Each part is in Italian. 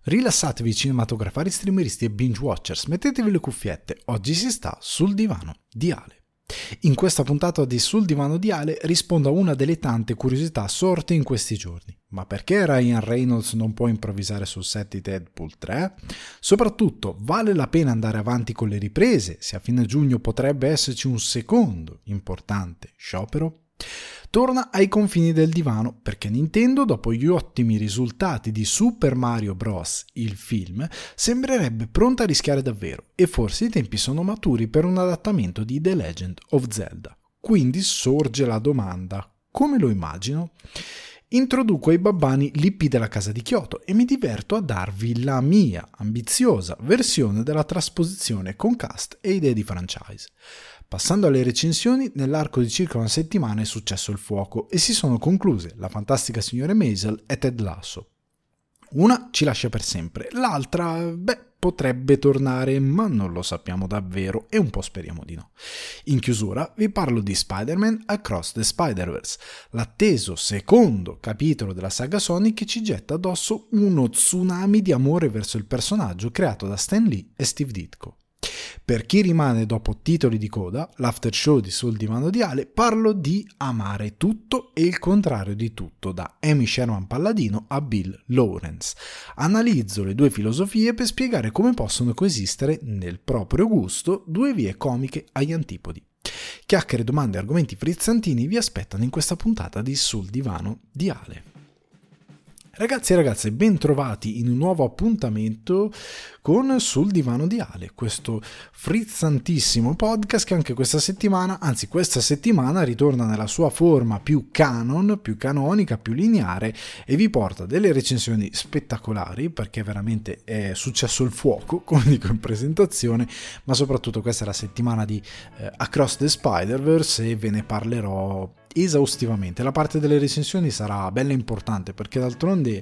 Rilassatevi cinematografari, streameristi e binge watchers, mettetevi le cuffiette, oggi si sta sul divano di Ale. In questa puntata di Sul divano di Ale rispondo a una delle tante curiosità sorte in questi giorni. Ma perché Ryan Reynolds non può improvvisare sul set di Deadpool 3? Soprattutto, vale la pena andare avanti con le riprese se a fine giugno potrebbe esserci un secondo importante sciopero? Torna ai confini del divano perché Nintendo, dopo gli ottimi risultati di Super Mario Bros. Il film, sembrerebbe pronta a rischiare davvero e forse i tempi sono maturi per un adattamento di The Legend of Zelda. Quindi sorge la domanda: come lo immagino? Introduco ai babbani l'IP della casa di Kyoto e mi diverto a darvi la mia ambiziosa versione della trasposizione con cast e idee di franchise. Passando alle recensioni, nell'arco di circa una settimana è successo il fuoco e si sono concluse La fantastica signora Maisel e Ted Lasso. Una ci lascia per sempre, l'altra, potrebbe tornare, ma non lo sappiamo davvero e un po' speriamo di no. In chiusura vi parlo di Spider-Man Across the Spider-Verse, l'atteso secondo capitolo della saga Sony che ci getta addosso uno tsunami di amore verso il personaggio creato da Stan Lee e Steve Ditko. Per chi rimane dopo titoli di coda, l'after show di Sul divano di Ale, parlo di amare tutto e il contrario di tutto, da Amy Sherman Palladino a Bill Lawrence. Analizzo le due filosofie per spiegare come possono coesistere nel proprio gusto due vie comiche agli antipodi. Chiacchiere, domande e argomenti frizzantini vi aspettano in questa puntata di Sul divano di Ale. Ragazzi e ragazze, ben trovati in un nuovo appuntamento con Sul divano di Ale, questo frizzantissimo podcast che anche questa settimana ritorna nella sua forma più canon, più canonica, più lineare e vi porta delle recensioni spettacolari perché veramente è successo il fuoco, come dico in presentazione, ma soprattutto questa è la settimana di Across the Spider-Verse e ve ne parlerò esaustivamente. La parte delle recensioni sarà bella importante perché d'altronde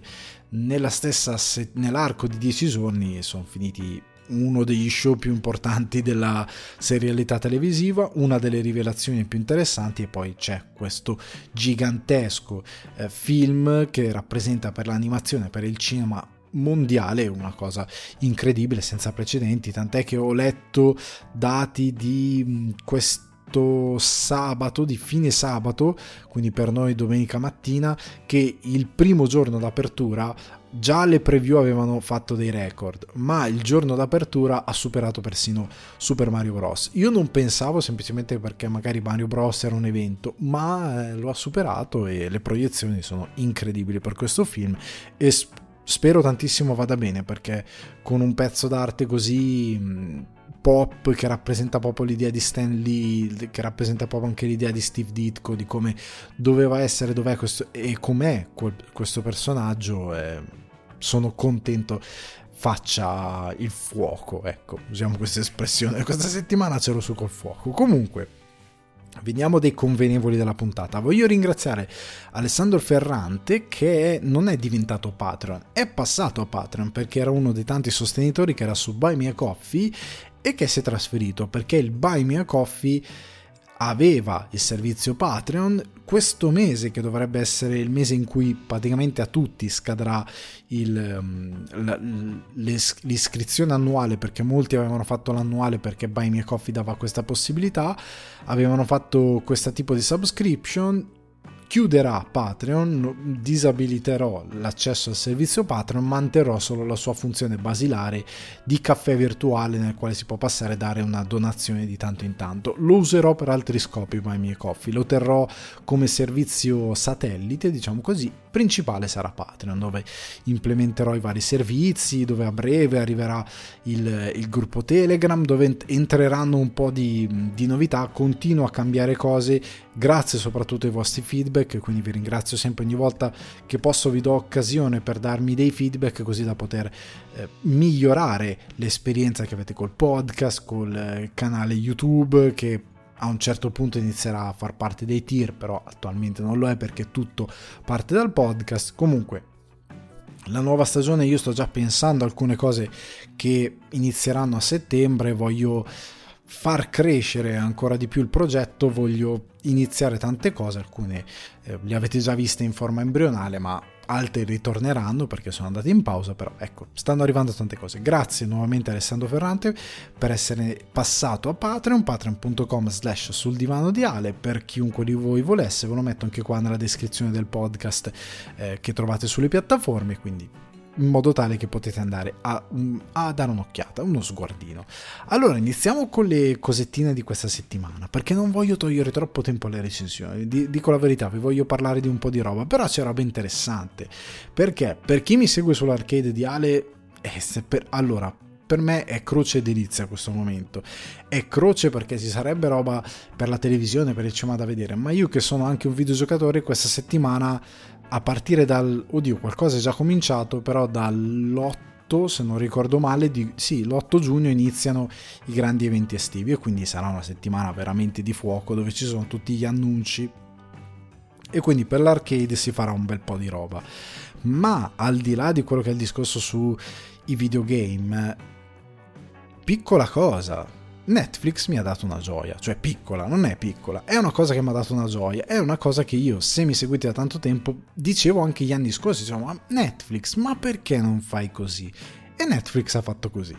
nell'arco di 10 giorni sono finiti uno degli show più importanti della serialità televisiva, una delle rivelazioni più interessanti e poi c'è questo gigantesco film che rappresenta per l'animazione, per il cinema mondiale una cosa incredibile, senza precedenti, tant'è che ho letto dati di sabato, di fine sabato, quindi per noi domenica mattina, che il primo giorno d'apertura già le preview avevano fatto dei record, ma il giorno d'apertura ha superato persino Super Mario Bros. Io non pensavo, semplicemente perché magari Mario Bros era un evento, ma lo ha superato e le proiezioni sono incredibili per questo film e spero tantissimo vada bene, perché con un pezzo d'arte così pop che rappresenta proprio l'idea di Stan Lee, che rappresenta proprio anche l'idea di Steve Ditko, di come doveva essere, dov'è questo e com'è questo personaggio, sono contento faccia il fuoco, ecco, usiamo questa espressione. Questa settimana c'ero su col fuoco. Comunque veniamo dei convenevoli della puntata. Voglio ringraziare Alessandro Ferrante che non è diventato Patreon, è passato a Patreon perché era uno dei tanti sostenitori che era su Buy Me a Coffee e che si è trasferito perché il Buy Me a Coffee aveva il servizio Patreon. Questo mese, che dovrebbe essere il mese in cui praticamente a tutti scadrà l'iscrizione annuale, perché molti avevano fatto l'annuale perché Buy Me a Coffee dava questa possibilità, avevano fatto questo tipo di subscription. Chiuderà Patreon, disabiliterò l'accesso al servizio Patreon, manterrò solo la sua funzione basilare di caffè virtuale nel quale si può passare e dare una donazione di tanto in tanto. Lo userò per altri scopi Buy Me a Coffee, lo terrò come servizio satellite, diciamo così. Principale sarà Patreon, dove implementerò i vari servizi, dove a breve arriverà il gruppo Telegram, dove entreranno un po' di novità. Continuo a cambiare cose grazie soprattutto ai vostri feedback, quindi vi ringrazio sempre. Ogni volta che posso vi do occasione per darmi dei feedback, così da poter migliorare l'esperienza che avete col podcast, col canale YouTube, che a un certo punto inizierà a far parte dei tier, però attualmente non lo è perché tutto parte dal podcast. Comunque la nuova stagione, io sto già pensando a alcune cose che inizieranno a settembre, voglio far crescere ancora di più il progetto, voglio iniziare tante cose, alcune le avete già viste in forma embrionale, ma altre ritorneranno perché sono andate in pausa, però ecco, stanno arrivando tante cose. Grazie nuovamente a Alessandro Ferrante per essere passato a patreon.com/sul divano di Ale. Per chiunque di voi volesse, ve lo metto anche qua nella descrizione del podcast che trovate sulle piattaforme, quindi in modo tale che potete andare a dare un'occhiata, uno sguardino. Allora iniziamo con le cosettine di questa settimana, perché non voglio togliere troppo tempo alle recensioni. Dico la verità, vi voglio parlare di un po' di roba, però c'è roba interessante, perché per chi mi segue sull'arcade di Ale, allora per me è croce e delizia questo momento. È croce perché ci sarebbe roba per la televisione, per il cinema da vedere, ma io che sono anche un videogiocatore, questa settimana a partire qualcosa è già cominciato, però dall'8, se non ricordo male, l'8 giugno iniziano i grandi eventi estivi e quindi sarà una settimana veramente di fuoco dove ci sono tutti gli annunci e quindi per l'arcade si farà un bel po' di roba. Ma al di là di quello che è il discorso sui videogame, piccola cosa, Netflix mi ha dato una gioia, cioè piccola, non è piccola, è una cosa che mi ha dato una gioia, è una cosa che io, se mi seguite da tanto tempo, dicevo anche gli anni scorsi, dicevo, ma Netflix, ma perché non fai così? E Netflix ha fatto così,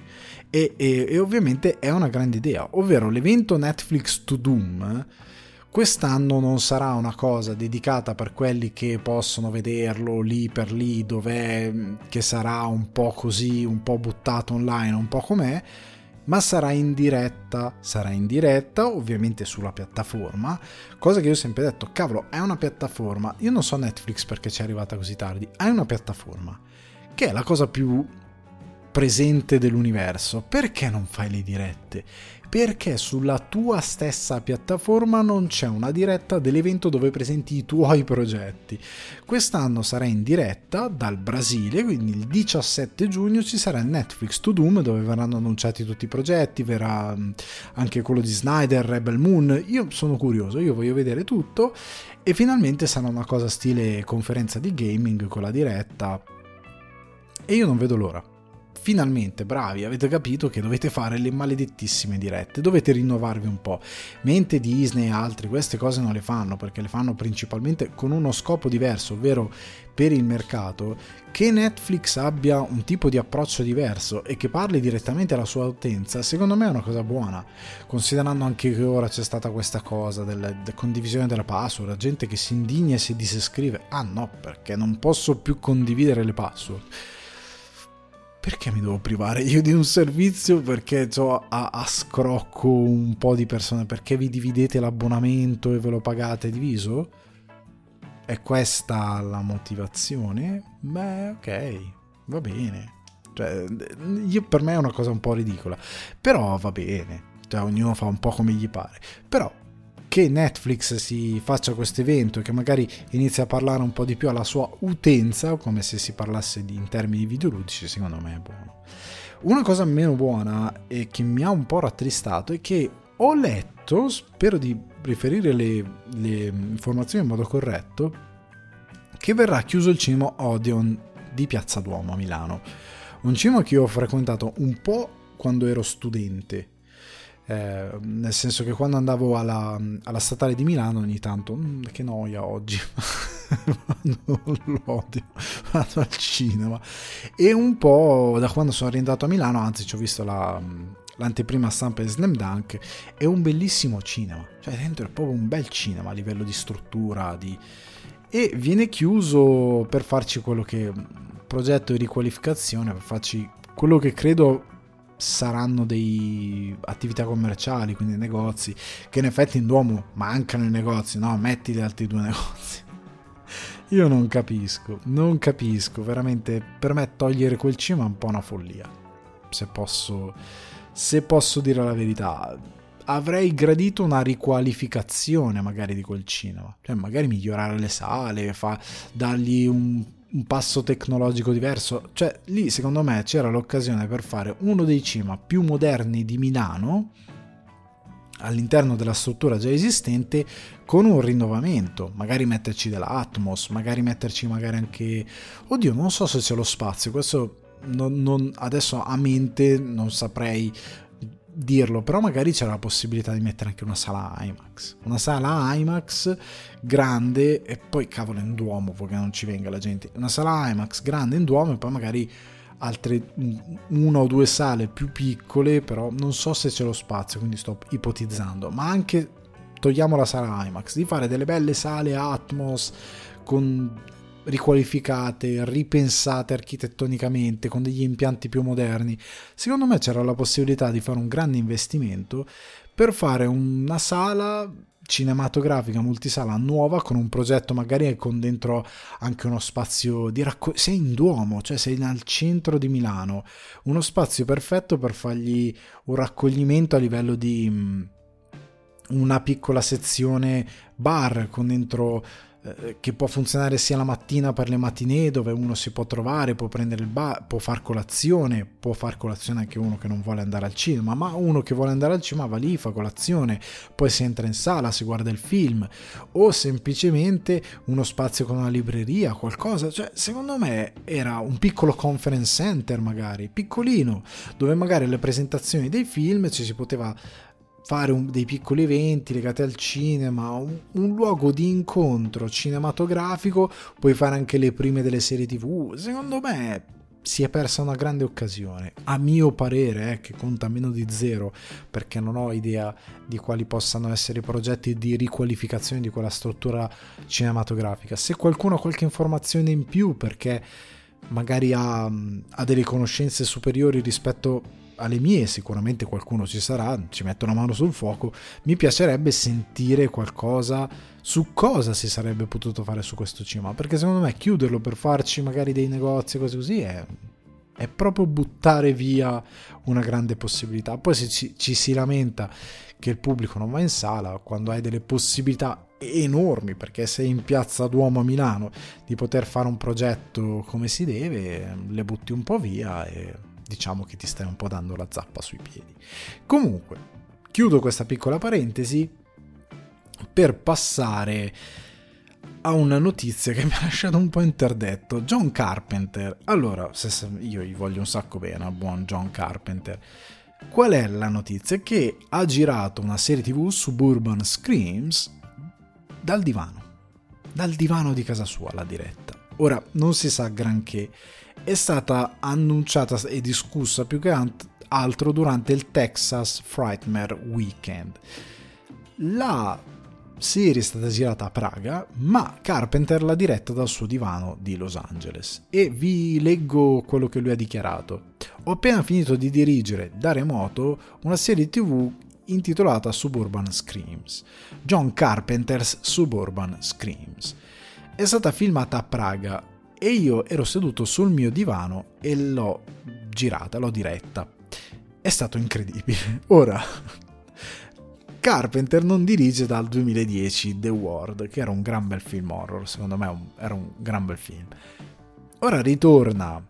e ovviamente è una grande idea, ovvero l'evento Netflix to Doom. Quest'anno non sarà una cosa dedicata per quelli che possono vederlo lì per lì, dov'è, che sarà un po' così, un po' buttato online, un po' com'è, ma sarà in diretta ovviamente sulla piattaforma, cosa che io ho sempre detto, cavolo, è una piattaforma, io non so Netflix perché ci è arrivata così tardi, è una piattaforma che è la cosa più presente dell'universo, perché non fai le dirette? Perché sulla tua stessa piattaforma non c'è una diretta dell'evento dove presenti i tuoi progetti. Quest'anno sarà in diretta dal Brasile, quindi il 17 giugno ci sarà il Netflix to Doom dove verranno annunciati tutti i progetti, verrà anche quello di Snyder, Rebel Moon. Io sono curioso, io voglio vedere tutto e finalmente sarà una cosa stile conferenza di gaming con la diretta e io non vedo l'ora. Finalmente, bravi, avete capito che dovete fare le maledettissime dirette, dovete rinnovarvi un po', mentre Disney e altri queste cose non le fanno, perché le fanno principalmente con uno scopo diverso, ovvero per il mercato. Che Netflix abbia un tipo di approccio diverso e che parli direttamente alla sua utenza, secondo me è una cosa buona, considerando anche che ora c'è stata questa cosa della condivisione della password, gente che si indigna e si disiscrive, no, perché non posso più condividere le password. Perché mi devo privare io di un servizio? Perché a scrocco un po' di persone? Perché vi dividete l'abbonamento e ve lo pagate diviso? È questa la motivazione? Beh, ok, va bene. Cioè, per me è una cosa un po' ridicola. Però va bene. Cioè, ognuno fa un po' come gli pare. Però che Netflix si faccia questo evento e che magari inizi a parlare un po' di più alla sua utenza, come se si parlasse in termini videoludici, secondo me è buono. Una cosa meno buona e che mi ha un po' rattristato è che ho letto, spero di riferire le informazioni in modo corretto, che verrà chiuso il cinema Odeon di Piazza Duomo a Milano, un cinema che io ho frequentato un po' quando ero studente. Nel senso che quando andavo alla statale di Milano ogni tanto che noia oggi vado al cinema, e un po' da quando sono rientrato a Milano, anzi ci ho visto l'anteprima stampa di Slam Dunk, è un bellissimo cinema, cioè dentro è proprio un bel cinema a livello di struttura e viene chiuso per farci quello che progetto di riqualificazione, per farci quello che credo saranno dei attività commerciali, quindi negozi, che in effetti in Duomo mancano i negozi, no? Metti gli altri 2 negozi. Io non capisco veramente, per me togliere quel cinema è un po' una follia, se posso dire la verità. Avrei gradito una riqualificazione magari di quel cinema, cioè magari migliorare le sale, dargli un passo tecnologico diverso, cioè lì secondo me c'era l'occasione per fare uno dei cinema più moderni di Milano all'interno della struttura già esistente, con un rinnovamento, magari metterci della Atmos, magari metterci anche, oddio, non so se c'è lo spazio, questo non adesso a mente non saprei dirlo, però magari c'era la possibilità di mettere anche una sala IMAX grande, e poi cavolo in Duomo, perché non ci venga la gente, una sala IMAX grande in Duomo e poi magari altre 1 o 2 sale più piccole, però non so se c'è lo spazio, quindi sto ipotizzando, ma anche togliamo la sala IMAX, di fare delle belle sale Atmos con riqualificate, ripensate architettonicamente, con degli impianti più moderni. Secondo me c'era la possibilità di fare un grande investimento per fare una sala cinematografica multisala nuova, con un progetto magari con dentro anche uno spazio di sei in Duomo, cioè sei al centro di Milano, uno spazio perfetto per fargli un raccoglimento a livello di una piccola sezione bar con dentro che può funzionare sia la mattina per le matinee, dove uno si può trovare, può prendere il bar, può far colazione anche uno che non vuole andare al cinema, ma uno che vuole andare al cinema va lì, fa colazione, poi si entra in sala, si guarda il film, o semplicemente uno spazio con una libreria, qualcosa. Cioè, secondo me era un piccolo conference center, magari piccolino, dove magari le presentazioni dei film ci si poteva fare dei piccoli eventi legati al cinema, un luogo di incontro cinematografico, puoi fare anche le prime delle serie TV. Secondo me si è persa una grande occasione, a mio parere, che conta meno di zero, perché non ho idea di quali possano essere i progetti di riqualificazione di quella struttura cinematografica. Se qualcuno ha qualche informazione in più, perché magari ha delle conoscenze superiori rispetto alle mie, sicuramente qualcuno ci sarà, ci metto una mano sul fuoco, mi piacerebbe sentire qualcosa su cosa si sarebbe potuto fare su questo cinema, perché secondo me chiuderlo per farci magari dei negozi, cose così, è proprio buttare via una grande possibilità. Poi se ci si lamenta che il pubblico non va in sala, quando hai delle possibilità enormi, perché sei in piazza Duomo a Milano, di poter fare un progetto come si deve, le butti un po' via e diciamo che ti stai un po' dando la zappa sui piedi. Comunque, chiudo questa piccola parentesi per passare a una notizia che mi ha lasciato un po' interdetto. John Carpenter. Allora, io gli voglio un sacco bene al buon John Carpenter. Qual è la notizia? Che ha girato una serie TV, Suburban Screams, dal divano di casa sua, la diretta. Ora, non si sa granché, è stata annunciata e discussa più che altro durante il Texas Frightmare Weekend. La serie è stata girata a Praga, ma Carpenter l'ha diretta dal suo divano di Los Angeles, e vi leggo quello che lui ha dichiarato. Ho appena finito di dirigere da remoto una serie TV intitolata Suburban Screams, John Carpenter's Suburban Screams. È stata filmata a Praga e io ero seduto sul mio divano e l'ho diretta. È stato incredibile. Ora, Carpenter non dirige dal 2010 The Ward, che era un gran bel film horror, secondo me era un gran bel film. Ora ritorna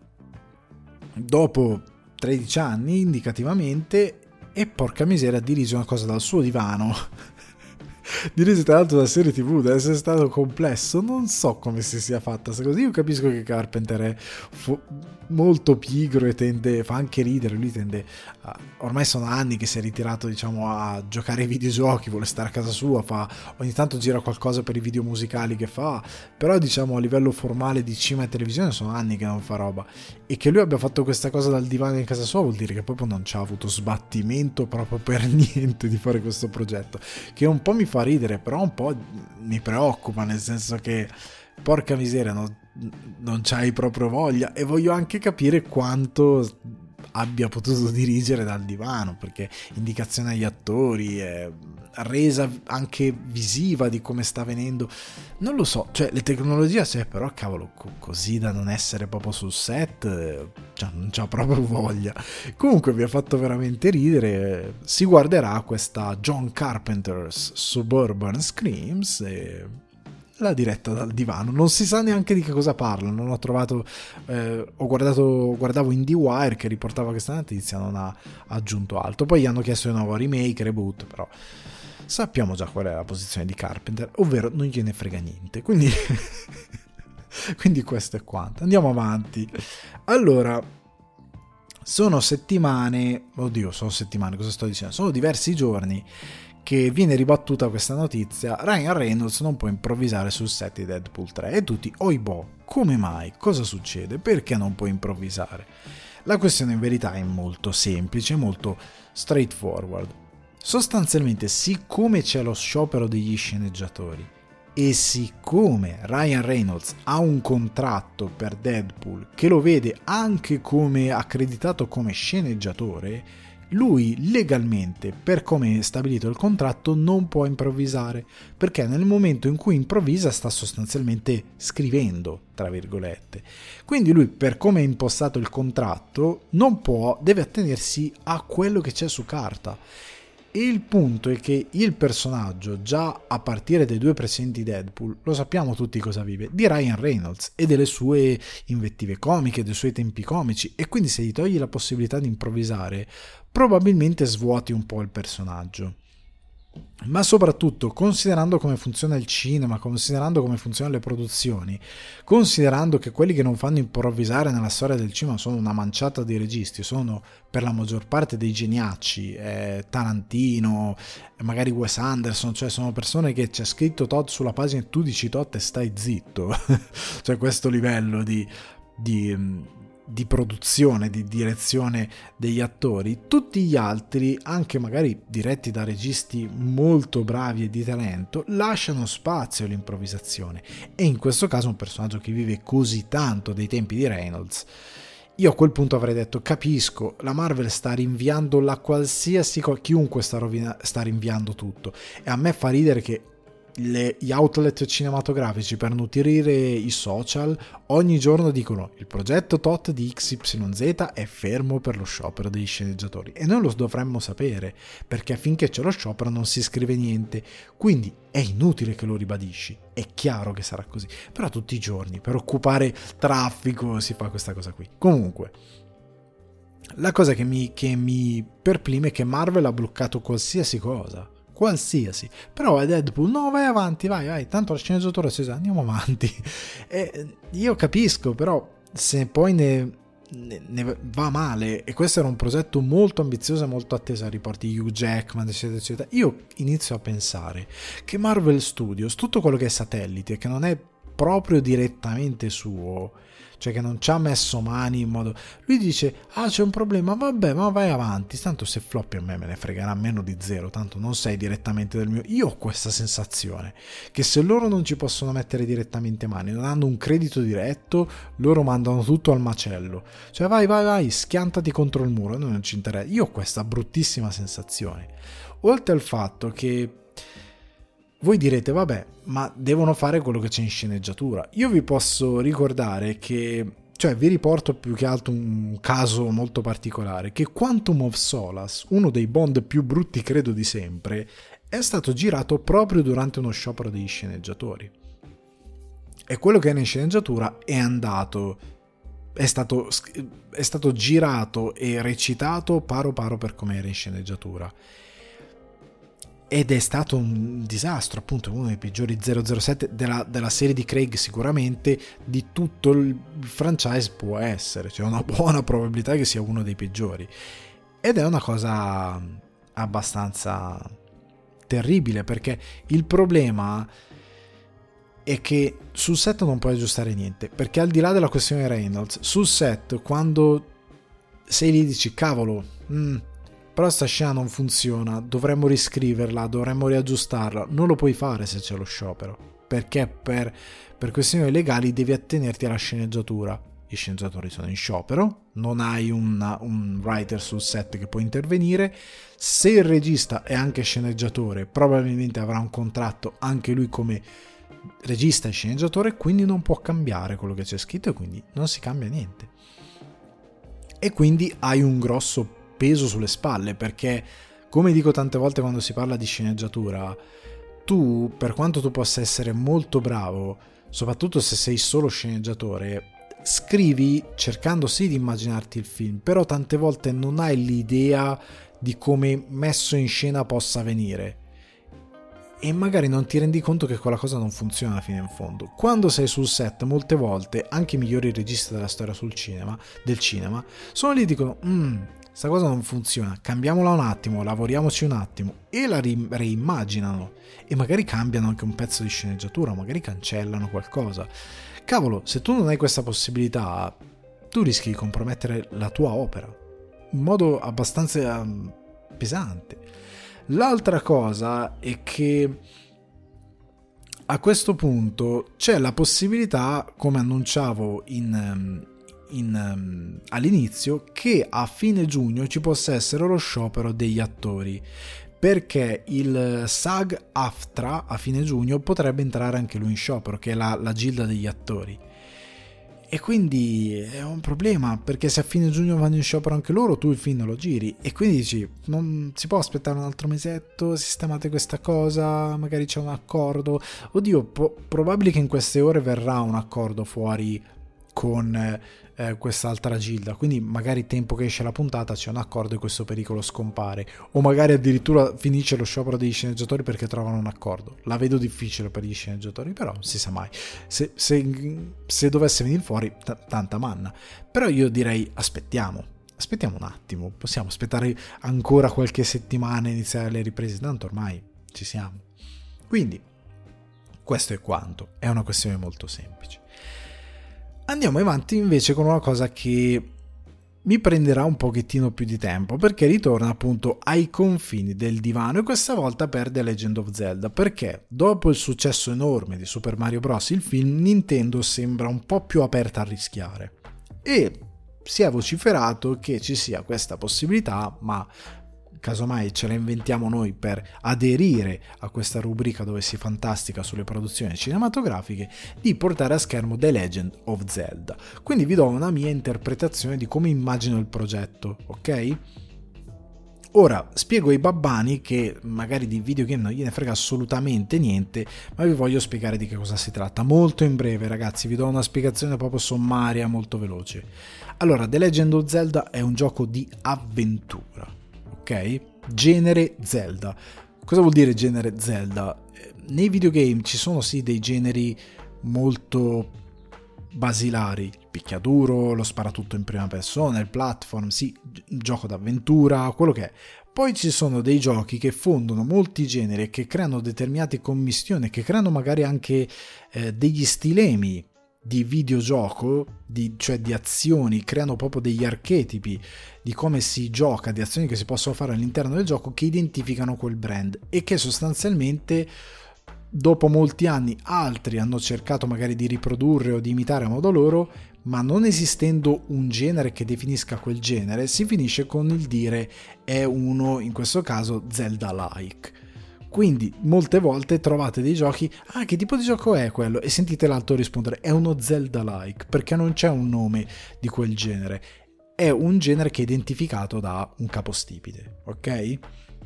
dopo 13 anni indicativamente e porca miseria dirige una cosa dal suo divano. Dirige tra l'altro la serie TV, deve essere stato complesso, non so come si sia fatta se così. Io capisco che Carpenter è molto pigro e fa anche ridere, lui ormai sono anni che si è ritirato, diciamo, a giocare ai videogiochi, vuole stare a casa sua, ogni tanto gira qualcosa per i video musicali che fa, però diciamo a livello formale di cinema e televisione sono anni che non fa roba, e che lui abbia fatto questa cosa dal divano in casa sua vuol dire che proprio non c'ha avuto sbattimento proprio per niente di fare questo progetto, che un po' mi fa ridere, però un po' mi preoccupa, nel senso che porca miseria, non c'hai proprio voglia, e voglio anche capire quanto abbia potuto dirigere dal divano, perché indicazione agli attori, resa anche visiva di come sta venendo, non lo so, cioè le tecnologie c'è, però cavolo, così da non essere proprio sul set, cioè, non c'ha proprio voglia. Comunque mi ha fatto veramente ridere. Si guarderà questa John Carpenter's Suburban Screams e la diretta dal divano, non si sa neanche di che cosa parla, non ho trovato, guardavo IndieWire che riportava questa notizia, non ha aggiunto altro. Poi gli hanno chiesto di nuovo remake, reboot, però sappiamo già qual è la posizione di Carpenter, ovvero non gliene frega niente, quindi questo è quanto. Andiamo avanti. Allora, sono settimane, cosa sto dicendo? Sono diversi giorni che viene ribattuta questa notizia: Ryan Reynolds non può improvvisare sul set di Deadpool 3, e tutti, oibò, come mai? Cosa succede? Perché non può improvvisare? La questione in verità è molto semplice, molto straightforward. Sostanzialmente, siccome c'è lo sciopero degli sceneggiatori e siccome Ryan Reynolds ha un contratto per Deadpool che lo vede anche come accreditato come sceneggiatore, lui legalmente, per come è stabilito il contratto, non può improvvisare, perché nel momento in cui improvvisa sta sostanzialmente scrivendo, tra virgolette. Quindi lui, per come è impostato il contratto, non può, deve attenersi a quello che c'è su carta. E il punto è che il personaggio, già a partire dai 2 precedenti Deadpool, lo sappiamo tutti cosa vive, di Ryan Reynolds e delle sue invettive comiche, dei suoi tempi comici, e quindi se gli togli la possibilità di improvvisare, probabilmente svuoti un po' il personaggio. Ma soprattutto, considerando come funziona il cinema, considerando come funzionano le produzioni, considerando che quelli che non fanno improvvisare nella storia del cinema sono una manciata di registi, sono per la maggior parte dei geniacci, Tarantino, magari Wes Anderson, cioè sono persone che c'è scritto tot sulla pagina e tu dici tot e stai zitto. Cioè questo livello di produzione, di direzione degli attori. Tutti gli altri, anche magari diretti da registi molto bravi e di talento, lasciano spazio all'improvvisazione, e in questo caso un personaggio che vive così tanto dei tempi di Reynolds, io a quel punto avrei detto: capisco, la Marvel sta rinviando la qualsiasi chiunque sta rinviando tutto, e a me fa ridere che gli outlet cinematografici, per nutrire i social, ogni giorno dicono: il progetto tot di XYZ è fermo per lo sciopero degli sceneggiatori, e noi lo dovremmo sapere, perché finché c'è lo sciopero non si scrive niente, quindi è inutile che lo ribadisci, è chiaro che sarà così, però tutti i giorni per occupare traffico si fa questa cosa qui. Comunque, la cosa che mi perplime è che Marvel ha bloccato qualsiasi cosa, però è Deadpool, no, vai avanti, vai, tanto la sceneggiatura si sa, andiamo avanti. E io capisco, però se poi ne va male, e questo era un progetto molto ambizioso e molto atteso, riporti Hugh Jackman eccetera eccetera, io inizio a pensare che Marvel Studios, tutto quello che è satellite, che non è proprio direttamente suo, cioè che non ci ha messo mani in modo, lui dice: c'è un problema, vabbè, ma vai avanti, tanto se floppi a me ne fregherà meno di zero, tanto non sei direttamente del mio. Io ho questa sensazione che se loro non ci possono mettere direttamente mani, non hanno un credito diretto, loro mandano tutto al macello, cioè vai, schiantati contro il muro, noi non ci interessa. Io ho questa bruttissima sensazione, oltre al fatto che voi direte: vabbè, ma devono fare quello che c'è in sceneggiatura. Io vi posso ricordare che, cioè vi riporto più che altro un caso molto particolare, che Quantum of Solace, uno dei Bond più brutti credo di sempre, è stato girato proprio durante uno sciopero degli sceneggiatori. E quello che era in sceneggiatura è stato girato e recitato paro per come era in sceneggiatura. Ed è stato un disastro, appunto uno dei peggiori 007 della serie di Craig, sicuramente di tutto il franchise può essere, c'è una buona probabilità che sia uno dei peggiori, ed è una cosa abbastanza terribile, perché il problema è che sul set non puoi aggiustare niente, perché al di là della questione Reynolds, sul set quando sei lì dici: cavolo, però sta scena non funziona, dovremmo riscriverla, dovremmo riaggiustarla, non lo puoi fare se c'è lo sciopero, perché per questioni legali devi attenerti alla sceneggiatura. Gli sceneggiatori sono in sciopero, non hai un writer sul set che può intervenire. Se il regista è anche sceneggiatore, probabilmente avrà un contratto anche lui come regista e sceneggiatore, quindi non può cambiare quello che c'è scritto, e quindi non si cambia niente, e quindi hai un grosso peso sulle spalle, perché, come dico tante volte quando si parla di sceneggiatura, tu, per quanto tu possa essere molto bravo, soprattutto se sei solo sceneggiatore, scrivi cercando sì di immaginarti il film, però tante volte non hai l'idea di come messo in scena possa venire, e magari non ti rendi conto che quella cosa non funziona fino in fondo. Quando sei sul set, molte volte anche i migliori registi della storia del cinema sono lì e dicono sta cosa non funziona, cambiamola un attimo, lavoriamoci un attimo, e la reimmaginano e magari cambiano anche un pezzo di sceneggiatura, magari cancellano qualcosa. Cavolo, se tu non hai questa possibilità, tu rischi di compromettere la tua opera in modo abbastanza pesante. L'altra cosa è che a questo punto c'è la possibilità, come annunciavo all'inizio, che a fine giugno ci possa essere lo sciopero degli attori, perché il SAG-AFTRA a fine giugno potrebbe entrare anche lui in sciopero, che è la gilda degli attori. E quindi è un problema, perché se a fine giugno vanno in sciopero anche loro, tu il film lo giri, e quindi dici non si può aspettare un altro mesetto, sistemate questa cosa, magari c'è un accordo. Oddio, probabile che in queste ore verrà un accordo fuori con quest'altra gilda, quindi magari tempo che esce la puntata c'è un accordo e questo pericolo scompare, o magari addirittura finisce lo sciopero degli sceneggiatori perché trovano un accordo. La vedo difficile per gli sceneggiatori, però non si sa mai, se dovesse venire fuori tanta manna. Però io direi aspettiamo un attimo, possiamo aspettare ancora qualche settimana e iniziare le riprese, tanto ormai ci siamo. Quindi questo è quanto, è una questione molto semplice. Andiamo avanti invece con una cosa che mi prenderà un pochettino più di tempo, perché ritorna appunto ai confini del divano, e questa volta per The Legend of Zelda, perché dopo il successo enorme di Super Mario Bros. Il film, Nintendo sembra un po' più aperta a rischiare, e si è vociferato che ci sia questa possibilità, ma casomai ce la inventiamo noi per aderire a questa rubrica dove si fantastica sulle produzioni cinematografiche, di portare a schermo The Legend of Zelda. Quindi vi do una mia interpretazione di come immagino il progetto, ok? Ora spiego ai babbani che magari di videogame non gliene frega assolutamente niente, ma vi voglio spiegare di che cosa si tratta molto in breve, ragazzi. Vi do una spiegazione proprio sommaria, molto veloce. Allora, The Legend of Zelda è un gioco di avventura, ok? Genere Zelda. Cosa vuol dire genere Zelda? Nei videogame ci sono sì dei generi molto basilari, il picchiaduro, lo sparatutto in prima persona, il platform, sì, gioco d'avventura, quello che è. Poi ci sono dei giochi che fondono molti generi e che creano determinate commistioni, che creano magari anche degli stilemi di videogioco, cioè di azioni, creano proprio degli archetipi di come si gioca, di azioni che si possono fare all'interno del gioco, che identificano quel brand, e che sostanzialmente dopo molti anni altri hanno cercato magari di riprodurre o di imitare a modo loro, ma non esistendo un genere che definisca quel genere, si finisce con il dire è uno, in questo caso, Zelda-like. Quindi molte volte trovate dei giochi, che tipo di gioco è quello? E sentite l'altro rispondere, è uno Zelda-like, perché non c'è un nome di quel genere, è un genere che è identificato da un capostipite, ok?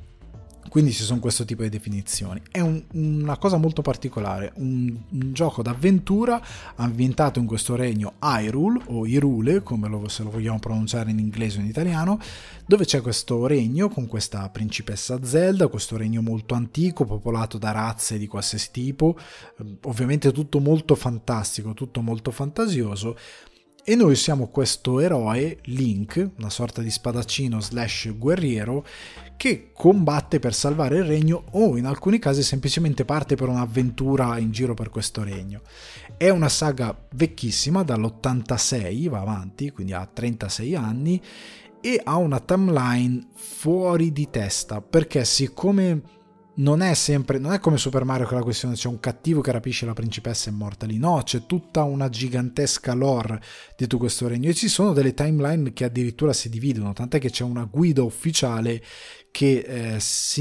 Quindi ci sono questo tipo di definizioni. È una cosa molto particolare, un gioco d'avventura ambientato in questo regno Hyrule, o Hyrule, come se lo vogliamo pronunciare in inglese o in italiano, dove c'è questo regno con questa principessa Zelda, questo regno molto antico, popolato da razze di qualsiasi tipo, ovviamente tutto molto fantastico, tutto molto fantasioso. E noi siamo questo eroe, Link, una sorta di spadaccino / guerriero, che combatte per salvare il regno, o in alcuni casi semplicemente parte per un'avventura in giro per questo regno. È una saga vecchissima, dall'86 va avanti, quindi ha 36 anni, e ha una timeline fuori di testa, perché siccome non è come Super Mario, che la questione c'è un cattivo che rapisce la principessa e è morta lì, no, c'è tutta una gigantesca lore dietro questo regno, e ci sono delle timeline che addirittura si dividono, tant'è che c'è una guida ufficiale che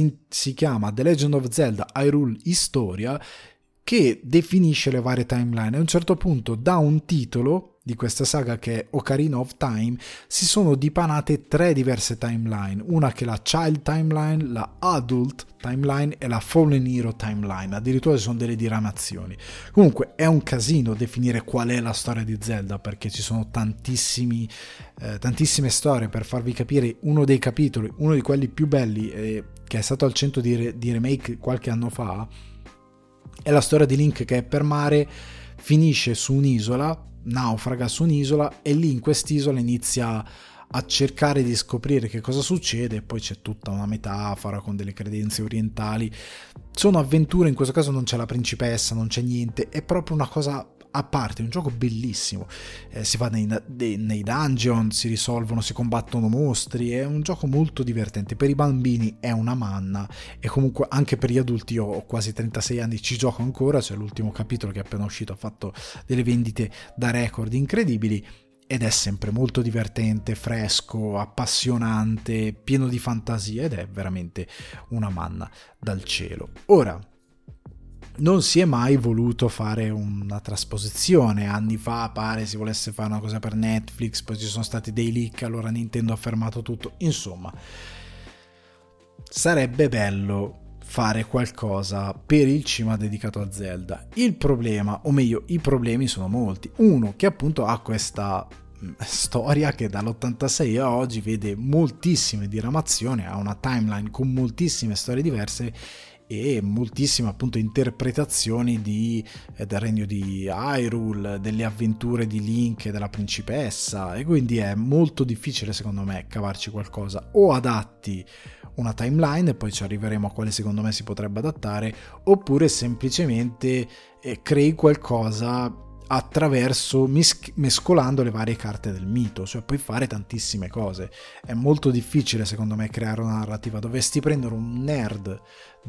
si chiama The Legend of Zelda Hyrule Historia, che definisce le varie timeline, e a un certo punto dà un titolo di questa saga, che è Ocarina of Time, si sono dipanate 3 diverse timeline, una che è la Child Timeline, la Adult Timeline e la Fallen Hero Timeline, addirittura ci sono delle diramazioni. Comunque è un casino definire qual è la storia di Zelda, perché ci sono tantissime storie. Per farvi capire, uno dei capitoli, uno di quelli più belli, che è stato al centro di remake qualche anno fa, è la storia di Link che è per mare, finisce su un'isola, naufraga su un'isola, e lì in quest'isola inizia a cercare di scoprire che cosa succede, e poi c'è tutta una metafora con delle credenze orientali. Sono avventure, in questo caso non c'è la principessa, non c'è niente, è proprio una cosa a parte, è un gioco bellissimo. Si va nei dungeon, si risolvono, si combattono mostri, è un gioco molto divertente. Per i bambini è una manna, e comunque anche per gli adulti, io ho quasi 36 anni, ci gioco ancora. C'è l'ultimo capitolo che è appena uscito, ha fatto delle vendite da record incredibili, ed è sempre molto divertente, fresco, appassionante, pieno di fantasia, ed è veramente una manna dal cielo. Ora, non si è mai voluto fare una trasposizione. Anni fa pare si volesse fare una cosa per Netflix, poi ci sono stati dei leak, allora Nintendo ha fermato tutto. Insomma, sarebbe bello fare qualcosa per il cinema dedicato a Zelda. Il problema, o meglio, i problemi sono molti. Uno, che appunto ha questa storia che dall'86 a oggi vede moltissime diramazioni, ha una timeline con moltissime storie diverse e moltissime appunto interpretazioni del regno di Hyrule, delle avventure di Link e della principessa, e quindi è molto difficile secondo me cavarci qualcosa. O adatti una timeline, e poi ci arriveremo a quale secondo me si potrebbe adattare, oppure semplicemente crei qualcosa attraverso mescolando le varie carte del mito. Cioè puoi fare tantissime cose. È molto difficile secondo me creare una narrativa. Dovresti prendere un nerd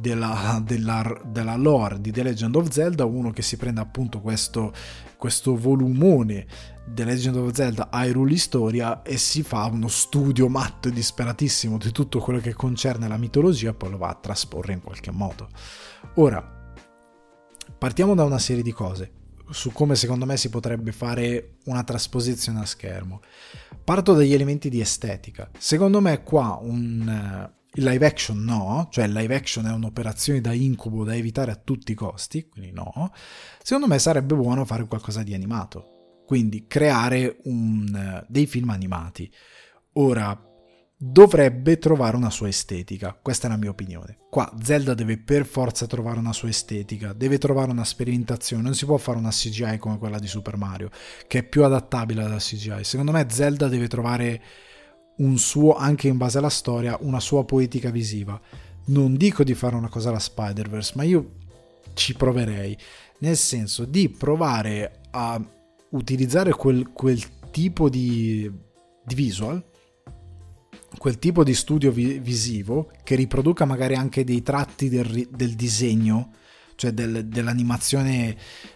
della lore di The Legend of Zelda, uno che si prende appunto questo volumone The Legend of Zelda Hyrule Historia, e si fa uno studio matto e disperatissimo di tutto quello che concerne la mitologia, e poi lo va a trasporre in qualche modo. Ora, partiamo da una serie di cose su come secondo me si potrebbe fare una trasposizione a schermo. Parto dagli elementi di estetica. Secondo me qua il live action no, cioè il live action è un'operazione da incubo da evitare a tutti i costi, quindi no. Secondo me sarebbe buono fare qualcosa di animato, quindi creare dei film animati. Ora, dovrebbe trovare una sua estetica, questa è la mia opinione. Qua Zelda deve per forza trovare una sua estetica, deve trovare una sperimentazione, non si può fare una CGI come quella di Super Mario, che è più adattabile alla CGI. Secondo me Zelda deve trovare un suo, anche in base alla storia, una sua poetica visiva. Non dico di fare una cosa alla Spider-Verse, ma io ci proverei, nel senso di provare a utilizzare quel tipo di visual, quel tipo di studio visivo che riproduca magari anche dei tratti del disegno, cioè dell'animazione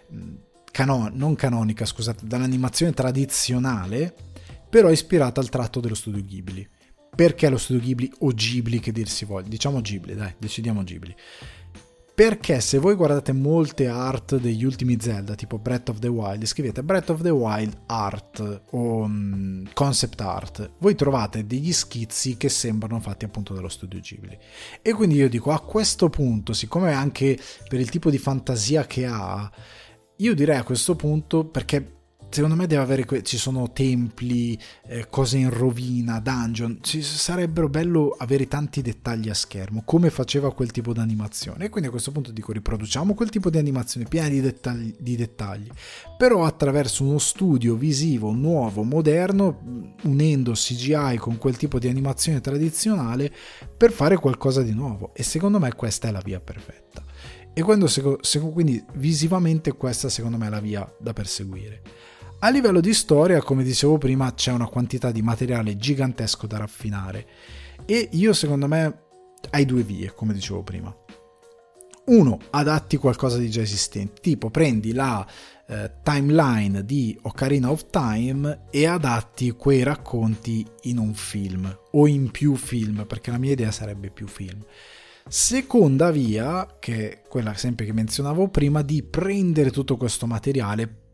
non canonica, scusate, dall'animazione tradizionale, però ispirata al tratto dello studio Ghibli. Perché lo studio Ghibli o Ghibli, che dir si voglia? Diciamo Ghibli, dai, decidiamo Ghibli. Perché se voi guardate molte art degli ultimi Zelda, tipo Breath of the Wild, scrivete Breath of the Wild art o concept art, voi trovate degli schizzi che sembrano fatti appunto dallo studio Ghibli. E quindi io dico, a questo punto, siccome anche per il tipo di fantasia che ha, io direi a questo punto, perché secondo me deve avere, ci sono templi, cose in rovina, dungeon, sarebbero bello avere tanti dettagli a schermo, come faceva quel tipo di animazione. E quindi a questo punto dico, riproduciamo quel tipo di animazione piena di dettagli, però attraverso uno studio visivo nuovo, moderno, unendo CGI con quel tipo di animazione tradizionale per fare qualcosa di nuovo. E secondo me questa è la via perfetta. E quindi visivamente questa secondo me è la via da perseguire. A livello di storia, come dicevo prima, c'è una quantità di materiale gigantesco da raffinare, e io secondo me hai due vie, come dicevo prima. Uno, adatti qualcosa di già esistente, tipo prendi la timeline di Ocarina of Time e adatti quei racconti in un film o in più film, perché la mia idea sarebbe più film. Seconda via, che è quella sempre che menzionavo prima, di prendere tutto questo materiale,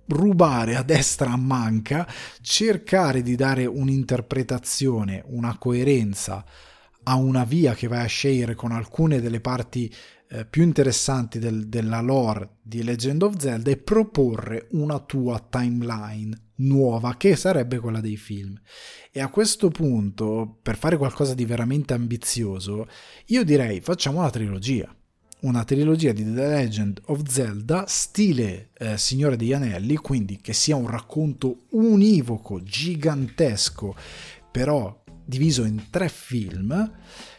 rubare a destra a manca, cercare di dare un'interpretazione, una coerenza a una via che vai a scegliere con alcune delle parti più interessanti della lore di Legend of Zelda e proporre una tua timeline nuova che sarebbe quella dei film. E a questo punto, per fare qualcosa di veramente ambizioso, io direi facciamo una trilogia di The Legend of Zelda stile Signore degli Anelli, quindi che sia un racconto univoco, gigantesco, però diviso in 3 film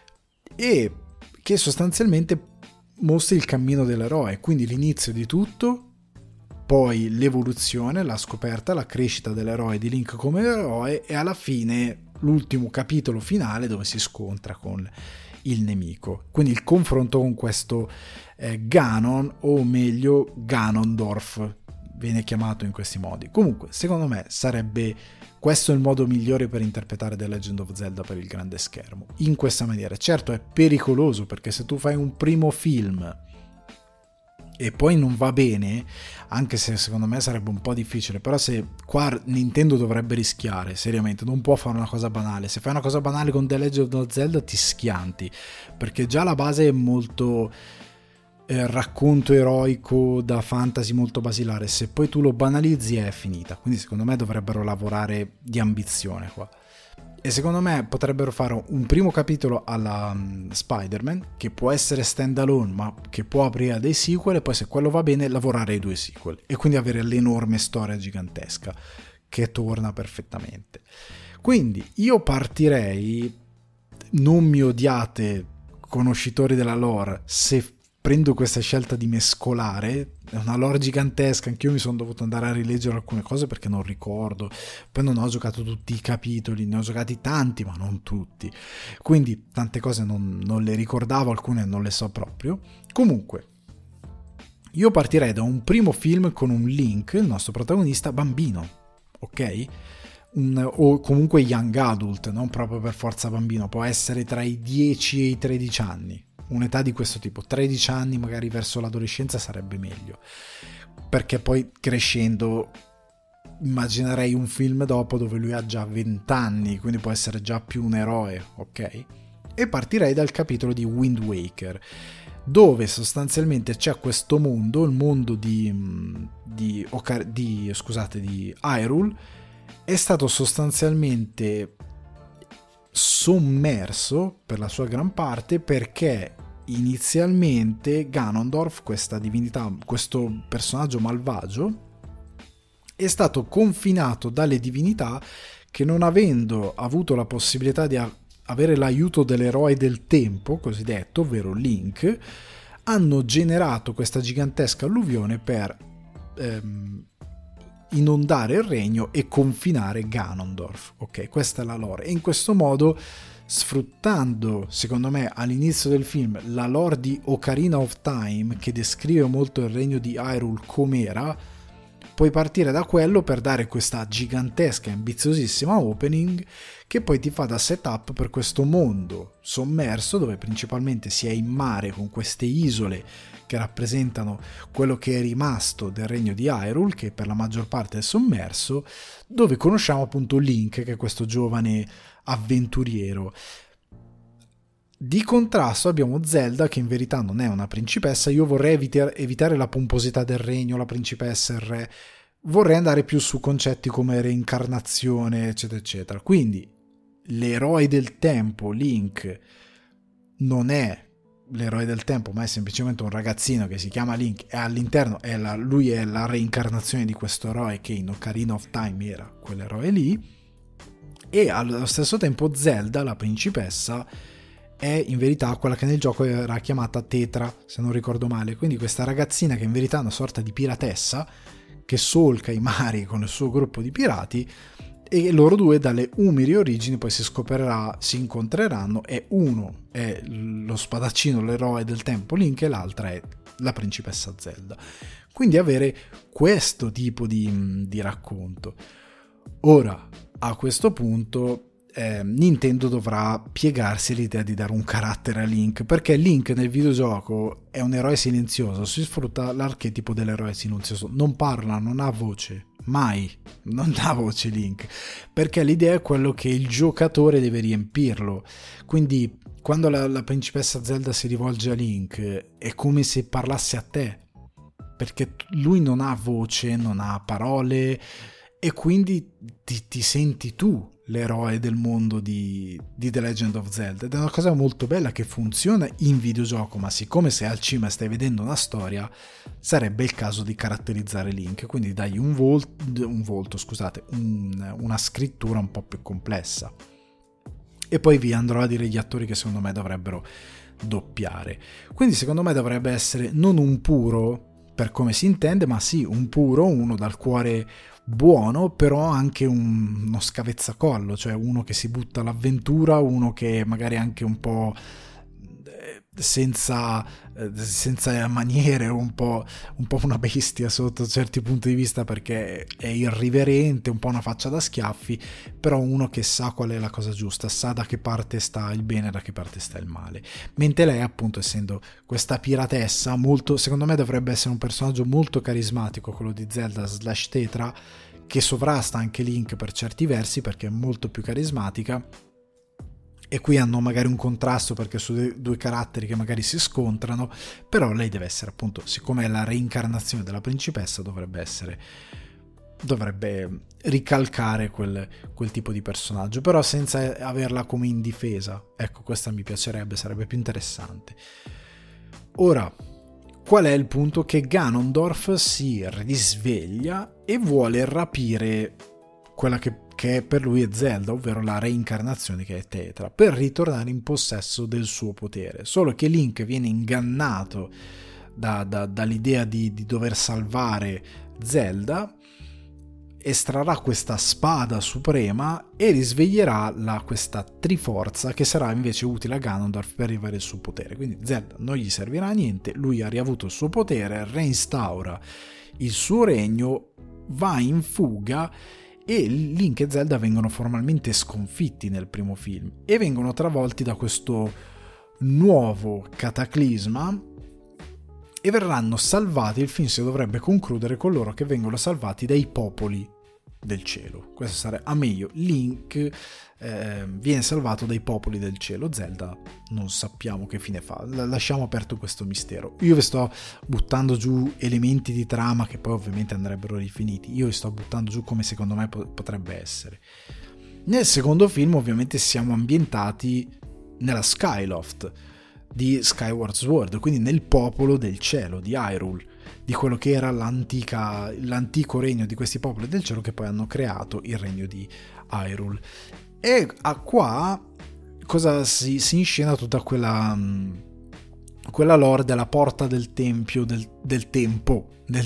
e che sostanzialmente mostri il cammino dell'eroe, quindi l'inizio di tutto, poi l'evoluzione, la scoperta, la crescita dell'eroe, di Link come eroe, e alla fine l'ultimo capitolo finale dove si scontra con il nemico, quindi il confronto con questo Ganon, o meglio Ganondorf viene chiamato in questi modi. Comunque secondo me sarebbe questo il modo migliore per interpretare The Legend of Zelda per il grande schermo, in questa maniera. Certo è pericoloso, perché se tu fai un primo film e poi non va bene, anche se secondo me sarebbe un po' difficile, però se qua Nintendo dovrebbe rischiare seriamente, non può fare una cosa banale. Se fai una cosa banale con The Legend of Zelda ti schianti, perché già la base è molto racconto eroico da fantasy, molto basilare. Se poi tu lo banalizzi è finita, quindi secondo me dovrebbero lavorare di ambizione qua. E secondo me potrebbero fare un primo capitolo alla Spider-Man, che può essere stand alone ma che può aprire a dei sequel, e poi se quello va bene lavorare ai 2 sequel e quindi avere l'enorme storia gigantesca che torna perfettamente. Quindi io partirei, non mi odiate conoscitori della lore se prendo questa scelta di mescolare, è una lore gigantesca, anch'io mi sono dovuto andare a rileggere alcune cose perché non ricordo, poi non ho giocato tutti i capitoli, ne ho giocati tanti ma non tutti, quindi tante cose non le ricordavo, alcune non le so proprio. Comunque io partirei da un primo film con un Link, il nostro protagonista, bambino, ok? O comunque young adult, non proprio per forza bambino, può essere tra i 10 e i 13 anni, un'età di questo tipo. 13 anni magari verso l'adolescenza sarebbe meglio, perché poi crescendo immaginerei un film dopo dove lui ha già 20 anni, quindi può essere già più un eroe, ok? E partirei dal capitolo di Wind Waker, dove sostanzialmente c'è questo mondo, il mondo di Hyrule, è stato sostanzialmente sommerso per la sua gran parte, perché inizialmente Ganondorf, questa divinità, questo personaggio malvagio, è stato confinato dalle divinità che, non avendo avuto la possibilità di avere l'aiuto dell'eroe del tempo cosiddetto, ovvero Link, hanno generato questa gigantesca alluvione per inondare il regno e confinare Ganondorf, ok? Questa è la lore, e in questo modo, sfruttando secondo me all'inizio del film la lore di Ocarina of Time, che descrive molto il regno di Hyrule com'era, puoi partire da quello per dare questa gigantesca e ambiziosissima opening che poi ti fa da setup per questo mondo sommerso, dove principalmente si è in mare con queste isole che rappresentano quello che è rimasto del regno di Hyrule, che per la maggior parte è sommerso, dove conosciamo appunto Link, che è questo giovane avventuriero. Di contrasto abbiamo Zelda, che in verità non è una principessa. Io vorrei evitare la pomposità del regno, la principessa, il re. Vorrei andare più su concetti come reincarnazione, eccetera, eccetera. Quindi l'eroe del tempo, Link, non è l'eroe del tempo, ma è semplicemente un ragazzino che si chiama Link, e all'interno lui è la reincarnazione di questo eroe che in Ocarina of Time era quell'eroe lì. E allo stesso tempo Zelda, la principessa, è in verità quella che nel gioco era chiamata Tetra, se non ricordo male, quindi questa ragazzina che in verità è una sorta di piratessa che solca i mari con il suo gruppo di pirati, e loro due dalle umili origini poi si incontreranno, e uno è lo spadaccino, l'eroe del tempo Link, e l'altra è la principessa Zelda. Quindi avere questo tipo di racconto. Ora, a questo punto Nintendo dovrà piegarsi all'idea di dare un carattere a Link, perché Link nel videogioco è un eroe silenzioso, si sfrutta l'archetipo dell'eroe silenzioso, non parla, non ha voce, mai, non dà voce Link, perché l'idea è quello che il giocatore deve riempirlo. Quindi quando la principessa Zelda si rivolge a Link è come se parlasse a te, perché lui non ha voce, non ha parole, e quindi ti senti tu l'eroe del mondo di The Legend of Zelda, ed è una cosa molto bella che funziona in videogioco, ma siccome sei al cinema e stai vedendo una storia, sarebbe il caso di caratterizzare Link, quindi dai una scrittura un po' più complessa. E poi vi andrò a dire gli attori che secondo me dovrebbero doppiare. Quindi secondo me dovrebbe essere non un puro per come si intende, ma sì un puro, uno dal cuore buono, però anche uno scavezzacollo, cioè uno che si butta all'avventura, uno che magari anche un po' senza maniere, un po' una bestia sotto certi punti di vista, perché è irriverente, un po' una faccia da schiaffi, però uno che sa qual è la cosa giusta, sa da che parte sta il bene e da che parte sta il male. Mentre lei, appunto, essendo questa piratessa, molto, secondo me dovrebbe essere un personaggio molto carismatico, quello di Zelda / Tetra, che sovrasta anche Link per certi versi perché è molto più carismatica. E qui hanno magari un contrasto perché sono due caratteri che magari si scontrano, però lei deve essere, appunto, siccome è la reincarnazione della principessa, dovrebbe ricalcare quel tipo di personaggio, però senza averla come indifesa. Ecco, questa mi piacerebbe, sarebbe più interessante. Ora, qual è il punto? Che Ganondorf si risveglia e vuole rapire quella che per lui è Zelda, ovvero la reincarnazione che è Tetra, per ritornare in possesso del suo potere. Solo che Link viene ingannato dall'idea di dover salvare Zelda, estrarrà questa spada suprema e risveglierà questa triforza che sarà invece utile a Ganondorf per arrivare al suo potere. Quindi Zelda non gli servirà a niente, lui ha riavuto il suo potere, reinstaura il suo regno, va in fuga, e Link e Zelda vengono formalmente sconfitti nel primo film e vengono travolti da questo nuovo cataclisma e verranno salvati. Il film si dovrebbe concludere con loro che vengono salvati dai popoli del cielo. Questo sarebbe a meglio. Link viene salvato dai popoli del cielo, Zelda non sappiamo che fine fa, lasciamo aperto questo mistero. Io vi sto buttando giù elementi di trama che poi ovviamente andrebbero rifiniti, io vi sto buttando giù come secondo me potrebbe essere. Nel secondo film ovviamente siamo ambientati nella Skyloft di Skyward Sword, quindi nel popolo del cielo di Hyrule, di quello che era l'antico regno di questi popoli del cielo che poi hanno creato il regno di Hyrule. E qua cosa si inscena tutta quella lore della porta del tempio del tempo,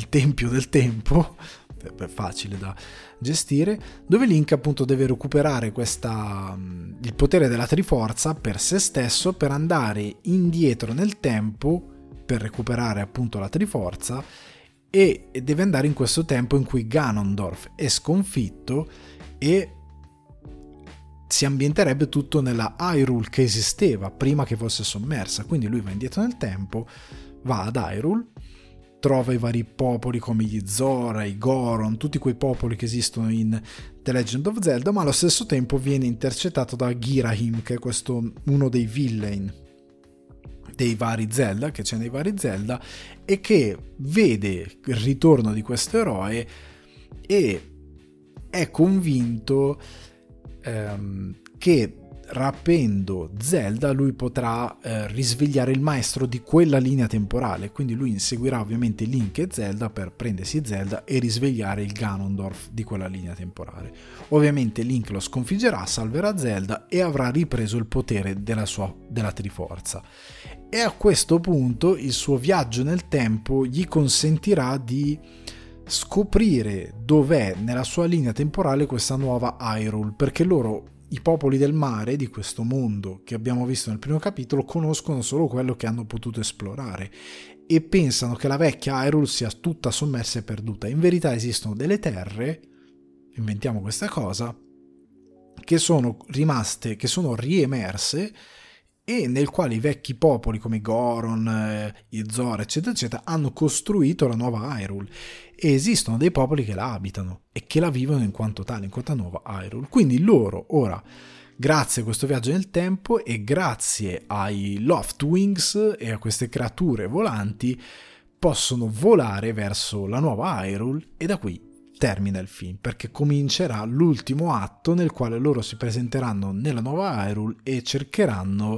è facile da gestire, dove Link appunto deve recuperare il potere della Triforza per se stesso, per andare indietro nel tempo per recuperare appunto la Triforza, e deve andare in questo tempo in cui Ganondorf è sconfitto e si ambienterebbe tutto nella Hyrule che esisteva prima che fosse sommersa. Quindi lui va indietro nel tempo, va ad Hyrule, trova i vari popoli come gli Zora, i Goron, tutti quei popoli che esistono in The Legend of Zelda, ma allo stesso tempo viene intercettato da Girahim, che è uno dei villain dei vari Zelda, che c'è nei vari Zelda, e che vede il ritorno di questo eroe e è convinto che rapendo Zelda lui potrà risvegliare il maestro di quella linea temporale, quindi lui inseguirà ovviamente Link e Zelda per prendersi Zelda e risvegliare il Ganondorf di quella linea temporale. Ovviamente Link lo sconfiggerà, salverà Zelda e avrà ripreso il potere della Triforza, e a questo punto il suo viaggio nel tempo gli consentirà di scoprire dov'è nella sua linea temporale questa nuova Hyrule, perché i popoli del mare di questo mondo che abbiamo visto nel primo capitolo conoscono solo quello che hanno potuto esplorare e pensano che la vecchia Hyrule sia tutta sommersa e perduta. In verità esistono delle terre, inventiamo questa cosa, che sono riemerse e nel quale i vecchi popoli come Goron, Izor, eccetera, eccetera, hanno costruito la nuova Hyrule, e esistono dei popoli che la abitano e che la vivono in quanto tale, in quanto nuova Hyrule. Quindi loro ora, grazie a questo viaggio nel tempo e grazie ai Loftwings e a queste creature volanti, possono volare verso la nuova Hyrule, e da qui termina il film, perché comincerà l'ultimo atto nel quale loro si presenteranno nella nuova Hyrule e cercheranno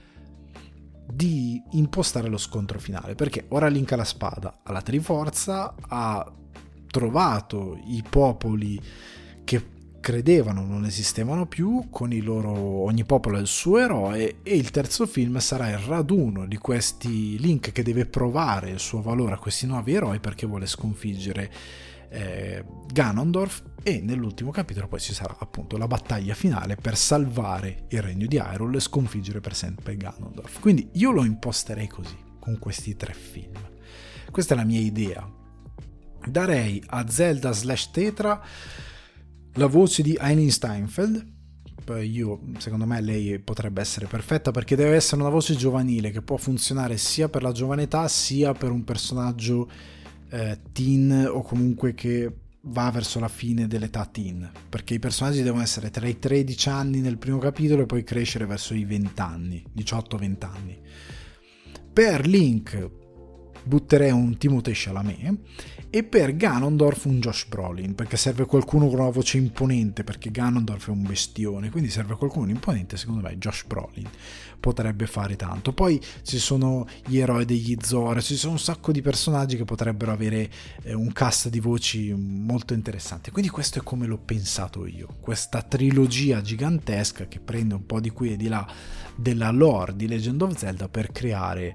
di impostare lo scontro finale, perché ora Link ha la spada, ha la Triforza, ha trovato i popoli che credevano non esistevano più, con i loro, ogni popolo ha il suo eroe, e il terzo film sarà il raduno di questi Link che deve provare il suo valore a questi nuovi eroi perché vuole sconfiggere Ganondorf, e nell'ultimo capitolo poi ci sarà appunto la battaglia finale per salvare il regno di Hyrule e sconfiggere per sempre Ganondorf. Quindi io lo imposterei così, con questi 3 film. Questa è la mia idea. Darei a Zelda / Tetra la voce di Eileen Steinfeld. Secondo me lei potrebbe essere perfetta, perché deve essere una voce giovanile che può funzionare sia per la giovane età sia per un personaggio teen, o comunque che va verso la fine dell'età teen, perché i personaggi devono essere tra i 13 anni nel primo capitolo e poi crescere verso i 20 anni, 18-20 anni. Per Link butterei un Timothée Chalamet, e per Ganondorf un Josh Brolin, perché serve qualcuno con una voce imponente, perché Ganondorf è un bestione, quindi serve qualcuno imponente. Secondo me Josh Brolin potrebbe fare tanto. Poi ci sono gli eroi degli Zora, ci sono un sacco di personaggi che potrebbero avere un cast di voci molto interessante. Quindi questo è come l'ho pensato io, questa trilogia gigantesca che prende un po' di qui e di là della lore di Legend of Zelda per creare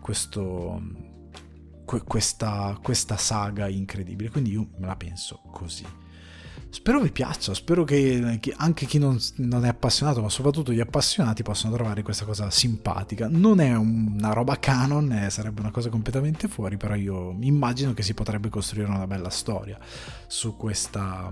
questa saga incredibile. Quindi io me la penso così. Spero vi piaccia, spero che anche chi non è appassionato, ma soprattutto gli appassionati, possano trovare questa cosa simpatica. Non è una roba canon, sarebbe una cosa completamente fuori, però io mi immagino che si potrebbe costruire una bella storia su quest'idea.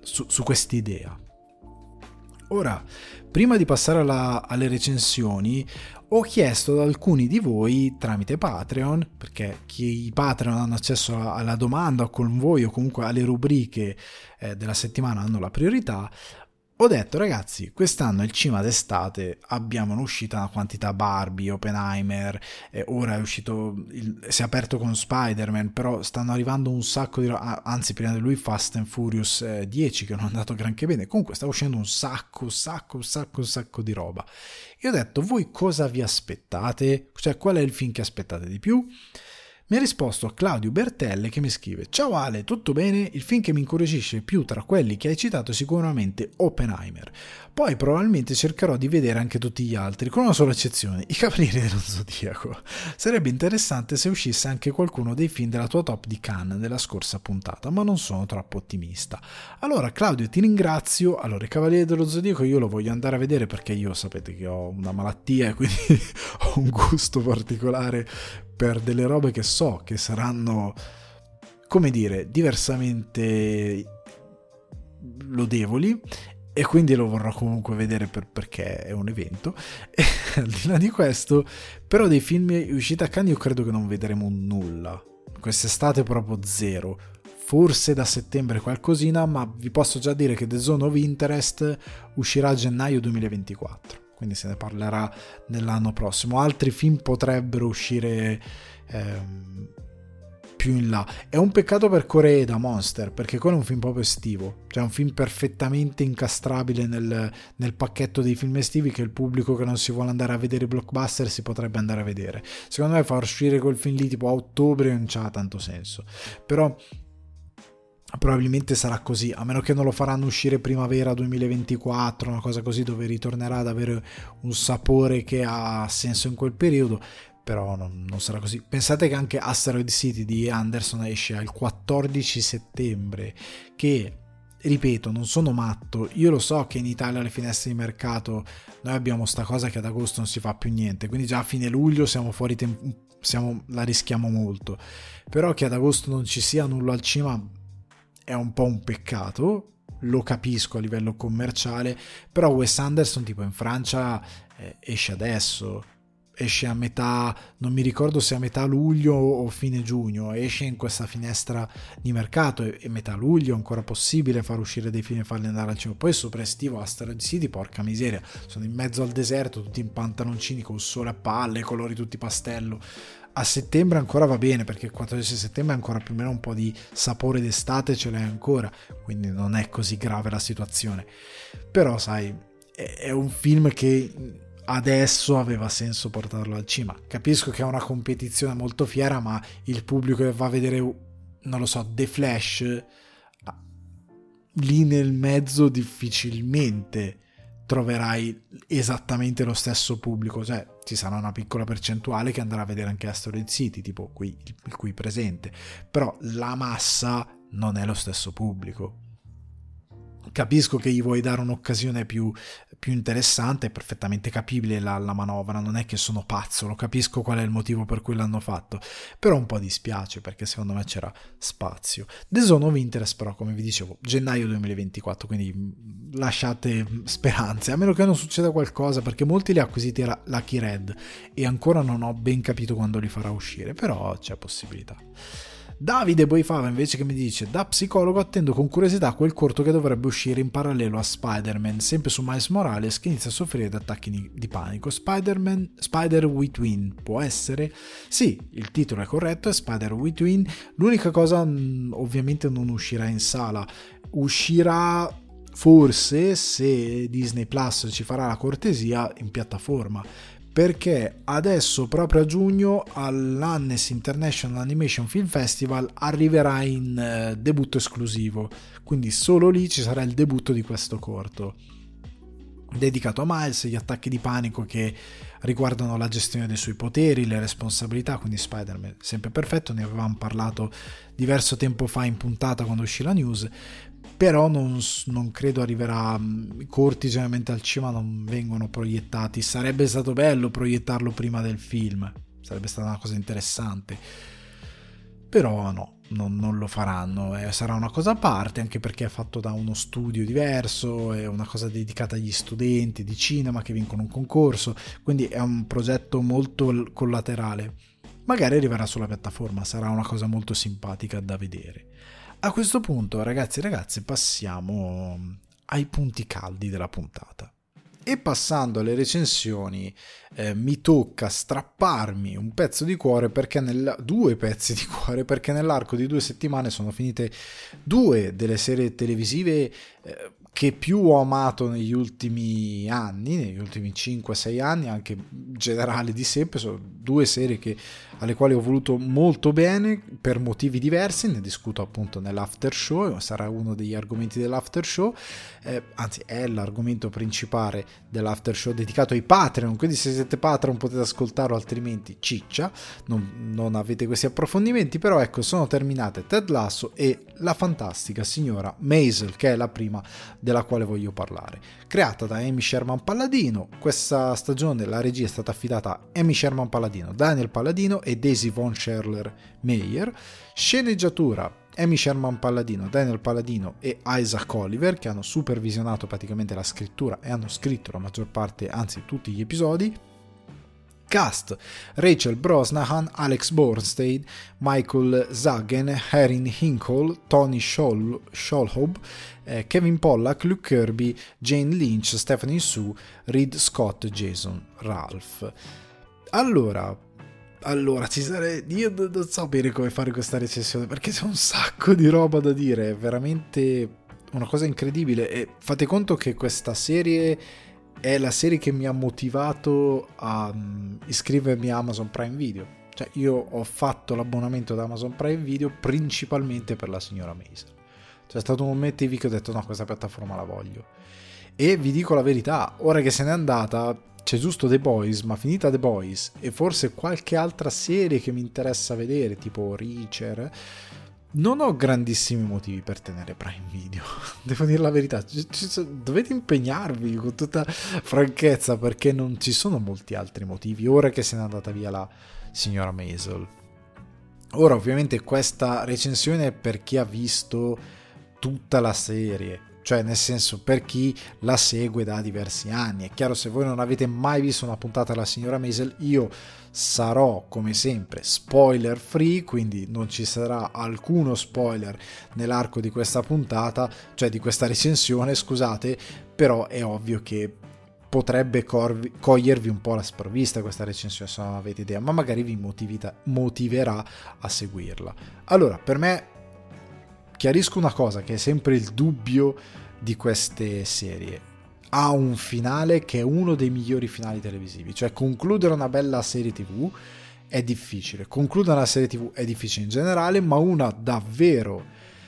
Ora, prima di passare alle recensioni, ho chiesto ad alcuni di voi tramite Patreon, perché i Patreon hanno accesso alla domanda o con voi, o comunque alle rubriche della settimana hanno la priorità. Ho detto: ragazzi, quest'anno il cinema d'estate abbiamo un'uscita, una quantità Barbie, Oppenheimer, ora è uscito, si è aperto con Spider-Man, però stanno arrivando un sacco di anzi prima di lui Fast and Furious 10 che non è andato granché bene, comunque sta uscendo un sacco di roba. Io ho detto: voi cosa vi aspettate? Cioè, qual è il film che aspettate di più? Mi ha risposto Claudio Bertelle, che mi scrive: ciao Ale, tutto bene? Il film che mi incuriosisce più tra quelli che hai citato è sicuramente Oppenheimer. Poi probabilmente cercherò di vedere anche tutti gli altri, con una sola eccezione, I Cavalieri dello Zodiaco. Sarebbe interessante se uscisse anche qualcuno dei film della tua top di Cannes della scorsa puntata, ma non sono troppo ottimista. Allora Claudio, ti ringrazio. Allora, I Cavalieri dello Zodiaco io lo voglio andare a vedere, perché io sapete che ho una malattia e quindi ho un gusto particolare per delle robe che so che saranno, come dire, diversamente lodevoli, e quindi lo vorrò comunque vedere perché è un evento. E al di là di questo, però, dei film usciti a Cannes io credo che non vedremo nulla quest'estate, proprio zero. Forse da settembre qualcosina, ma vi posso già dire che The Zone of Interest uscirà a gennaio 2024, quindi se ne parlerà nell'anno prossimo. Altri film potrebbero uscire più in là. È un peccato per Koreeda Monster, perché quello è un film proprio estivo, cioè un film perfettamente incastrabile nel pacchetto dei film estivi, che il pubblico che non si vuole andare a vedere i blockbuster si potrebbe andare a vedere. Secondo me far uscire quel film lì tipo a ottobre non c'ha tanto senso, però probabilmente sarà così, a meno che non lo faranno uscire primavera 2024, una cosa così, dove ritornerà ad avere un sapore che ha senso in quel periodo. Però non sarà così. Pensate che anche Asteroid City di Anderson esce il 14 settembre, che, ripeto, non sono matto, io lo so che in Italia le finestre di mercato, noi abbiamo sta cosa che ad agosto non si fa più niente, quindi già a fine luglio siamo fuori la rischiamo molto, però che ad agosto non ci sia nulla al cinema è un po' un peccato, lo capisco a livello commerciale, però Wes Anderson tipo in Francia esce adesso, esce a metà, non mi ricordo se a metà luglio o fine giugno, esce in questa finestra di mercato e metà luglio è ancora possibile far uscire dei film e farli andare al cinema. Poi sopra estivo Asteroid City, porca miseria, sono in mezzo al deserto, tutti in pantaloncini con il sole a palle, colori tutti pastello. A settembre ancora va bene, perché il 14 settembre ancora più o meno un po' di sapore d'estate ce l'hai ancora, quindi non è così grave la situazione. Però sai, è un film che adesso aveva senso portarlo al cinema. Capisco che è una competizione molto fiera, ma il pubblico che va a vedere, non lo so, The Flash, lì nel mezzo difficilmente troverai esattamente lo stesso pubblico, cioè ci sarà una piccola percentuale che andrà a vedere anche Asteroid City, tipo qui, il qui presente, però la massa non è lo stesso pubblico. Capisco che gli vuoi dare un'occasione più interessante, è perfettamente capibile la manovra, non è che sono pazzo, lo capisco qual è il motivo per cui l'hanno fatto, però un po' dispiace perché secondo me c'era spazio. The Zone of Interest però, come vi dicevo, gennaio 2024, quindi lasciate speranze, a meno che non succeda qualcosa, perché molti li ha acquisiti Lucky Red e ancora non ho ben capito quando li farà uscire, però c'è possibilità. Davide Boifava invece che mi dice: da psicologo attendo con curiosità quel corto che dovrebbe uscire in parallelo a Spider-Man, sempre su Miles Morales che inizia a soffrire di attacchi di panico. Spider-Within può essere? Sì, il titolo è corretto, è Spider-Within. L'unica cosa, ovviamente non uscirà in sala, uscirà forse, se Disney Plus ci farà la cortesia, in piattaforma, perché adesso proprio a giugno all'Annecy International Animation Film Festival arriverà in debutto esclusivo, quindi solo lì ci sarà il debutto di questo corto dedicato a Miles, gli attacchi di panico che riguardano la gestione dei suoi poteri, le responsabilità, quindi Spider-Man sempre perfetto, ne avevamo parlato diverso tempo fa in puntata quando uscì la news, però non credo arriverà. I corti generalmente al cinema non vengono proiettati, sarebbe stato bello proiettarlo prima del film, sarebbe stata una cosa interessante, però no, non lo faranno, sarà una cosa a parte, anche perché è fatto da uno studio diverso, è una cosa dedicata agli studenti di cinema che vincono un concorso, quindi è un progetto molto collaterale, magari arriverà sulla piattaforma, sarà una cosa molto simpatica da vedere. A questo punto, ragazzi e ragazze, passiamo ai punti caldi della puntata. E passando alle recensioni, mi tocca strapparmi un pezzo di cuore, due pezzi di cuore, perché nell'arco di 2 settimane sono finite 2 delle serie televisive che più ho amato negli ultimi anni, negli ultimi 5-6 anni, anche generali di sempre. Sono 2 serie alle quali ho voluto molto bene per motivi diversi, ne discuto appunto nell'after show, sarà uno degli argomenti dell'after show, anzi è l'argomento principale dell'after show dedicato ai Patreon, quindi se siete Patreon potete ascoltarlo, altrimenti ciccia, non avete questi approfondimenti. Però ecco, sono terminate Ted Lasso e la fantastica signora Maisel, che è la prima della quale voglio parlare, creata da Amy Sherman Palladino. Questa stagione la regia è stata affidata a Amy Sherman Palladino, Daniel Palladino e Daisy Von Scherler Meyer. Sceneggiatura Amy Sherman Palladino, Daniel Palladino e Isaac Oliver, che hanno supervisionato praticamente la scrittura e hanno scritto la maggior parte, anzi tutti gli episodi. Cast: Rachel Brosnahan, Alex Bornstein, Michael Zagen, Erin Hinkle, Tony Shalhoub, Kevin Pollack, Luke Kirby, Jane Lynch, Stephanie Sue, Reed Scott, Jason Ralph. Allora io non so bene come fare questa recensione, perché c'è un sacco di roba da dire, è veramente una cosa incredibile. E fate conto che questa serie è la serie che mi ha motivato a iscrivermi a Amazon Prime Video. Cioè, io ho fatto l'abbonamento ad Amazon Prime Video principalmente per la signora Maisel. C'è stato un momento in cui ho detto: no, questa piattaforma la voglio. E vi dico la verità, ora che se n'è andata, c'è giusto The Boys, ma finita The Boys e forse qualche altra serie che mi interessa vedere, tipo Reacher, non ho grandissimi motivi per tenere Prime Video. Devo dire la verità, dovete impegnarvi con tutta franchezza, perché non ci sono molti altri motivi ora che se n'è andata via la signora Maisel. Ora ovviamente questa recensione è per chi ha visto tutta la serie, cioè nel senso, per chi la segue da diversi anni. È chiaro, se voi non avete mai visto una puntata della signora Maisel, io sarò come sempre spoiler free, quindi non ci sarà alcuno spoiler nell'arco di questa puntata, cioè di questa recensione, scusate, però è ovvio che potrebbe cogliervi un po' la sprovvista questa recensione se non avete idea, ma magari vi motiverà a seguirla. Allora, per me, chiarisco una cosa che è sempre il dubbio di queste serie: ha un finale che è uno dei migliori finali televisivi, cioè concludere una bella serie TV è difficile, concludere una serie TV è difficile in generale, ma una davvero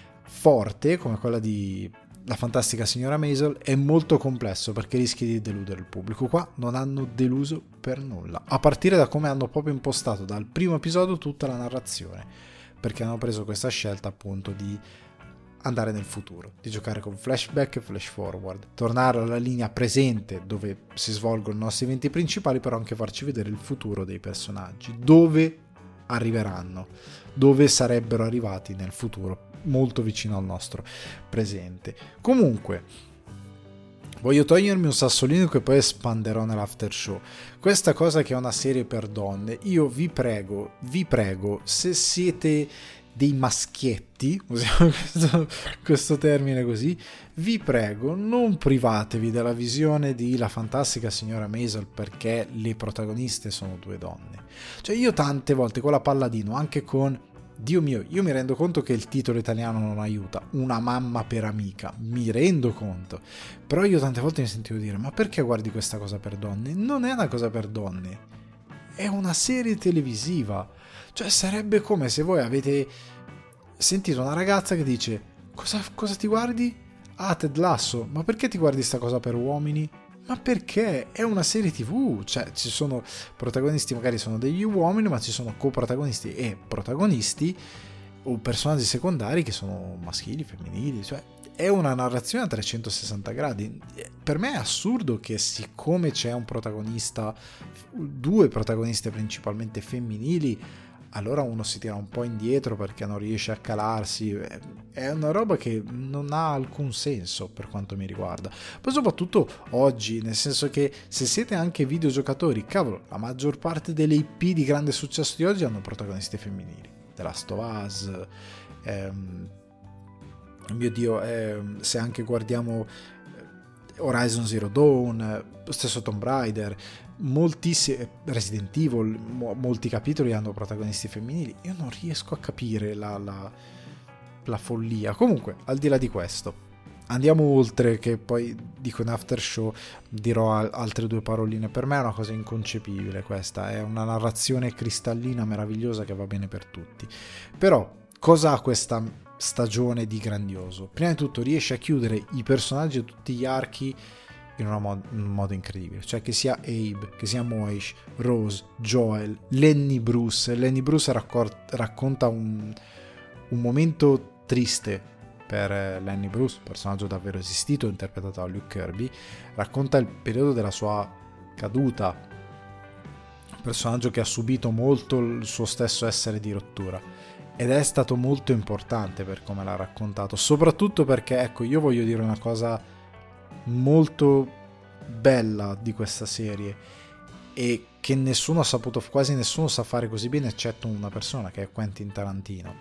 forte come quella di La fantastica signora Maisel è molto complesso, perché rischi di deludere il pubblico. Qua non hanno deluso per nulla, a partire da come hanno proprio impostato dal primo episodio tutta la narrazione, perché hanno preso questa scelta appunto di andare nel futuro, di giocare con flashback e flash forward, tornare alla linea presente dove si svolgono i nostri eventi principali, però anche farci vedere il futuro dei personaggi, dove arriveranno, dove sarebbero arrivati nel futuro molto vicino al nostro presente. Comunque, voglio togliermi un sassolino che poi espanderò nell'after show. Questa cosa che è una serie per donne, io vi prego, se siete dei maschietti, usiamo questo termine così, vi prego, non privatevi della visione di La fantastica signora Maisel, perché le protagoniste sono due donne. Cioè, io tante volte con la Palladino, anche con, Dio mio, io mi rendo conto che il titolo italiano non aiuta, Una mamma per amica, mi rendo conto, però io tante volte mi sentivo dire: ma perché guardi questa cosa per donne? Non è una cosa per donne, è una serie televisiva. Cioè, sarebbe come se voi avete sentito una ragazza che dice: cosa ti guardi? Ah, Ted Lasso. Ma perché ti guardi sta cosa per uomini? Ma perché? È una serie TV, cioè ci sono protagonisti, magari sono degli uomini, ma ci sono coprotagonisti e protagonisti o personaggi secondari che sono maschili, femminili, cioè è una narrazione a 360 gradi. Per me è assurdo che, siccome c'è un protagonista, due protagoniste principalmente femminili, allora uno si tira un po' indietro perché non riesce a calarsi. È una roba che non ha alcun senso per quanto mi riguarda. Poi soprattutto oggi, nel senso che se siete anche videogiocatori, cavolo, la maggior parte delle IP di grande successo di oggi hanno protagoniste femminili. The Last of Us, mio Dio, se anche guardiamo Horizon Zero Dawn, lo stesso Tomb Raider, moltissimi Resident Evil, molti capitoli hanno protagonisti femminili. Io non riesco a capire la follia. Comunque, al di là di questo, andiamo oltre, che poi dico in after show dirò altre due paroline. Per me è una cosa inconcepibile questa, è una narrazione cristallina meravigliosa che va bene per tutti. Però cosa ha questa stagione di grandioso? Prima di tutto riesce a chiudere i personaggi e tutti gli archi in un modo incredibile, cioè che sia Abe, che sia Moish, Rose, Joel, Lenny Bruce racconta un momento triste per Lenny Bruce, personaggio davvero esistito, interpretato da Luke Kirby, racconta il periodo della sua caduta, personaggio che ha subito molto il suo stesso essere di rottura, ed è stato molto importante per come l'ha raccontato, soprattutto perché, ecco, io voglio dire una cosa molto bella di questa serie e che nessuno ha saputo, quasi nessuno sa fare così bene, eccetto una persona, che è Quentin Tarantino.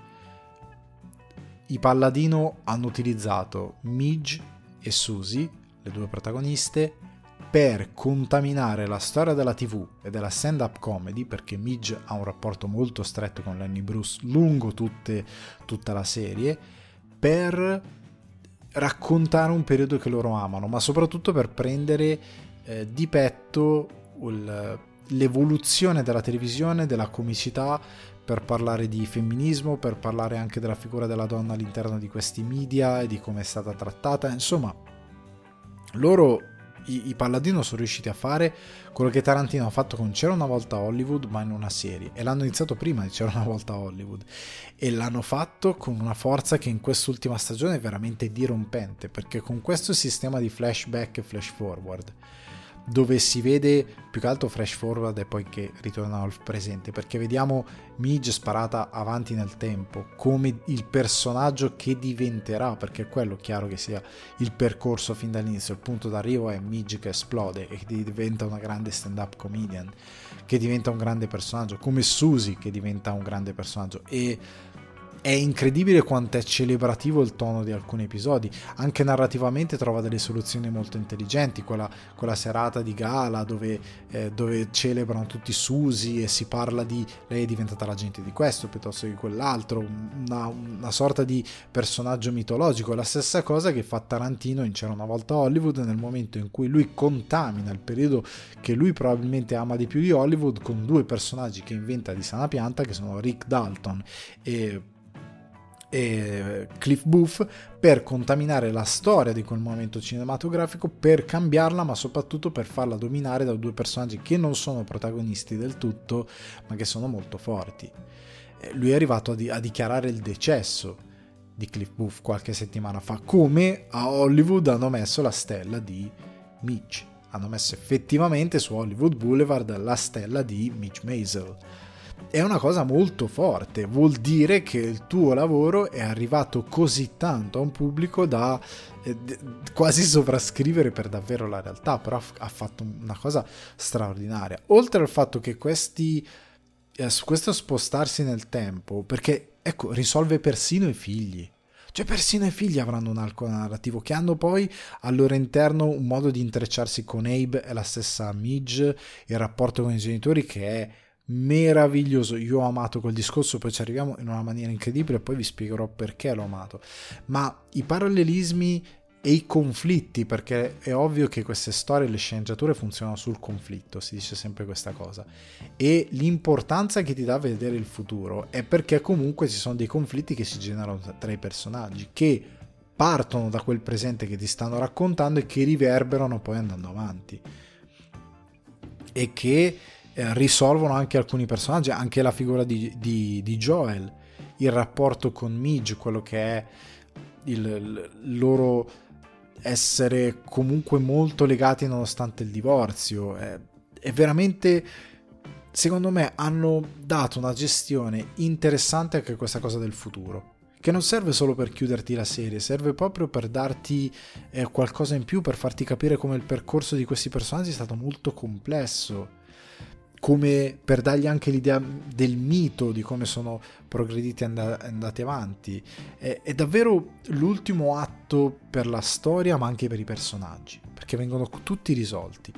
I Palladino hanno utilizzato Midge e Susie, le due protagoniste, per contaminare la storia della TV e della stand-up comedy, perché Midge ha un rapporto molto stretto con Lenny Bruce lungo tutta la serie, per raccontare un periodo che loro amano, ma soprattutto per prendere di petto l'evoluzione della televisione, della comicità, per parlare di femminismo, per parlare anche della figura della donna all'interno di questi media e di come è stata trattata. Insomma, loro, i Palladino, sono riusciti a fare quello che Tarantino ha fatto con C'era una volta a Hollywood, ma in una serie, e l'hanno iniziato prima di C'era una volta a Hollywood, e l'hanno fatto con una forza che in quest'ultima stagione è veramente dirompente, perché con questo sistema di flashback e flash forward dove si vede più che altro flash forward e poi che ritornano al presente, perché vediamo Midge sparata avanti nel tempo come il personaggio che diventerà, perché è quello chiaro che sia il percorso fin dall'inizio. Il punto d'arrivo è Midge che esplode e che diventa una grande stand-up comedian, che diventa un grande personaggio, come Susie che diventa un grande personaggio. E è incredibile quanto è celebrativo il tono di alcuni episodi, anche narrativamente trova delle soluzioni molto intelligenti, quella serata di gala dove celebrano tutti Susie e si parla di lei è diventata l'agente di questo piuttosto che quell'altro, una sorta di personaggio mitologico. È la stessa cosa che fa Tarantino in C'era una volta Hollywood, nel momento in cui lui contamina il periodo che lui probabilmente ama di più di Hollywood con due personaggi che inventa di sana pianta, che sono Rick Dalton e Cliff Booth, per contaminare la storia di quel momento cinematografico, per cambiarla, ma soprattutto per farla dominare da due personaggi che non sono protagonisti del tutto, ma che sono molto forti. Lui è arrivato a dichiarare il decesso di Cliff Booth qualche settimana fa, come a Hollywood hanno messo la stella di Midge, hanno messo effettivamente su Hollywood Boulevard la stella di Midge Maisel. È una cosa molto forte, vuol dire che il tuo lavoro è arrivato così tanto a un pubblico da quasi sovrascrivere per davvero la realtà, però ha fatto una cosa straordinaria. Oltre al fatto che questo spostarsi nel tempo, perché ecco, risolve persino i figli. Cioè persino i figli avranno un arco narrativo, che hanno poi al loro interno un modo di intrecciarsi con Abe e la stessa Midge, il rapporto con i genitori che è meraviglioso. Io ho amato quel discorso, poi ci arriviamo in una maniera incredibile, poi vi spiegherò perché l'ho amato. Ma i parallelismi e i conflitti, perché è ovvio che queste storie, le sceneggiature funzionano sul conflitto, si dice sempre questa cosa, e l'importanza che ti dà vedere il futuro è perché comunque ci sono dei conflitti che si generano tra i personaggi, che partono da quel presente che ti stanno raccontando e che riverberano poi andando avanti, e che risolvono anche alcuni personaggi, anche la figura di Joel, il rapporto con Midge, quello che è il loro essere comunque molto legati nonostante il divorzio. È veramente, secondo me, hanno dato una gestione interessante anche a questa cosa del futuro, che non serve solo per chiuderti la serie, serve proprio per darti qualcosa in più, per farti capire come il percorso di questi personaggi è stato molto complesso, come per dargli anche l'idea del mito di come sono progrediti andati avanti. È davvero l'ultimo atto per la storia, ma anche per i personaggi, perché vengono tutti risolti.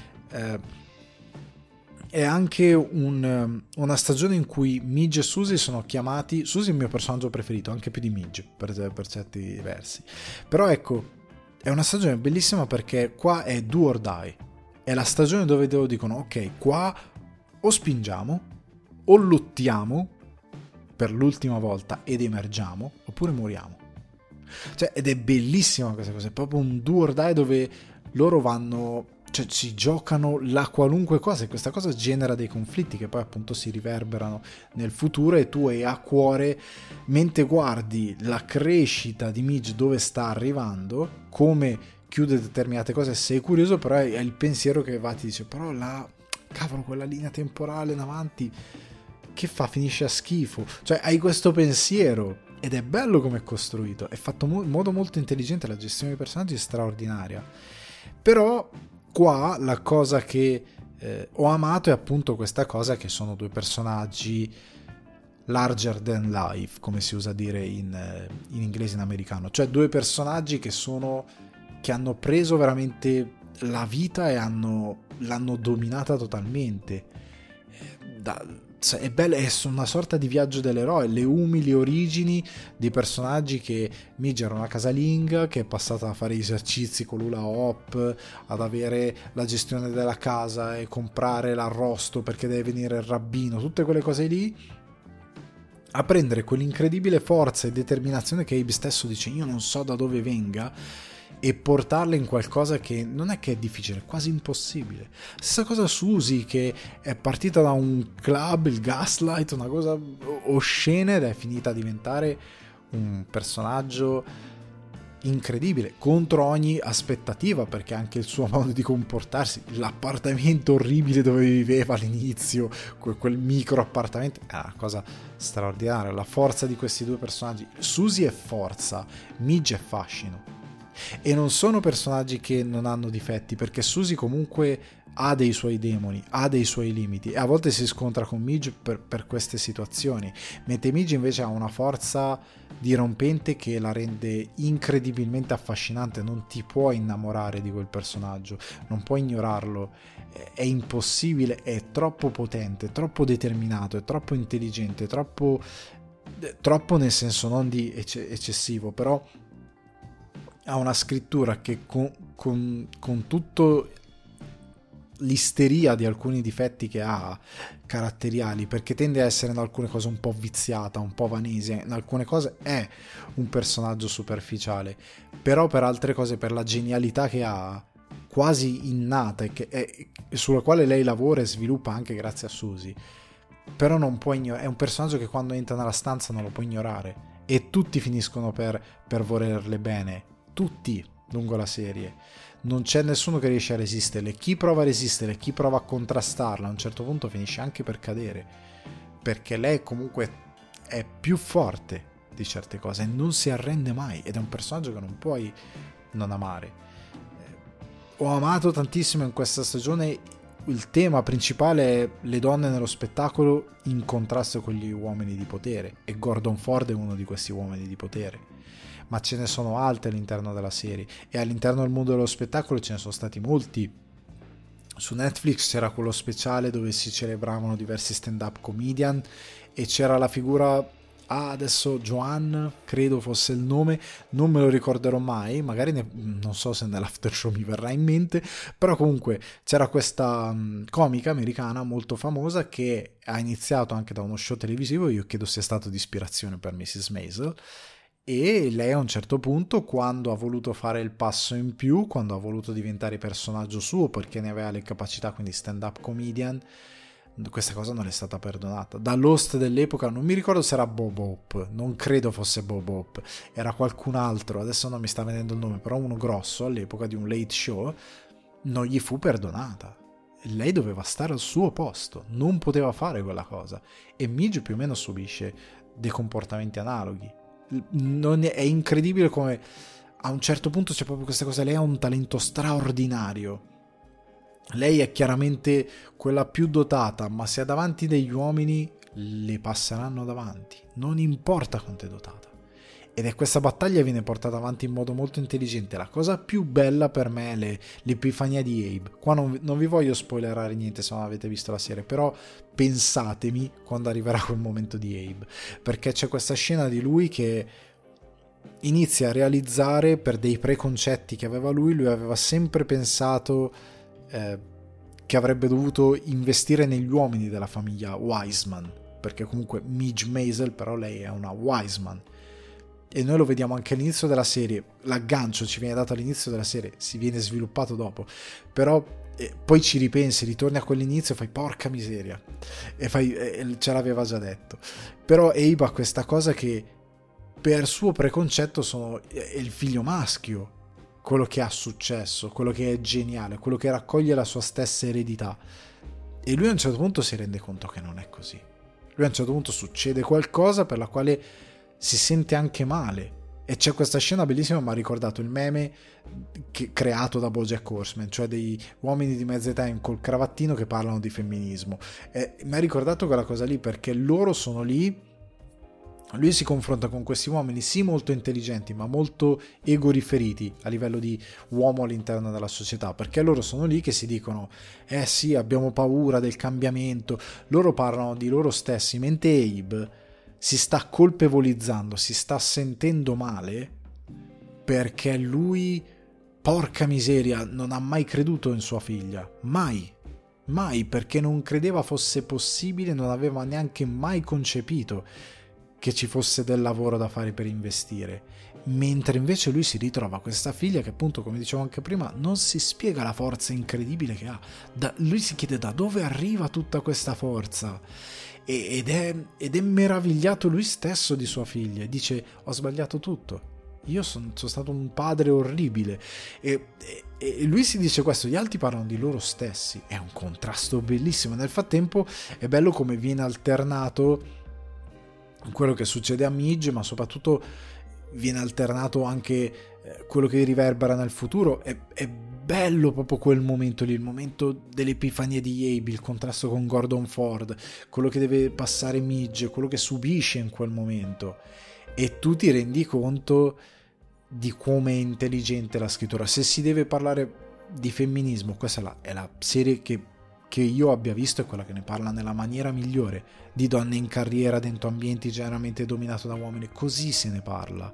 È anche una stagione in cui Midge e Susie sono chiamati. Susie è il mio personaggio preferito, anche più di Midge per certi versi, però ecco, è una stagione bellissima perché qua è do or die. È la stagione dove dicono ok, qua o spingiamo o lottiamo per l'ultima volta ed emergiamo, oppure moriamo. Cioè, ed è bellissima questa cosa, è proprio un do or die dove loro vanno, cioè si giocano la qualunque cosa, e questa cosa genera dei conflitti che poi appunto si riverberano nel futuro, e tu hai a cuore, mentre guardi la crescita di Midge dove sta arrivando, come chiude determinate cose, sei curioso, però è il pensiero che va, ti dice però cavolo, quella linea temporale in avanti che fa, finisce a schifo. Cioè hai questo pensiero, ed è bello come è costruito, è fatto in modo molto intelligente, la gestione dei personaggi è straordinaria. Però qua la cosa che ho amato è appunto questa cosa che sono due personaggi larger than life, come si usa dire in inglese e in americano, cioè due personaggi che hanno preso veramente la vita e l'hanno dominata totalmente. È bello, è una sorta di viaggio dell'eroe, le umili origini di personaggi, che Midge era una casalinga che è passata a fare esercizi con l'hula hoop, ad avere la gestione della casa e comprare l'arrosto perché deve venire il rabbino, tutte quelle cose lì, a prendere quell'incredibile forza e determinazione che Abe stesso dice io non so da dove venga, e portarla in qualcosa che non è che è difficile, è quasi impossibile. Stessa cosa Susie, che è partita da un club, il Gaslight, una cosa oscena, ed è finita a diventare un personaggio incredibile contro ogni aspettativa, perché anche il suo modo di comportarsi, l'appartamento orribile dove viveva all'inizio, quel micro appartamento, è una cosa straordinaria. La forza di questi due personaggi, Susie è forza, Midge è fascino, e non sono personaggi che non hanno difetti, perché Susie comunque ha dei suoi demoni, ha dei suoi limiti, e a volte si scontra con Midge per queste situazioni, mentre Midge invece ha una forza dirompente che la rende incredibilmente affascinante. Non ti puoi innamorare di quel personaggio, non puoi ignorarlo, è impossibile, è troppo potente, troppo determinato, è troppo intelligente, troppo nel senso non di eccessivo, però ha una scrittura che con tutto l'isteria di alcuni difetti che ha caratteriali, perché tende a essere in alcune cose un po' viziata, un po' vanese, in alcune cose è un personaggio superficiale, però per altre cose, per la genialità che ha quasi innata e sulla quale lei lavora e sviluppa anche grazie a Susie, però non può è un personaggio che quando entra nella stanza non lo può ignorare, e tutti finiscono per volerle bene, tutti lungo la serie. Non c'è nessuno che riesce a resistere. Chi prova a resistere, chi prova a contrastarla, a un certo punto finisce anche per cadere, perché lei comunque è più forte di certe cose e non si arrende mai, ed è un personaggio che non puoi non amare. Ho amato tantissimo in questa stagione il tema principale è le donne nello spettacolo in contrasto con gli uomini di potere, e Gordon Ford è uno di questi uomini di potere, ma ce ne sono altri all'interno della serie, e all'interno del mondo dello spettacolo ce ne sono stati molti. Su Netflix c'era quello speciale dove si celebravano diversi stand-up comedian, e c'era la figura, adesso Joanne credo fosse il nome, non me lo ricorderò mai, magari non so se nell'after show mi verrà in mente, però comunque c'era questa comica americana molto famosa che ha iniziato anche da uno show televisivo, io credo sia stato di ispirazione per Mrs. Maisel, e lei a un certo punto, quando ha voluto fare il passo in più, quando ha voluto diventare personaggio suo perché ne aveva le capacità, quindi stand-up comedian, questa cosa non è stata perdonata dall'host dell'epoca. Non mi ricordo se era Bob Hope, non credo fosse Bob Hope, era qualcun altro, adesso non mi sta venendo il nome, però uno grosso all'epoca di un late show. Non gli fu perdonata, lei doveva stare al suo posto, non poteva fare quella cosa, e Midge più o meno subisce dei comportamenti analoghi. È incredibile come a un certo punto c'è proprio questa cosa, lei ha un talento straordinario, lei è chiaramente quella più dotata, ma se ha davanti degli uomini le passeranno davanti, non importa quanto è dotata, ed è questa battaglia viene portata avanti in modo molto intelligente. La cosa più bella per me è l'epifania di Abe. Qua non vi voglio spoilerare niente se non avete visto la serie, però pensatemi quando arriverà quel momento di Abe, perché c'è questa scena di lui che inizia a realizzare, per dei preconcetti che aveva lui aveva sempre pensato che avrebbe dovuto investire negli uomini della famiglia Wiseman, perché comunque Midge Maisel, però lei è una Wiseman, e noi lo vediamo anche all'inizio della serie, l'aggancio ci viene dato all'inizio della serie, si viene sviluppato dopo, però poi ci ripensi, ritorni a quell'inizio e fai porca miseria, e ce l'aveva già detto. Però Abe ha questa cosa che per suo preconcetto è il figlio maschio quello che ha successo, quello che è geniale, quello che raccoglie la sua stessa eredità, e lui a un certo punto si rende conto che non è così. Lui a un certo punto succede qualcosa per la quale si sente anche male, e c'è questa scena bellissima, mi ha ricordato il meme creato da BoJack Horseman, cioè dei uomini di mezza età col cravattino che parlano di femminismo, e mi ha ricordato quella cosa lì, perché loro sono lì, lui si confronta con questi uomini sì molto intelligenti ma molto ego-riferiti a livello di uomo all'interno della società, perché loro sono lì che si dicono sì, abbiamo paura del cambiamento, loro parlano di loro stessi, mentre Abe si sta colpevolizzando, si sta sentendo male perché lui, porca miseria, non ha mai creduto in sua figlia, mai, perché non credeva fosse possibile, non aveva neanche mai concepito che ci fosse del lavoro da fare per investire, mentre invece lui si ritrova questa figlia che, appunto, come dicevo anche prima, non si spiega la forza incredibile che ha, lui si chiede da dove arriva tutta questa forza, ed è meravigliato lui stesso di sua figlia, e dice ho sbagliato tutto, io sono stato un padre orribile, e lui si dice questo, gli altri parlano di loro stessi, è un contrasto bellissimo. Nel frattempo è bello come viene alternato quello che succede a Midge, ma soprattutto viene alternato anche quello che riverbera nel futuro. È bello proprio quel momento lì, il momento dell'epifania di Abe, il contrasto con Gordon Ford, quello che deve passare Midge, quello che subisce in quel momento, e tu ti rendi conto di come è intelligente la scrittura. Se si deve parlare di femminismo, questa è la serie che io abbia visto, è quella che ne parla nella maniera migliore, di donne in carriera dentro ambienti generalmente dominati da uomini. Così se ne parla,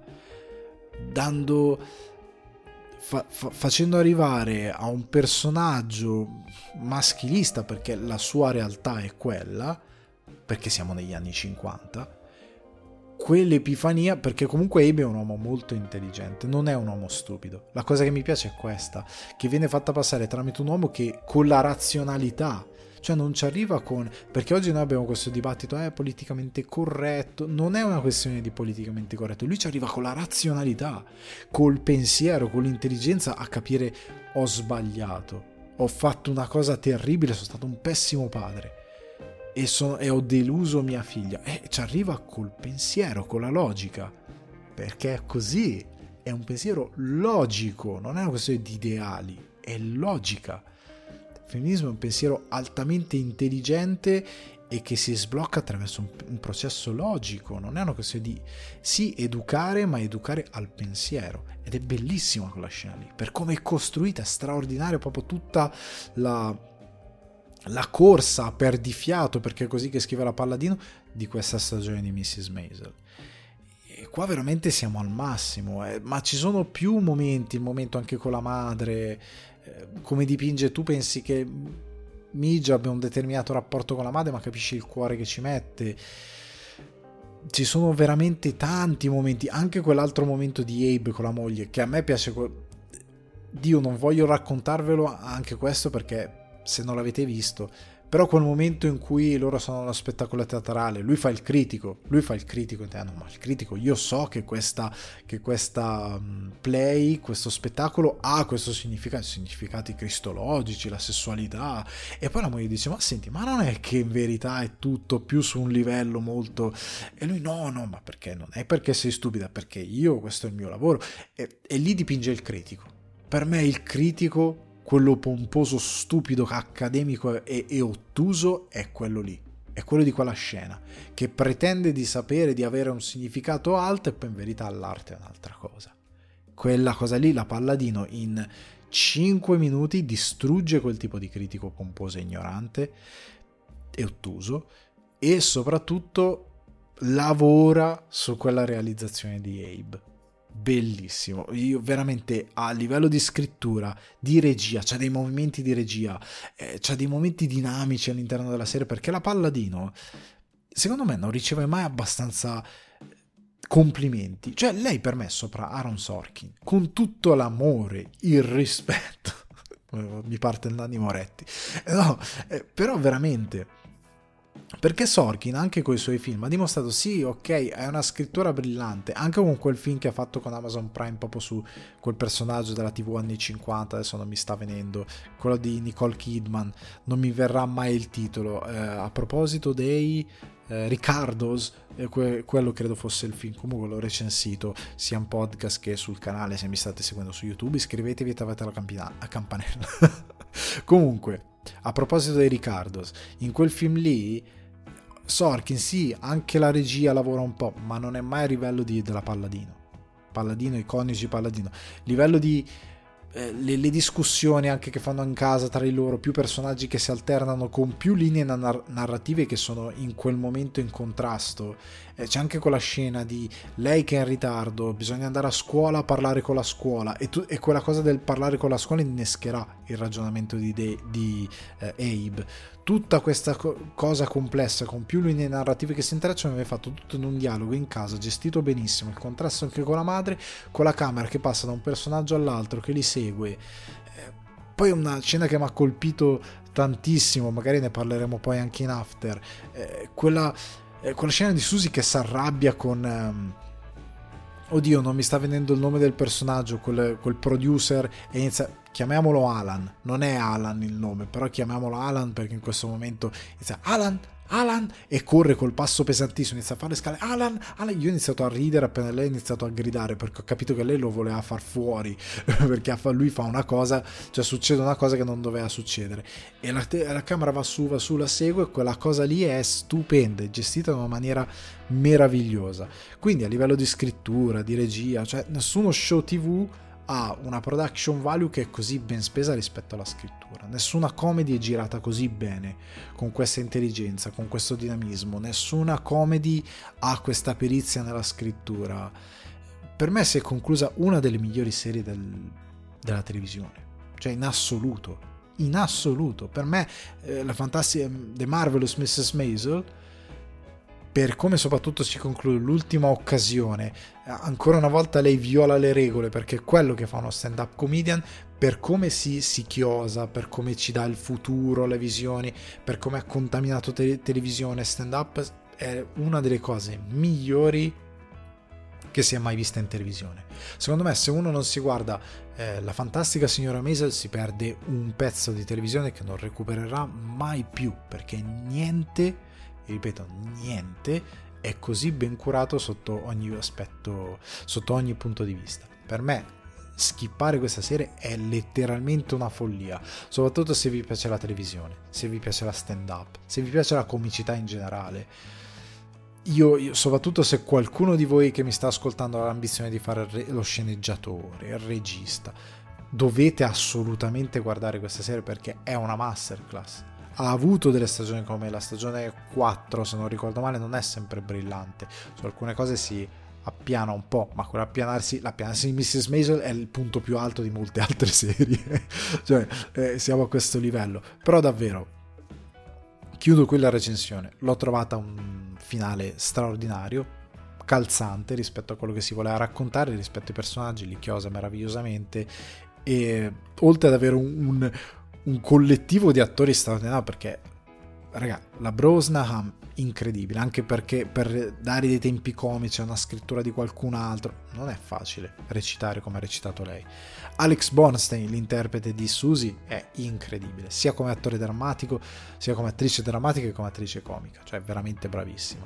facendo arrivare a un personaggio maschilista, perché la sua realtà è quella, perché siamo negli anni 50, quell'epifania, perché comunque Abe è un uomo molto intelligente, non è un uomo stupido. La cosa che mi piace è questa, che viene fatta passare tramite un uomo che con la razionalità, cioè non ci arriva con, perché oggi noi abbiamo questo dibattito, è politicamente corretto, non è una questione di politicamente corretto, lui ci arriva con la razionalità, col pensiero, con l'intelligenza, a capire: ho sbagliato, ho fatto una cosa terribile, sono stato un pessimo padre e ho deluso mia figlia, e ci arriva col pensiero, con la logica, perché è così, è un pensiero logico, non è una questione di ideali, è logica. Il femminismo è un pensiero altamente intelligente e che si sblocca attraverso un processo logico, non è una questione di sì educare, ma educare al pensiero, ed è bellissima quella scena lì, per come è costruita, è straordinaria proprio tutta la corsa a perdifiato, perché è così che scrive la Palladino, di questa stagione di Mrs. Maisel. E qua veramente siamo al massimo, ma ci sono più momenti, il momento anche con la madre, come dipinge, tu pensi che Midge abbia un determinato rapporto con la madre, ma capisci il cuore che ci mette. Ci sono veramente tanti momenti, anche quell'altro momento di Abe con la moglie, che a me piace. Dio, non voglio raccontarvelo anche questo, perché se non l'avete visto, però quel momento in cui loro sono allo spettacolo teatrale, lui fa il critico intendo, ma il critico, io so che questa play, questo spettacolo ha questo significato, significati cristologici, la sessualità, e poi la moglie dice: ma senti, ma non è che in verità è tutto più su un livello molto, e lui no, ma perché? Non è perché sei stupida, perché questo è il mio lavoro, e lì dipinge il critico. Per me il critico, quello pomposo, stupido, accademico e ottuso, è quello lì, è quello di quella scena, che pretende di sapere, di avere un significato alto, e poi in verità l'arte è un'altra cosa. Quella cosa lì, la Palladino in 5 minuti distrugge quel tipo di critico pomposo e ignorante e ottuso, e soprattutto lavora su quella realizzazione di Abe. Bellissimo, io veramente, a livello di scrittura, di regia, c'ha dei movimenti di regia, c'ha dei momenti dinamici all'interno della serie, perché la Palladino secondo me non riceve mai abbastanza complimenti, cioè lei per me sopra Aaron Sorkin, con tutto l'amore, il rispetto mi parte Nanni Moretti, no, però veramente, perché Sorkin anche con i suoi film ha dimostrato, sì, ok, è una scrittura brillante, anche con quel film che ha fatto con Amazon Prime proprio su quel personaggio della TV anni 50, adesso non mi sta venendo, quello di Nicole Kidman, non mi verrà mai il titolo, a proposito dei Ricardos, quello credo fosse il film, comunque l'ho recensito sia in podcast che sul canale, se mi state seguendo su YouTube iscrivetevi e attivate la campanella. Comunque, a proposito dei Ricardos, in quel film lì Sorkin, sì, anche la regia lavora un po', ma non è mai a livello della Palladino, i coniugi Palladino, livello di le discussioni anche che fanno in casa tra di loro, più personaggi che si alternano con più linee narrative che sono in quel momento in contrasto. C'è anche quella scena di lei che è in ritardo, bisogna andare a scuola a parlare con la scuola, e quella cosa del parlare con la scuola innescherà il ragionamento di Abe. Tutta questa cosa complessa con più linee narrative che si intrecciano viene fatto tutto in un dialogo in casa, gestito benissimo, il contrasto anche con la madre, con la camera che passa da un personaggio all'altro che li segue. Poi una scena che mi ha colpito tantissimo, magari ne parleremo poi anche in after, quella scena di Susie che si arrabbia con oddio, non mi sta venendo il nome del personaggio, quel producer, e inizia, chiamiamolo Alan, non è Alan il nome, però chiamiamolo Alan perché in questo momento inizia Alan, e corre col passo pesantissimo, inizia a fare le scale, Alan, io ho iniziato a ridere appena lei ha iniziato a gridare, perché ho capito che lei lo voleva far fuori, perché lui fa una cosa, cioè succede una cosa che non doveva succedere, e la camera va su, la segue, e quella cosa lì è stupenda, è gestita in una maniera meravigliosa. Quindi a livello di scrittura, di regia, cioè nessuno show TV ha una production value che è così ben spesa rispetto alla scrittura. Nessuna comedy è girata così bene, con questa intelligenza, con questo dinamismo. Nessuna comedy ha questa perizia nella scrittura. Per me si è conclusa una delle migliori serie della televisione, cioè in assoluto. Per me la fantastica The Marvelous Mrs. Maisel, per come soprattutto si conclude l'ultima occasione, ancora una volta lei viola le regole, perché è quello che fa uno stand-up comedian, per come si chiosa, per come ci dà il futuro, le visioni, per come ha contaminato televisione, stand-up, è una delle cose migliori che si è mai vista in televisione. Secondo me, se uno non si guarda la fantastica signora Maisel, si perde un pezzo di televisione che non recupererà mai più, perché niente, ripeto, niente è così ben curato sotto ogni aspetto, sotto ogni punto di vista. Per me skippare questa serie è letteralmente una follia, soprattutto se vi piace la televisione, se vi piace la stand up, se vi piace la comicità in generale. Io soprattutto se qualcuno di voi che mi sta ascoltando ha l'ambizione di fare lo sceneggiatore, il regista, dovete assolutamente guardare questa serie, perché è una masterclass. Ha avuto delle stagioni, come la stagione 4 se non ricordo male, non è sempre brillante, su alcune cose si appiana un po', ma l'appianarsi di Mrs. Maisel è il punto più alto di molte altre serie. Cioè siamo a questo livello. Però davvero, chiudo qui la recensione, l'ho trovata un finale straordinario, calzante rispetto a quello che si voleva raccontare, rispetto ai personaggi, li chiosa meravigliosamente, e oltre ad avere un collettivo di attori straordinario, perché raga, la Brosnahan incredibile, anche perché per dare dei tempi comici a una scrittura di qualcun altro non è facile recitare come ha recitato lei. Alex Borstein, l'interprete di Susie, è incredibile, sia come attore drammatico, sia come attrice drammatica che come attrice comica, cioè veramente bravissima.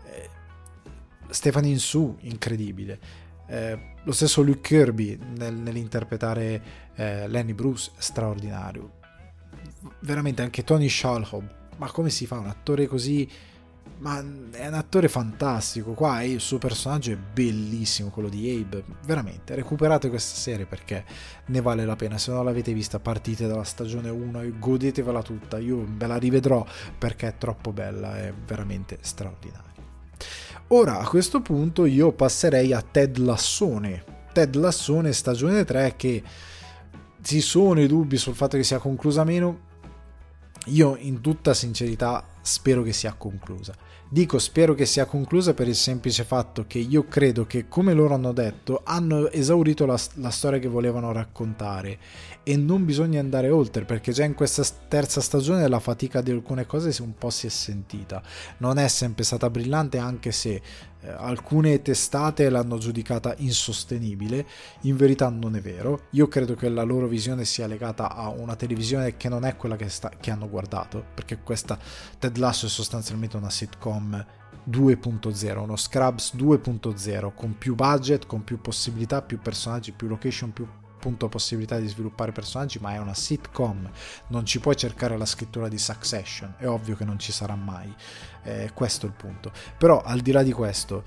Stephanie Hsu, incredibile. Lo stesso Luke Kirby nell'interpretare Lenny Bruce, straordinario. Veramente anche Tony Shalhoub, ma come si fa un attore così? Ma è un attore fantastico. Qua il suo personaggio è bellissimo, quello di Abe. Veramente recuperate questa serie perché ne vale la pena. Se non l'avete vista, partite dalla stagione 1 e godetevela tutta. Io ve la rivedrò perché è troppo bella, è veramente straordinaria. Ora a questo punto io passerei a Ted Lassone, stagione 3, che ci sono i dubbi sul fatto che sia conclusa o meno. Io in tutta sincerità spero che sia conclusa. Dico spero che sia conclusa per il semplice fatto che io credo che, come loro hanno detto, hanno esaurito la storia che volevano raccontare e non bisogna andare oltre, perché già in questa terza stagione la fatica di alcune cose un po' si è sentita. Non è sempre stata brillante, anche se alcune testate l'hanno giudicata insostenibile. In verità non è vero. Io credo che la loro visione sia legata a una televisione che non è quella che hanno guardato, perché questa Ted Lasso è sostanzialmente una sitcom 2.0, uno Scrubs 2.0, con più budget, con più possibilità, più personaggi, più location, più possibilità di sviluppare personaggi, ma è una sitcom. Non ci puoi cercare la scrittura di Succession, è ovvio che non ci sarà mai, questo è il punto. Però al di là di questo,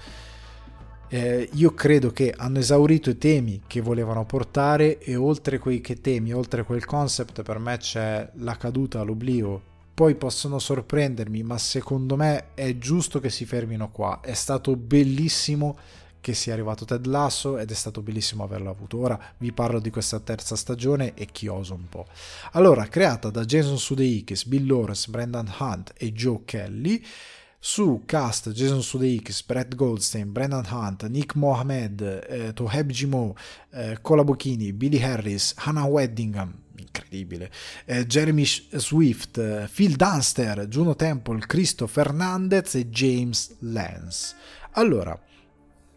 io credo che hanno esaurito i temi che volevano portare, e oltre quei temi, oltre quel concept, per me c'è la caduta, l'oblio. Poi possono sorprendermi, ma secondo me è giusto che si fermino qua. È stato bellissimo che sia arrivato Ted Lasso ed è stato bellissimo averlo avuto. Ora vi parlo di questa terza stagione e chioso un po'. Allora, creata da Jason Sudeikis, Bill Lawrence, Brendan Hunt e Joe Kelly. Su cast: Jason Sudeikis, Brett Goldstein, Brendan Hunt, Nick Mohammed, Toheb Jimoh, Cola Bocchini, Billy Harris, Hannah Waddingham, incredibile, Jeremy Swift, Phil Dunster, Juno Temple, Cristo Fernandez e James Lance. Allora,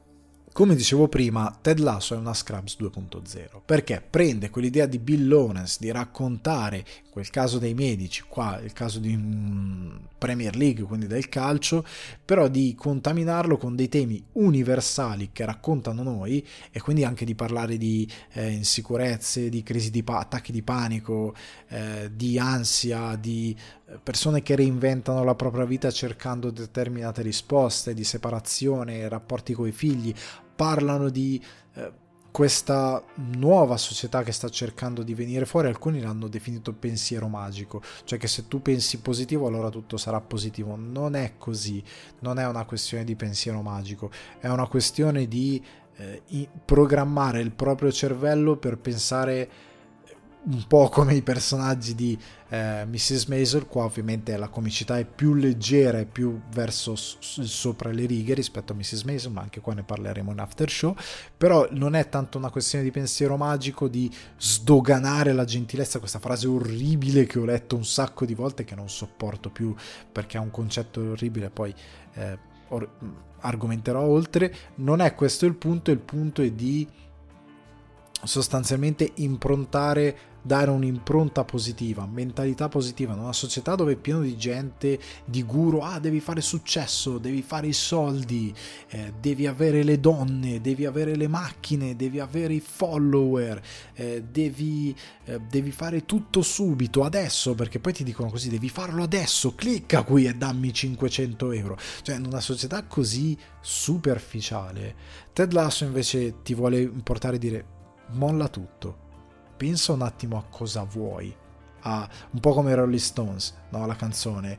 Come dicevo prima, Ted Lasso è una Scrubs 2.0, perché prende quell'idea di Bill Lawrence di raccontare, in quel caso dei medici, qua il caso di Premier League, quindi del calcio, però di contaminarlo con dei temi universali che raccontano noi, e quindi anche di parlare di insicurezze, di crisi di attacchi di panico, di ansia, di persone che reinventano la propria vita cercando determinate risposte, di separazione, rapporti coi figli. Parlano di questa nuova società che sta cercando di venire fuori. Alcuni l'hanno definito pensiero magico, cioè che se tu pensi positivo allora tutto sarà positivo. Non è così, non è una questione di pensiero magico, è una questione di programmare il proprio cervello per pensare un po' come i personaggi di Mrs. Maisel. Qua ovviamente la comicità è più leggera e più verso sopra le righe rispetto a Mrs. Maisel, ma anche qua ne parleremo in after show. Però non è tanto una questione di pensiero magico, di sdoganare la gentilezza, questa frase orribile che ho letto un sacco di volte, che non sopporto più perché è un concetto orribile, poi argomenterò oltre. Non è questo il punto è di sostanzialmente dare un'impronta positiva, mentalità positiva in una società dove è pieno di gente, di guru. Devi fare successo, devi fare i soldi, devi avere le donne, devi avere le macchine, devi avere i follower, devi fare tutto subito, adesso, perché poi ti dicono così: devi farlo adesso, clicca qui e dammi 500 euro. Cioè, in una società così superficiale, Ted Lasso invece ti vuole portare a dire: molla tutto, pensa un attimo a cosa vuoi, un po' come Rolling Stones, no? La canzone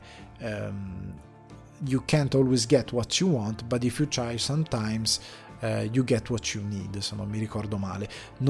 You can't always get what you want, but if you try sometimes you get what you need, se non mi ricordo male.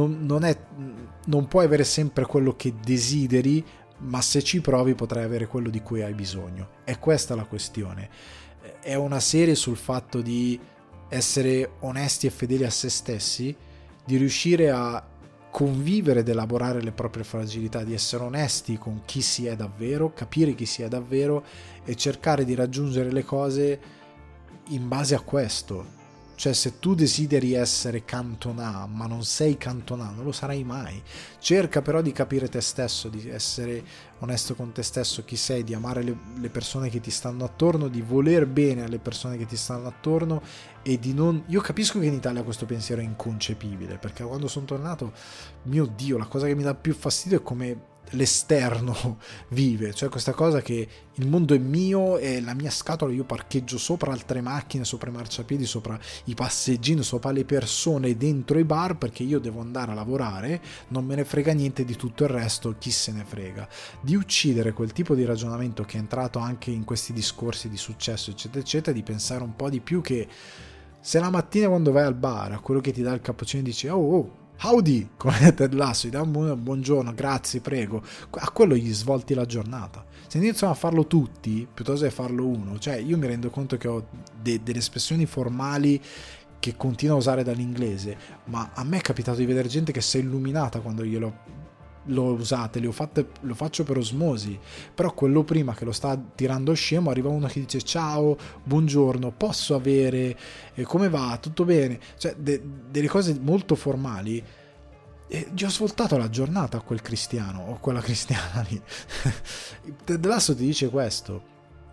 Non puoi avere sempre quello che desideri, ma se ci provi potrai avere quello di cui hai bisogno. E questa è la questione. È una serie sul fatto di essere onesti e fedeli a se stessi, di riuscire a convivere ed elaborare le proprie fragilità, di essere onesti con chi si è davvero, capire chi si è davvero e cercare di raggiungere le cose in base a questo. Cioè, se tu desideri essere Cantona ma non sei Cantona, non lo sarai mai. Cerca però di capire te stesso, di essere onesto con te stesso, chi sei, di amare le persone che ti stanno attorno, di voler bene alle persone che ti stanno attorno e di non... Io capisco che in Italia questo pensiero è inconcepibile, perché quando sono tornato, mio Dio, la cosa che mi dà più fastidio è come l'esterno vive, cioè questa cosa che il mondo è mio e la mia scatola, io parcheggio sopra altre macchine, sopra i marciapiedi, sopra i passeggini, sopra le persone dentro i bar, perché io devo andare a lavorare, non me ne frega niente di tutto il resto, chi se ne frega. Di uccidere quel tipo di ragionamento che è entrato anche in questi discorsi di successo eccetera eccetera, di pensare un po' di più che se la mattina quando vai al bar a quello che ti dà il cappuccino dici oh howdy, come Ted Lasso, gli dà un buongiorno, grazie, prego, a quello gli svolti la giornata. Se iniziano a farlo tutti piuttosto che farlo uno, cioè io mi rendo conto che ho delle espressioni formali che continuo a usare dall'inglese, ma a me è capitato di vedere gente che si è illuminata quando l'ho usate, lo faccio per osmosi, però quello prima che lo sta tirando scemo arriva uno che dice ciao, buongiorno, posso avere, come va, tutto bene, cioè delle cose molto formali, e gli ho svoltato la giornata a quel cristiano o quella cristiana lì. Ted Lasso ti dice questo.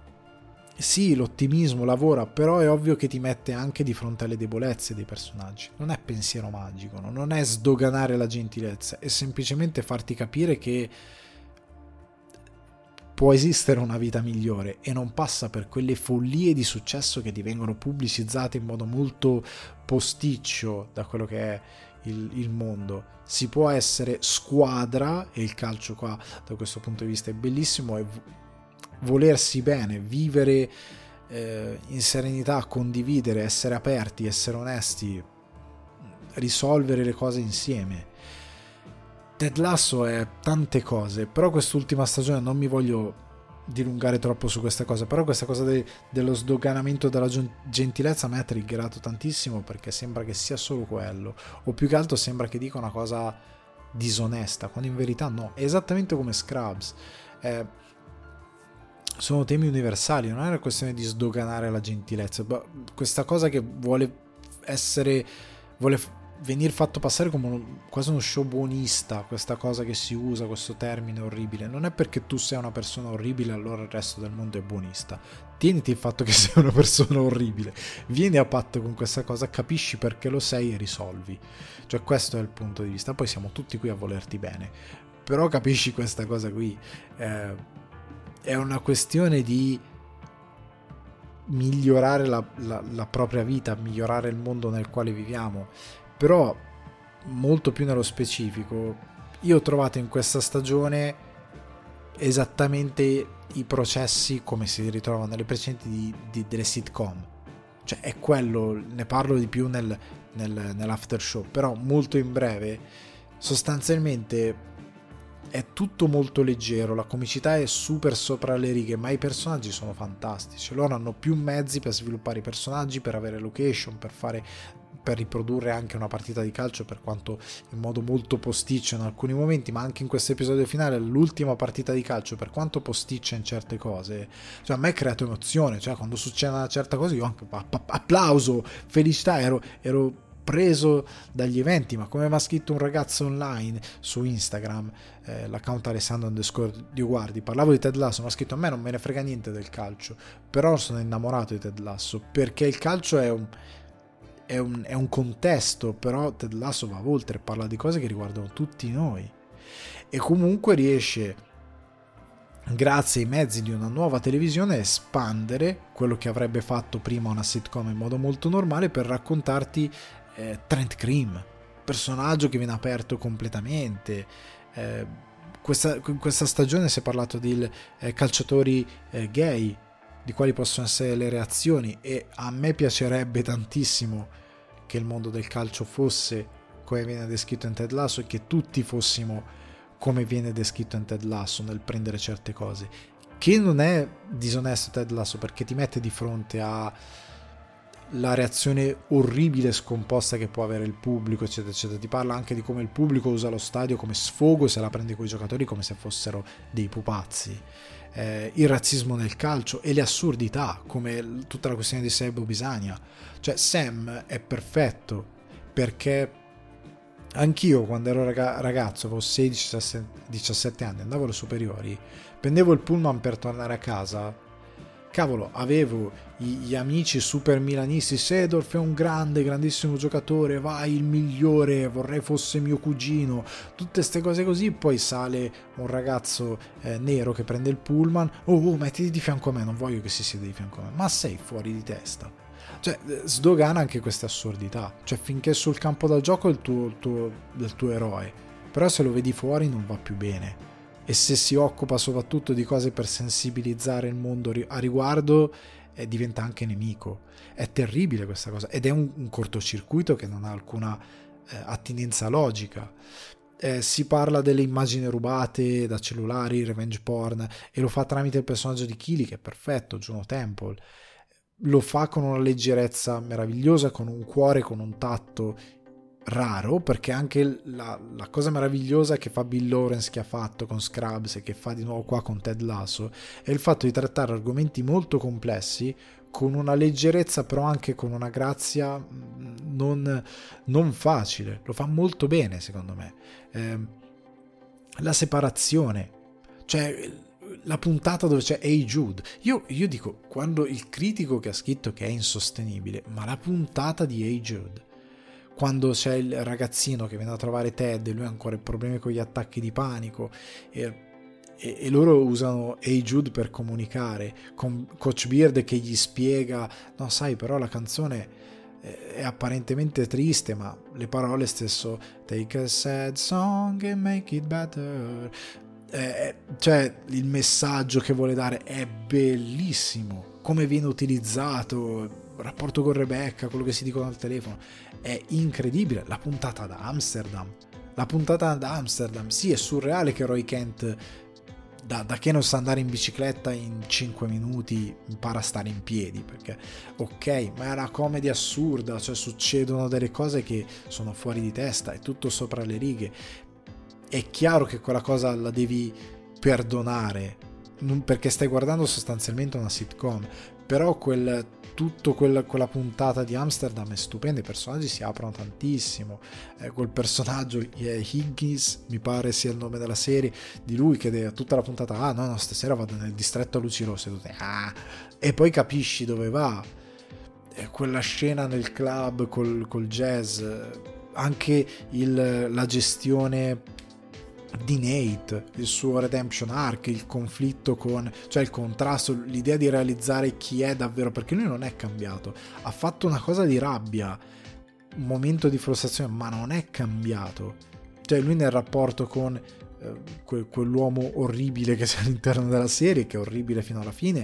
Sì, l'ottimismo lavora, però è ovvio che ti mette anche di fronte alle debolezze dei personaggi. Non è pensiero magico, no? Non è sdoganare la gentilezza, è semplicemente farti capire che può esistere una vita migliore e non passa per quelle follie di successo che ti vengono pubblicizzate in modo molto posticcio da quello che è il mondo. Si può essere squadra, e il calcio qua da questo punto di vista è bellissimo, e volersi bene, vivere in serenità, condividere, essere aperti, essere onesti, risolvere le cose insieme. Ted Lasso è tante cose, però quest'ultima stagione non mi voglio dilungare troppo su questa cosa, però questa cosa dello sdoganamento della gentilezza a me ha triggerato tantissimo, perché sembra che sia solo quello, o più che altro sembra che dica una cosa disonesta, quando in verità no, è esattamente come Scrubs. Sono temi universali, non è una questione di sdoganare la gentilezza, questa cosa che vuole venire fatto passare come quasi uno show buonista, questa cosa che si usa, questo termine orribile. Non è perché tu sei una persona orribile allora il resto del mondo è buonista. Tieniti il fatto che sei una persona orribile, vieni a patto con questa cosa, capisci perché lo sei e risolvi. Cioè questo è il punto di vista. Poi siamo tutti qui a volerti bene, però capisci questa cosa qui. È una questione di migliorare la propria vita, migliorare il mondo nel quale viviamo. Però molto più nello specifico, io ho trovato in questa stagione esattamente i processi come si ritrovano nelle precedenti delle sitcom. Cioè è quello, ne parlo di più nell'after show, però molto in breve. Sostanzialmente è tutto molto leggero, la comicità è super sopra le righe, ma i personaggi sono fantastici. Loro hanno più mezzi per sviluppare i personaggi, per avere location, per riprodurre anche una partita di calcio, per quanto in modo molto posticcio in alcuni momenti, ma anche in questo episodio finale, l'ultima partita di calcio, per quanto posticcia in certe cose, cioè a me ha creato emozione. Cioè quando succede una certa cosa io anche applauso, felicità, ero preso dagli eventi. Ma come mi ha scritto un ragazzo online su Instagram, l'account Alessandro_Dio Guardi, parlavo di Ted Lasso, mi ha scritto: a me non me ne frega niente del calcio, però sono innamorato di Ted Lasso, perché il calcio è un contesto, però Ted Lasso va oltre, parla di cose che riguardano tutti noi, e comunque riesce, grazie ai mezzi di una nuova televisione, a espandere quello che avrebbe fatto prima una sitcom in modo molto normale, per raccontarti Trent Cream, personaggio che viene aperto completamente. In questa stagione si è parlato di calciatori gay, di quali possono essere le reazioni, e a me piacerebbe tantissimo che il mondo del calcio fosse come viene descritto in Ted Lasso, e che tutti fossimo come viene descritto in Ted Lasso nel prendere certe cose. Che non è disonesto Ted Lasso, perché ti mette di fronte a la reazione orribile e scomposta che può avere il pubblico, eccetera eccetera. Ti parla anche di come il pubblico usa lo stadio come sfogo, se la prende con i giocatori come se fossero dei pupazzi. Il razzismo nel calcio e le assurdità, come tutta la questione di Sebo Bisagna. Cioè Sam è perfetto, perché anch'io quando ero ragazzo, avevo 16-17 anni, andavo alle superiori, prendevo il pullman per tornare a casa, cavolo, avevo gli amici super milanisti: Seedorf è un grandissimo giocatore, vai, il migliore, vorrei fosse mio cugino, tutte queste cose così. Poi sale un ragazzo nero che prende il pullman: oh, mettiti di fianco a me, non voglio che si sieda di fianco a me. Ma sei fuori di testa? Cioè sdogana anche queste assurdità. Cioè finché sul campo da gioco è il tuo eroe, però se lo vedi fuori non va più bene. E se si occupa soprattutto di cose per sensibilizzare il mondo a riguardo, diventa anche nemico. È terribile questa cosa, ed è un cortocircuito che non ha alcuna attinenza logica. Si parla delle immagini rubate da cellulari, revenge porn, e lo fa tramite il personaggio di Kili, che è perfetto, Juno Temple. Lo fa con una leggerezza meravigliosa, con un cuore, con un tatto raro, perché anche la cosa meravigliosa che fa Bill Lawrence, che ha fatto con Scrubs e che fa di nuovo qua con Ted Lasso, è il fatto di trattare argomenti molto complessi con una leggerezza, però anche con una grazia non facile. Lo fa molto bene, secondo me. La separazione, cioè la puntata dove c'è Hey Jude, io dico, quando il critico che ha scritto che è insostenibile, ma la puntata di Hey Jude, quando c'è il ragazzino che viene a trovare Ted e lui ha ancora problemi con gli attacchi di panico, e loro usano Hey Jude per comunicare, con Coach Beard che gli spiega: no, sai, però la canzone è apparentemente triste, ma le parole stesso, take a sad song and make it better, cioè il messaggio che vuole dare è bellissimo, come viene utilizzato, il rapporto con Rebecca, quello che si dicono al telefono, è incredibile. La puntata ad Amsterdam, sì, è surreale che Roy Kent, da che non sa andare in bicicletta, in 5 minuti impara a stare in piedi, perché ok, ma è una comedy assurda, cioè succedono delle cose che sono fuori di testa, è tutto sopra le righe. È chiaro che quella cosa la devi perdonare, perché stai guardando sostanzialmente una sitcom, però quella puntata di Amsterdam è stupenda, i personaggi si aprono tantissimo, quel personaggio Higgins mi pare sia il nome della serie, di lui che tutta la puntata no stasera vado nel distretto a luci rosse, e poi capisci dove va, quella scena nel club col jazz, anche la gestione di Nate, il suo redemption arc, il conflitto cioè il contrasto, l'idea di realizzare chi è davvero, perché lui non è cambiato, ha fatto una cosa di rabbia, un momento di frustrazione, ma non è cambiato, cioè lui nel rapporto con quell'uomo orribile che c'è all'interno della serie, che è orribile fino alla fine,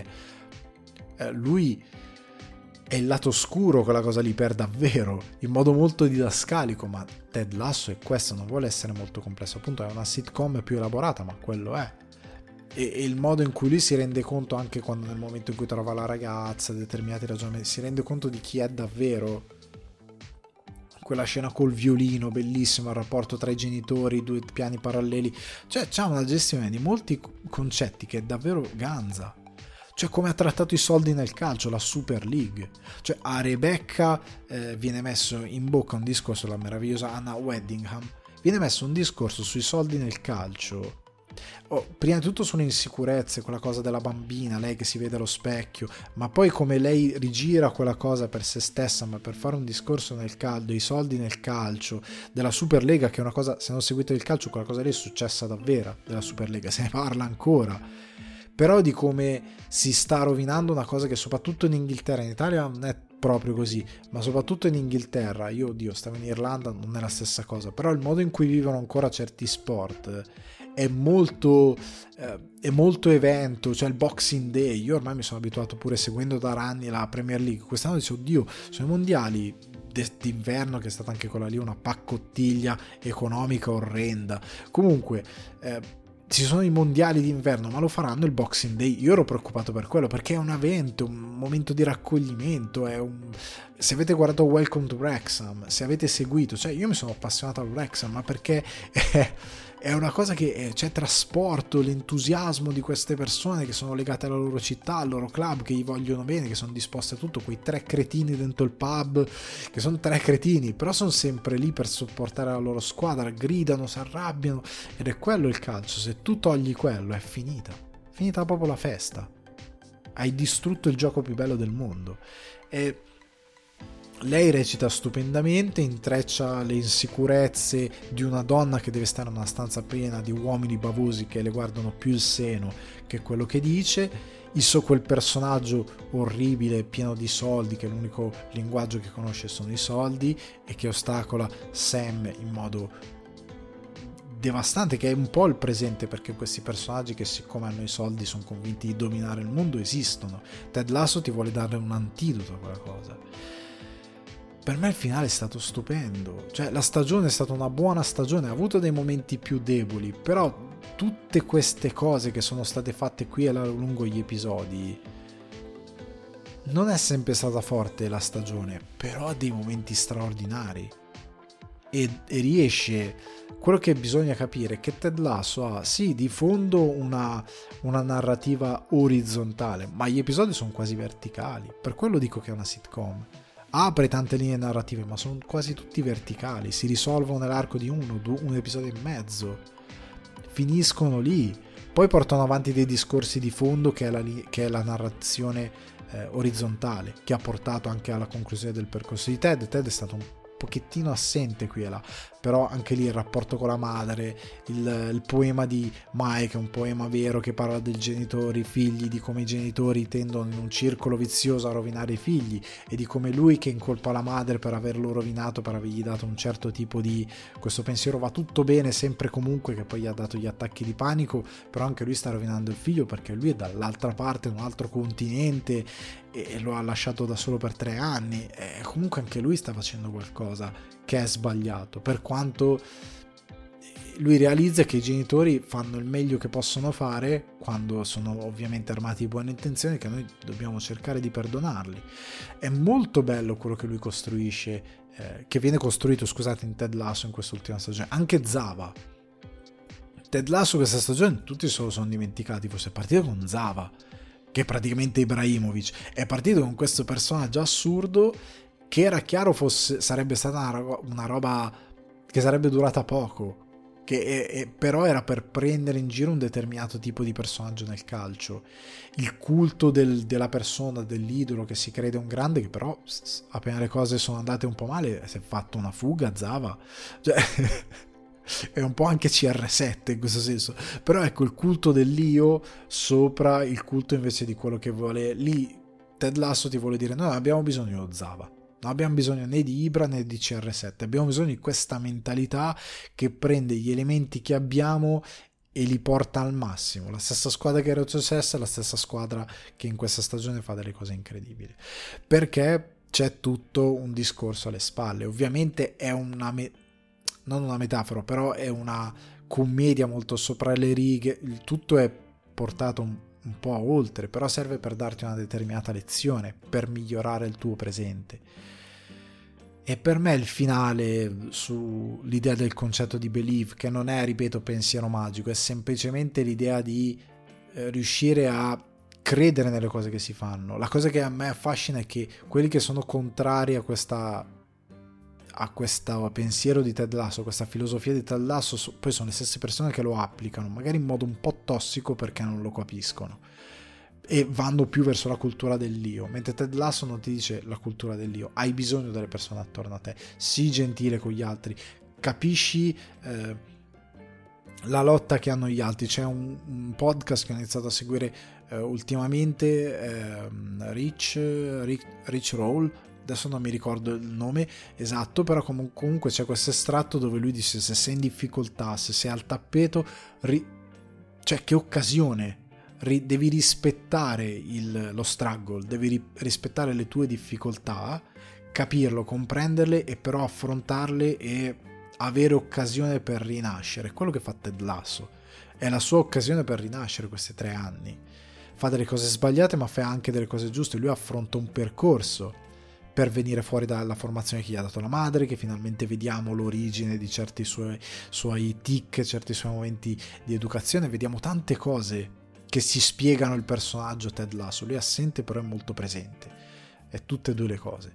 lui è il lato oscuro, quella cosa lì per davvero, in modo molto didascalico, ma Ted Lasso è questo, non vuole essere molto complesso, appunto è una sitcom più elaborata, ma quello è. E il modo in cui lui si rende conto, anche quando nel momento in cui trova la ragazza, determinati ragionamenti, si rende conto di chi è davvero. Quella scena col violino, bellissima, il rapporto tra i genitori, 2 piani paralleli, cioè c'ha una gestione di molti concetti che è davvero ganza. Cioè come ha trattato i soldi nel calcio, la Super League, cioè a Rebecca viene messo in bocca un discorso, la meravigliosa Anna Weddingham, viene messo un discorso sui soldi nel calcio, prima di tutto sono insicurezze, quella cosa della bambina, lei che si vede allo specchio, ma poi come lei rigira quella cosa per se stessa, ma per fare un discorso nel caldo, i soldi nel calcio, della Superlega, che è una cosa, se non seguite il calcio, quella cosa lì è successa davvero, della Superlega, se ne parla ancora, però di come si sta rovinando una cosa che soprattutto in Inghilterra, in Italia non è proprio così, ma soprattutto in Inghilterra, io stavo in Irlanda, non è la stessa cosa, però il modo in cui vivono ancora certi sport è molto evento, cioè il Boxing Day, io ormai mi sono abituato pure seguendo da anni la Premier League, quest'anno dicevo oddio, sono i mondiali d'inverno, che è stata anche quella lì una paccottiglia economica orrenda, comunque ci sono i mondiali d'inverno, ma lo faranno il Boxing Day. Io ero preoccupato per quello, perché è un evento, un momento di raccoglimento, se avete guardato Welcome to Wrexham, se avete seguito, cioè io mi sono appassionato al Wrexham, ma perché è una cosa che c'è trasporto, l'entusiasmo di queste persone che sono legate alla loro città, al loro club, che gli vogliono bene, che sono disposte a tutto, quei 3 cretini dentro il pub, che sono 3 cretini, però sono sempre lì per supportare la loro squadra, gridano, si arrabbiano, ed è quello il calcio. Se tu togli quello è finita proprio la festa, hai distrutto il gioco più bello del mondo. E lei recita stupendamente, intreccia le insicurezze di una donna che deve stare in una stanza piena di uomini bavosi che le guardano più il seno che quello che dice, quel personaggio orribile pieno di soldi, che l'unico linguaggio che conosce sono i soldi, e che ostacola Sam in modo devastante, che è un po' il presente, perché questi personaggi che siccome hanno i soldi sono convinti di dominare il mondo esistono. Ted Lasso ti vuole dare un antidoto a quella cosa. Per me il finale è stato stupendo, cioè la stagione è stata una buona stagione, ha avuto dei momenti più deboli, però tutte queste cose che sono state fatte qui lungo gli episodi, non è sempre stata forte la stagione, però ha dei momenti straordinari e riesce. Quello che bisogna capire è che Ted Lasso ha sì di fondo una narrativa orizzontale, ma gli episodi sono quasi verticali, per quello dico che è una sitcom. Apre tante linee narrative, ma sono quasi tutti verticali, si risolvono nell'arco di un episodio e mezzo, finiscono lì, poi portano avanti dei discorsi di fondo che è la narrazione orizzontale, che ha portato anche alla conclusione del percorso di Ted. Ted è stato un pochettino assente qui e là, però anche lì il rapporto con la madre, il poema di Mike è un poema vero che parla dei genitori, figli, di come i genitori tendono in un circolo vizioso a rovinare i figli, e di come lui che incolpa la madre per averlo rovinato, per avergli dato un certo tipo di questo pensiero va tutto bene sempre comunque, che poi gli ha dato gli attacchi di panico, però anche lui sta rovinando il figlio perché lui è dall'altra parte, in un altro continente, e lo ha lasciato da solo per 3 anni, e comunque anche lui sta facendo qualcosa che è sbagliato, per quanto lui realizza che i genitori fanno il meglio che possono fare quando sono ovviamente armati di buone intenzioni, che noi dobbiamo cercare di perdonarli. È molto bello quello che lui costruisce, che viene costruito, scusate, in Ted Lasso in quest'ultima stagione, anche Zava. Ted Lasso questa stagione tutti se lo sono dimenticati, forse è partito con Zava, che è praticamente Ibrahimovic, è partito con questo personaggio assurdo che era chiaro sarebbe stata una roba che sarebbe durata poco, che però era per prendere in giro un determinato tipo di personaggio nel calcio, il culto della persona, dell'idolo che si crede un grande, che però appena le cose sono andate un po' male si è fatto una fuga, Zava, cioè è un po' anche CR7 in questo senso, però ecco il culto dell'io sopra il culto invece di quello che vuole. Lì Ted Lasso ti vuole dire: noi abbiamo bisogno di Zava, non abbiamo bisogno né di Ibra né di CR7, abbiamo bisogno di questa mentalità che prende gli elementi che abbiamo e li porta al massimo. La stessa squadra che era retrocessa è la stessa squadra che in questa stagione fa delle cose incredibili, perché c'è tutto un discorso alle spalle. Ovviamente è non una metafora, però è una commedia molto sopra le righe, il tutto è portato un po' oltre, però serve per darti una determinata lezione, per migliorare il tuo presente. E per me il finale sull'idea del concetto di believe, che non è, ripeto, pensiero magico, è semplicemente l'idea di riuscire a credere nelle cose che si fanno. La cosa che a me affascina è che quelli che sono contrari a questo pensiero di Ted Lasso, questa filosofia di Ted Lasso, poi sono le stesse persone che lo applicano, magari in modo un po' tossico perché non lo capiscono e vanno più verso la cultura dell'io, mentre Ted Lasso non ti dice la cultura dell'io, hai bisogno delle persone attorno a te, sii gentile con gli altri, capisci la lotta che hanno gli altri. C'è un podcast che ho iniziato a seguire ultimamente, Rich Roll, adesso non mi ricordo il nome esatto, però comunque c'è questo estratto dove lui dice: se sei in difficoltà, se sei al tappeto, cioè che occasione, devi rispettare lo struggle, devi rispettare le tue difficoltà, capirlo, comprenderle e però affrontarle e avere occasione per rinascere. Quello che fa Ted Lasso è la sua occasione per rinascere questi 3 anni. Fa delle cose sbagliate ma fa anche delle cose giuste. Lui affronta un percorso per venire fuori dalla formazione che gli ha dato la madre, che finalmente vediamo l'origine di certi suoi tic, certi suoi momenti di educazione, vediamo tante cose che si spiegano il personaggio Ted Lasso. Lui è assente però è molto presente, è tutte e due le cose.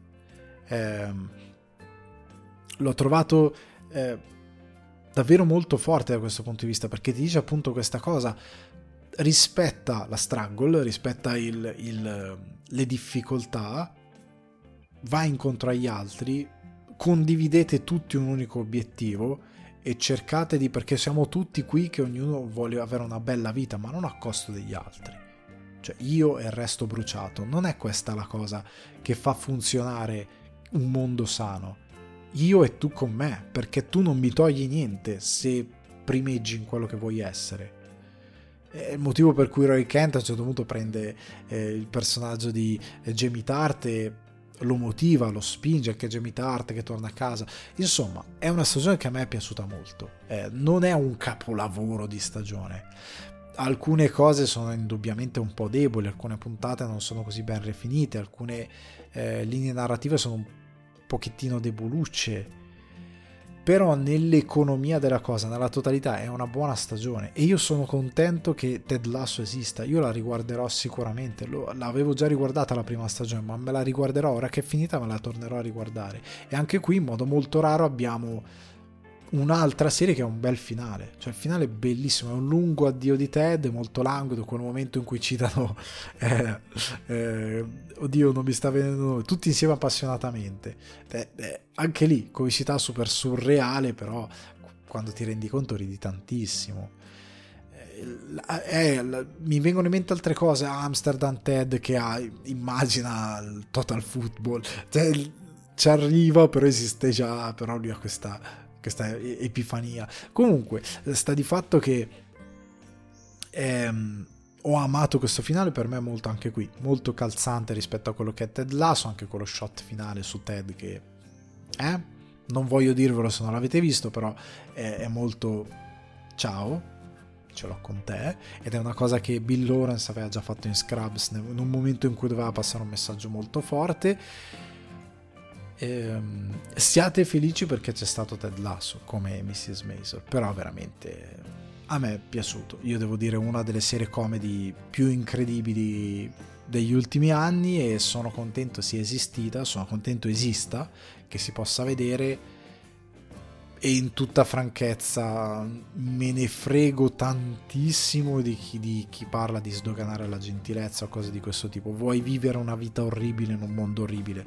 L'ho trovato davvero molto forte da questo punto di vista, perché ti dice appunto questa cosa: rispetta la struggle, rispetta le difficoltà, va incontro agli altri, condividete tutti un unico obiettivo e cercate perché siamo tutti qui che ognuno vuole avere una bella vita, ma non a costo degli altri, cioè io e il resto bruciato. Non è questa la cosa che fa funzionare un mondo sano, io e tu con me, perché tu non mi togli niente se primeggi in quello che vuoi essere. È il motivo per cui Roy Kent a un certo punto prende il personaggio di Jamie Tart e lo motiva, lo spinge, anche Jamie Tart che torna a casa. Insomma, è una stagione che a me è piaciuta molto. Non è un capolavoro di stagione. Alcune cose sono indubbiamente un po' deboli, alcune puntate non sono così ben rifinite, alcune linee narrative sono un pochettino debolucce, però nell'economia della cosa, nella totalità, è una buona stagione e io sono contento che Ted Lasso esista. Io la riguarderò sicuramente, l'avevo già riguardata la prima stagione, ma me la riguarderò, ora che è finita me la tornerò a riguardare. E anche qui in modo molto raro abbiamo un'altra serie che ha un bel finale, cioè il finale è bellissimo, è un lungo addio di Ted, molto languido, quel momento in cui citano oddio non mi sta venendo, tutti insieme appassionatamente, anche lì comicità super surreale, però quando ti rendi conto ridi tantissimo. Mi vengono in mente altre cose, Amsterdam Ted che immagina il total football, cioè, ci arriva però esiste già, però lui ha questa epifania. Comunque sta di fatto che ho amato questo finale, per me è molto, anche qui molto calzante rispetto a quello che è Ted Lasso, anche quello shot finale su Ted che non voglio dirvelo se non l'avete visto, però è molto ciao, ce l'ho con te, ed è una cosa che Bill Lawrence aveva già fatto in Scrubs in un momento in cui doveva passare un messaggio molto forte. Siate felici perché c'è stato Ted Lasso come Mrs. Maisel, però veramente A me è piaciuto, io devo dire una delle serie comedy più incredibili degli ultimi anni, e sono contento sia esistita, sono contento esista, che si possa vedere, e in tutta franchezza me ne frego tantissimo di chi parla di sdoganare la gentilezza o cose di questo tipo. Vuoi vivere una vita orribile in un mondo orribile?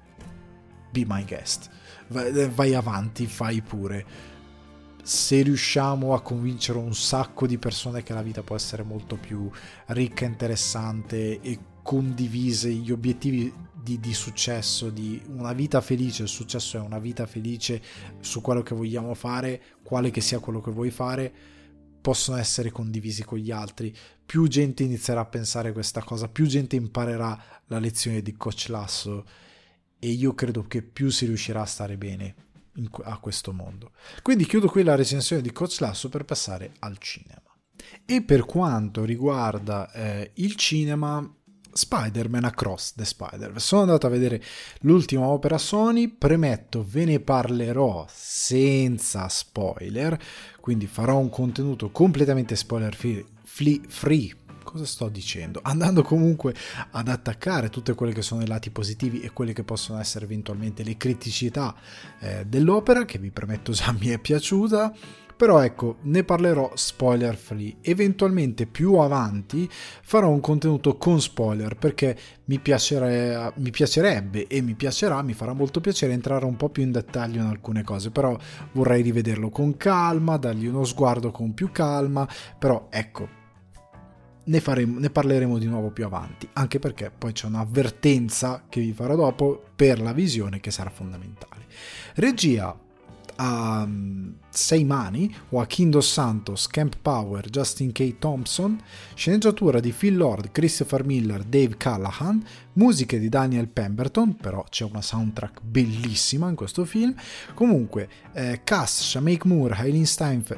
Be my guest, vai avanti, fai pure. Se riusciamo a convincere un sacco di persone che la vita può essere molto più ricca, interessante e condivise, gli obiettivi di successo, di una vita felice, il successo è una vita felice su quello che vogliamo fare, quale che sia quello che vuoi fare, possono essere condivisi con gli altri, più gente inizierà a pensare questa cosa, più gente imparerà la lezione di Coach Lasso, e io credo che più si riuscirà a stare bene a questo mondo. Quindi chiudo qui la recensione di Coach Lasso per passare al cinema. E per quanto riguarda il cinema, Spider-Man Across the Spider-Verse, sono andato a vedere l'ultima opera Sony, premetto ve ne parlerò senza spoiler, quindi farò un contenuto completamente spoiler free. Cosa sto dicendo? Andando comunque ad attaccare tutte quelle che sono i lati positivi e quelle che possono essere eventualmente le criticità dell'opera, che vi premetto già mi è piaciuta. Però ecco, ne parlerò spoiler free. Eventualmente più avanti farò un contenuto con spoiler, perché mi piacerebbe e mi piacerà, mi farà molto piacere entrare un po' più in dettaglio in alcune cose, però vorrei rivederlo con calma, dargli uno sguardo con più calma, però ecco, ne parleremo di nuovo più avanti, anche perché poi c'è un'avvertenza che vi farò dopo per la visione, che sarà fondamentale. Regia a 6 mani: Joaquin Dos Santos, Camp Power, Justin K. Thompson. Sceneggiatura di Phil Lord, Christopher Miller, Dave Callahan. Musiche di Daniel Pemberton, però c'è una soundtrack bellissima in questo film. Comunque cast: Shameik Moore, Eileen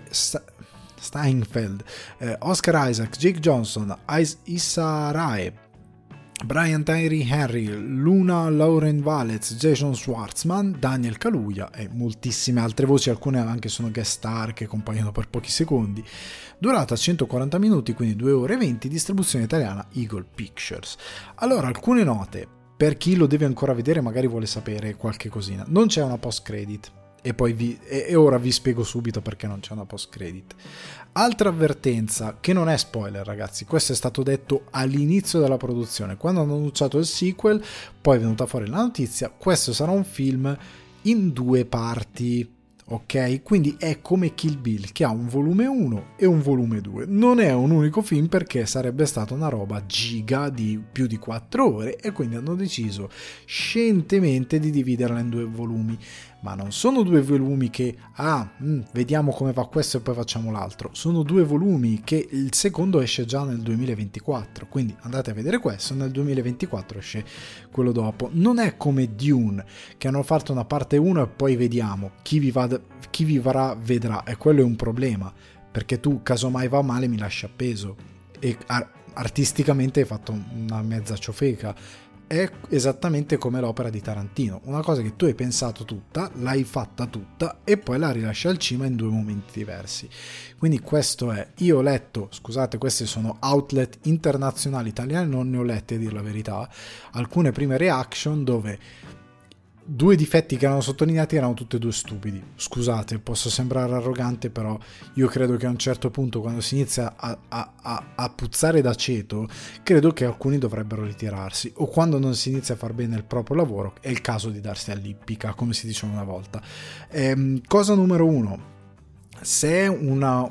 Steinfeld, Oscar Isaac, Jake Johnson, Issa Rae, Brian Tyree Henry, Luna Lauren Valez, Jason Schwartzman, Daniel Kaluuya e moltissime altre voci, alcune anche sono guest star che compaiono per pochi secondi. Durata 140 minuti, quindi 2 ore e 20, distribuzione italiana Eagle Pictures. Allora, alcune note per chi lo deve ancora vedere, magari vuole sapere qualche cosina. Non c'è una post credit, e poi ora vi spiego subito perché non c'è una post credit. Altra avvertenza, che non è spoiler ragazzi, questo è stato detto all'inizio della produzione, quando hanno annunciato il sequel, poi è venuta fuori la notizia: questo sarà un film in 2 parti, ok? Quindi è come Kill Bill, che ha un volume 1 e un volume 2, non è un unico film, perché sarebbe stata una roba giga di più di 4 ore, e quindi hanno deciso scientemente di dividerla in 2 volumi. Ma non sono 2 volumi che vediamo come va questo e poi facciamo l'altro, sono 2 volumi che il secondo esce già nel 2024, quindi andate a vedere questo, nel 2024 esce quello dopo. Non è come Dune, che hanno fatto una parte 1 e poi vediamo, chi vi varrà vedrà, e quello è un problema, perché tu casomai va male mi lasci appeso, e artisticamente hai fatto una mezza ciofeca. È esattamente come l'opera di Tarantino, una cosa che tu hai pensato tutta, l'hai fatta tutta e poi la rilasci al cinema in 2 momenti diversi. Quindi questo è, io ho letto, scusate, questi sono outlet internazionali italiani, non ne ho lette a dir la verità, alcune prime reaction dove 2 difetti che erano sottolineati erano tutti e 2 stupidi. Scusate, posso sembrare arrogante, però io credo che a un certo punto, quando si inizia a puzzare d'aceto, credo che alcuni dovrebbero ritirarsi, o quando non si inizia a far bene il proprio lavoro è il caso di darsi all'ippica, come si diceva una volta. Cosa numero 1: se è una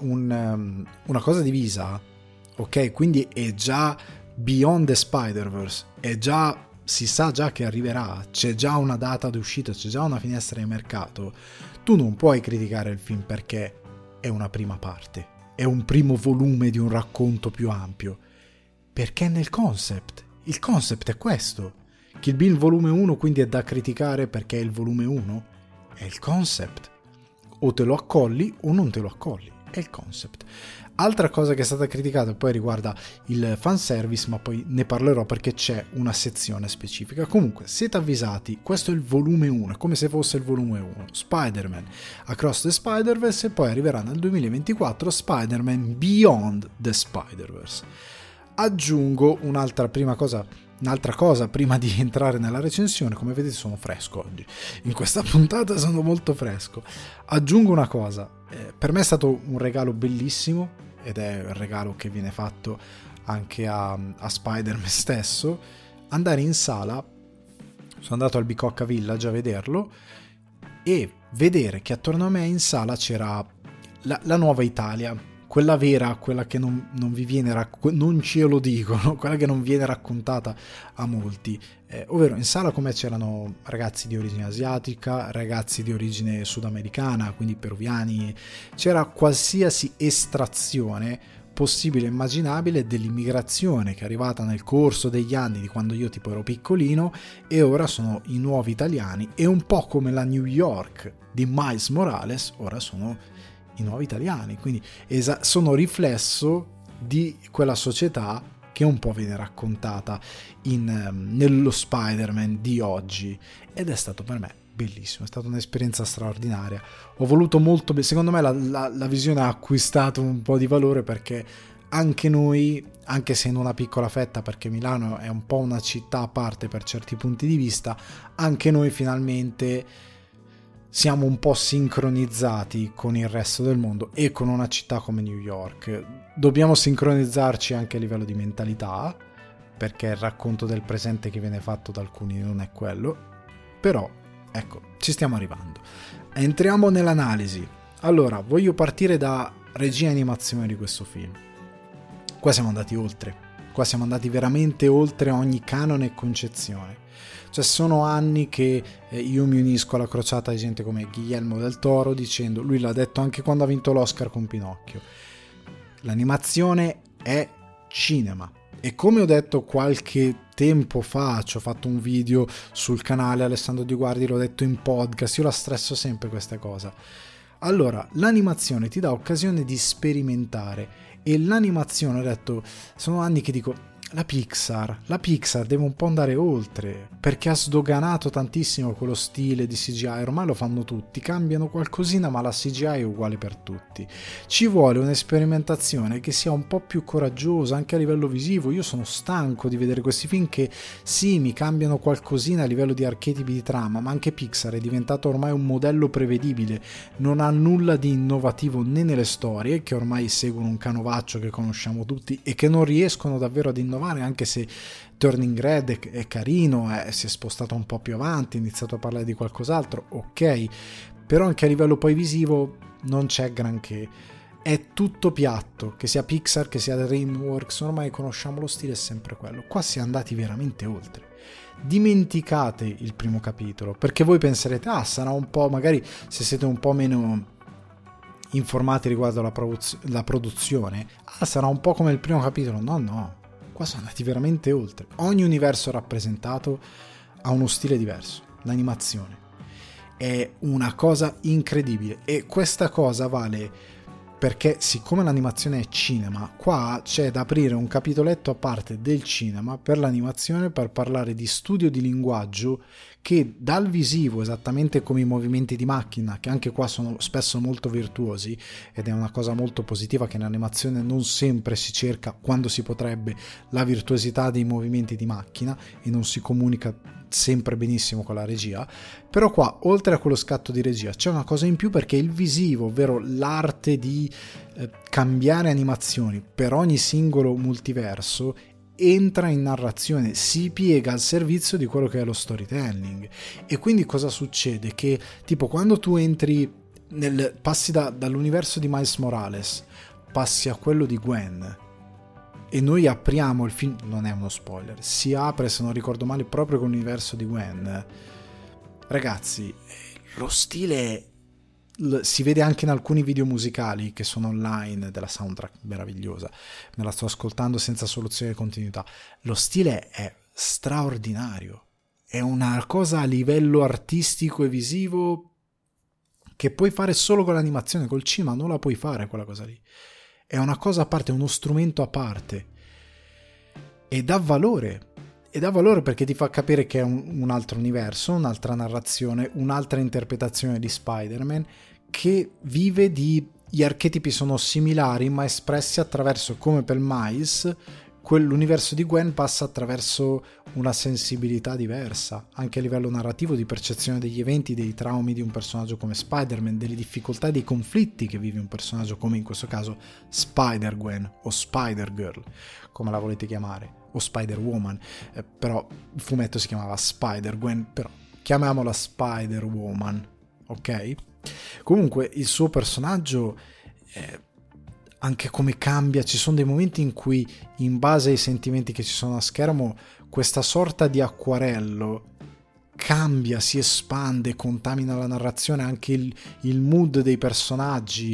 cosa divisa, ok, quindi è già Beyond the Spider-Verse, è già, si sa già che arriverà, c'è già una data d'uscita, c'è già una finestra di mercato, tu non puoi criticare il film perché è una prima parte, è un primo volume di un racconto più ampio, perché è nel concept, il concept è questo. Kill Bill volume 1 quindi è da criticare perché è il volume 1? È il concept, o te lo accolli o non te lo accolli, è il concept. Altra cosa che è stata criticata poi riguarda il fanservice, ma poi ne parlerò perché c'è una sezione specifica. Comunque, siete avvisati, questo è il volume 1, è come se fosse il volume 1, Spider-Man Across the Spider-Verse, e poi arriverà nel 2024 Spider-Man Beyond the Spider-Verse. Aggiungo un'altra cosa prima di entrare nella recensione. Come vedete sono fresco oggi, in questa puntata sono molto fresco. Aggiungo una cosa, per me è stato un regalo bellissimo, ed è il regalo che viene fatto anche a Spider-Man stesso, andare in sala. Sono andato al Bicocca Village a vederlo e vedere che attorno a me in sala c'era la nuova Italia, quella vera, quella che non vi viene non ce lo dicono, quella che non viene raccontata a molti, ovvero in sala come c'erano ragazzi di origine asiatica, ragazzi di origine sudamericana, quindi peruviani, c'era qualsiasi estrazione possibile e immaginabile dell'immigrazione che è arrivata nel corso degli anni, di quando io tipo ero piccolino, e ora sono i nuovi italiani, e un po' come la New York di Miles Morales, ora sono i nuovi italiani, quindi sono riflesso di quella società che un po' viene raccontata nello Spider-Man di oggi, ed è stato per me bellissimo, è stata un'esperienza straordinaria. Ho voluto molto, secondo me la visione ha acquistato un po' di valore, perché anche noi, anche se in una piccola fetta, perché Milano è un po' una città a parte per certi punti di vista, anche noi finalmente siamo un po' sincronizzati con il resto del mondo e con una città come New York. Dobbiamo sincronizzarci anche a livello di mentalità, perché il racconto del presente che viene fatto da alcuni non è quello, però ecco, ci stiamo arrivando. Entriamo nell'analisi. Allora, voglio partire da regia e animazione di questo film. Qua siamo andati oltre, qua siamo andati veramente oltre ogni canone e concezione. Cioè sono anni che io mi unisco alla crociata di gente come Guillermo del Toro, dicendo, lui l'ha detto anche quando ha vinto l'Oscar con Pinocchio, l'animazione è cinema. E come ho detto qualche tempo fa, ci ho fatto un video sul canale Alessandro Di Guardi, l'ho detto in podcast, io la stresso sempre questa cosa. Allora, l'animazione ti dà occasione di sperimentare, e l'animazione, ho detto, sono anni che dico, la Pixar deve un po' andare oltre, perché ha sdoganato tantissimo quello stile di CGI, ormai lo fanno tutti, cambiano qualcosina ma la CGI è uguale per tutti. Ci vuole un'esperimentazione che sia un po' più coraggiosa anche a livello visivo. Io sono stanco di vedere questi film che sì, mi cambiano qualcosina a livello di archetipi di trama, ma anche Pixar è diventato ormai un modello prevedibile, non ha nulla di innovativo né nelle storie, che ormai seguono un canovaccio che conosciamo tutti e che non riescono davvero ad innovare, anche se Turning Red è carino, si è spostato un po' più avanti, ha iniziato a parlare di qualcos'altro, ok, però anche a livello poi visivo non c'è granché, è tutto piatto, che sia Pixar che sia DreamWorks, ormai conosciamo lo stile, è sempre quello. Qua si è andati veramente oltre. Dimenticate il primo capitolo, perché voi penserete, sarà un po', magari se siete un po' meno informati riguardo la produzione, sarà un po' come il primo capitolo. No, qua sono andati veramente oltre. Ogni universo rappresentato ha uno stile diverso, l'animazione è una cosa incredibile, e questa cosa vale perché siccome l'animazione è cinema, qua c'è da aprire un capitoletto a parte del cinema per l'animazione, per parlare di studio di linguaggio che dal visivo, esattamente come i movimenti di macchina, che anche qua sono spesso molto virtuosi, ed è una cosa molto positiva che in animazione non sempre si cerca, quando si potrebbe, la virtuosità dei movimenti di macchina e non si comunica sempre benissimo con la regia. Però qua, oltre a quello scatto di regia, c'è una cosa in più, perché il visivo, ovvero l'arte di cambiare animazioni per ogni singolo multiverso, entra in narrazione, si piega al servizio di quello che è lo storytelling. E quindi cosa succede? Che tipo quando tu entri passi dall'universo di Miles Morales, passi a quello di Gwen, e noi apriamo il film, non è uno spoiler, si apre, se non ricordo male, proprio con l'universo di Gwen. Ragazzi, lo stile si vede anche in alcuni video musicali che sono online, della soundtrack meravigliosa, me la sto ascoltando senza soluzione di continuità. Lo stile è straordinario, è una cosa a livello artistico e visivo che puoi fare solo con l'animazione, col cinema non la puoi fare quella cosa lì. È una cosa a parte, è uno strumento a parte. E dà valore perché ti fa capire che è un altro universo, un'altra narrazione, un'altra interpretazione di Spider-Man, che vive gli archetipi sono similari ma espressi attraverso, come per Miles, quell'universo di Gwen passa attraverso una sensibilità diversa, anche a livello narrativo, di percezione degli eventi, dei traumi di un personaggio come Spider-Man, delle difficoltà e dei conflitti che vive un personaggio come in questo caso Spider-Gwen o Spider-Girl, come la volete chiamare, o Spider-Woman, però il fumetto si chiamava Spider-Gwen, però chiamiamola Spider-Woman, ok? Comunque il suo personaggio, anche come cambia, ci sono dei momenti in cui, in base ai sentimenti che ci sono a schermo, questa sorta di acquarello cambia, si espande, contamina la narrazione, anche il mood dei personaggi,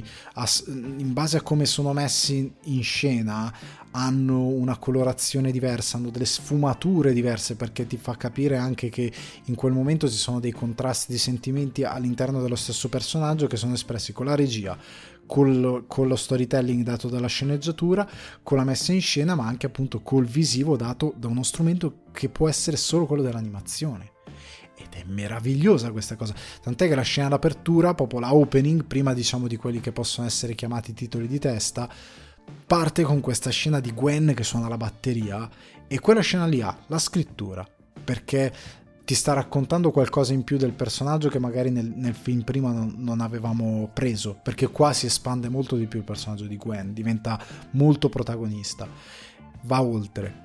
in base a come sono messi in scena, hanno una colorazione diversa, hanno delle sfumature diverse, perché ti fa capire anche che in quel momento ci sono dei contrasti di sentimenti all'interno dello stesso personaggio che sono espressi con la regia, con lo storytelling dato dalla sceneggiatura, con la messa in scena, ma anche appunto col visivo dato da uno strumento che può essere solo quello dell'animazione. Ed è meravigliosa questa cosa, tant'è che la scena d'apertura, proprio la opening, prima diciamo di quelli che possono essere chiamati titoli di testa, parte con questa scena di Gwen che suona la batteria, e quella scena lì ha la scrittura, perché ti sta raccontando qualcosa in più del personaggio che magari nel film prima non avevamo preso, perché qua si espande molto di più il personaggio di Gwen, diventa molto protagonista, va oltre,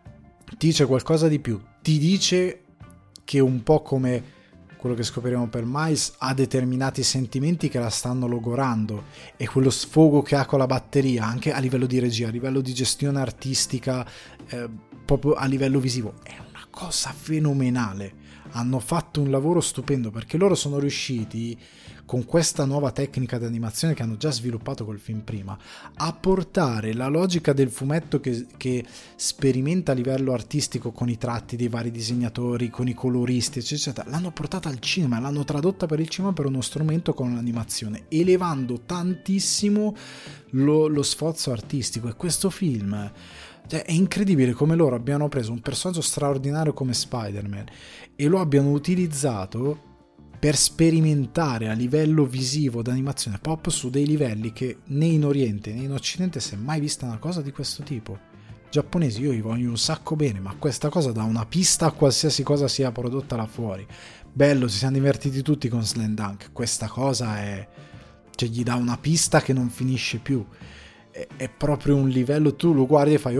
ti dice qualcosa di più, ti dice che un po' come quello che scopriremo per Miles ha determinati sentimenti che la stanno logorando, e quello sfogo che ha con la batteria, anche a livello di regia, a livello di gestione artistica, proprio a livello visivo, è una cosa fenomenale. Hanno fatto un lavoro stupendo, perché loro sono riusciti, con questa nuova tecnica di animazione che hanno già sviluppato col film prima, a portare la logica del fumetto che sperimenta a livello artistico con i tratti dei vari disegnatori, con i coloristi eccetera, l'hanno portata al cinema, l'hanno tradotta per il cinema per uno strumento con l'animazione, elevando tantissimo lo sforzo artistico. E questo film, cioè, è incredibile come loro abbiano preso un personaggio straordinario come Spider-Man e lo abbiano utilizzato per sperimentare a livello visivo d'animazione pop su dei livelli che né in Oriente né in Occidente si è mai vista una cosa di questo tipo. Giapponesi, io li voglio un sacco bene, ma questa cosa dà una pista a qualsiasi cosa sia prodotta là fuori. Bello, si siamo divertiti tutti con Slam Dunk, questa cosa cioè gli dà una pista che non finisce più, è proprio un livello, tu lo guardi e fai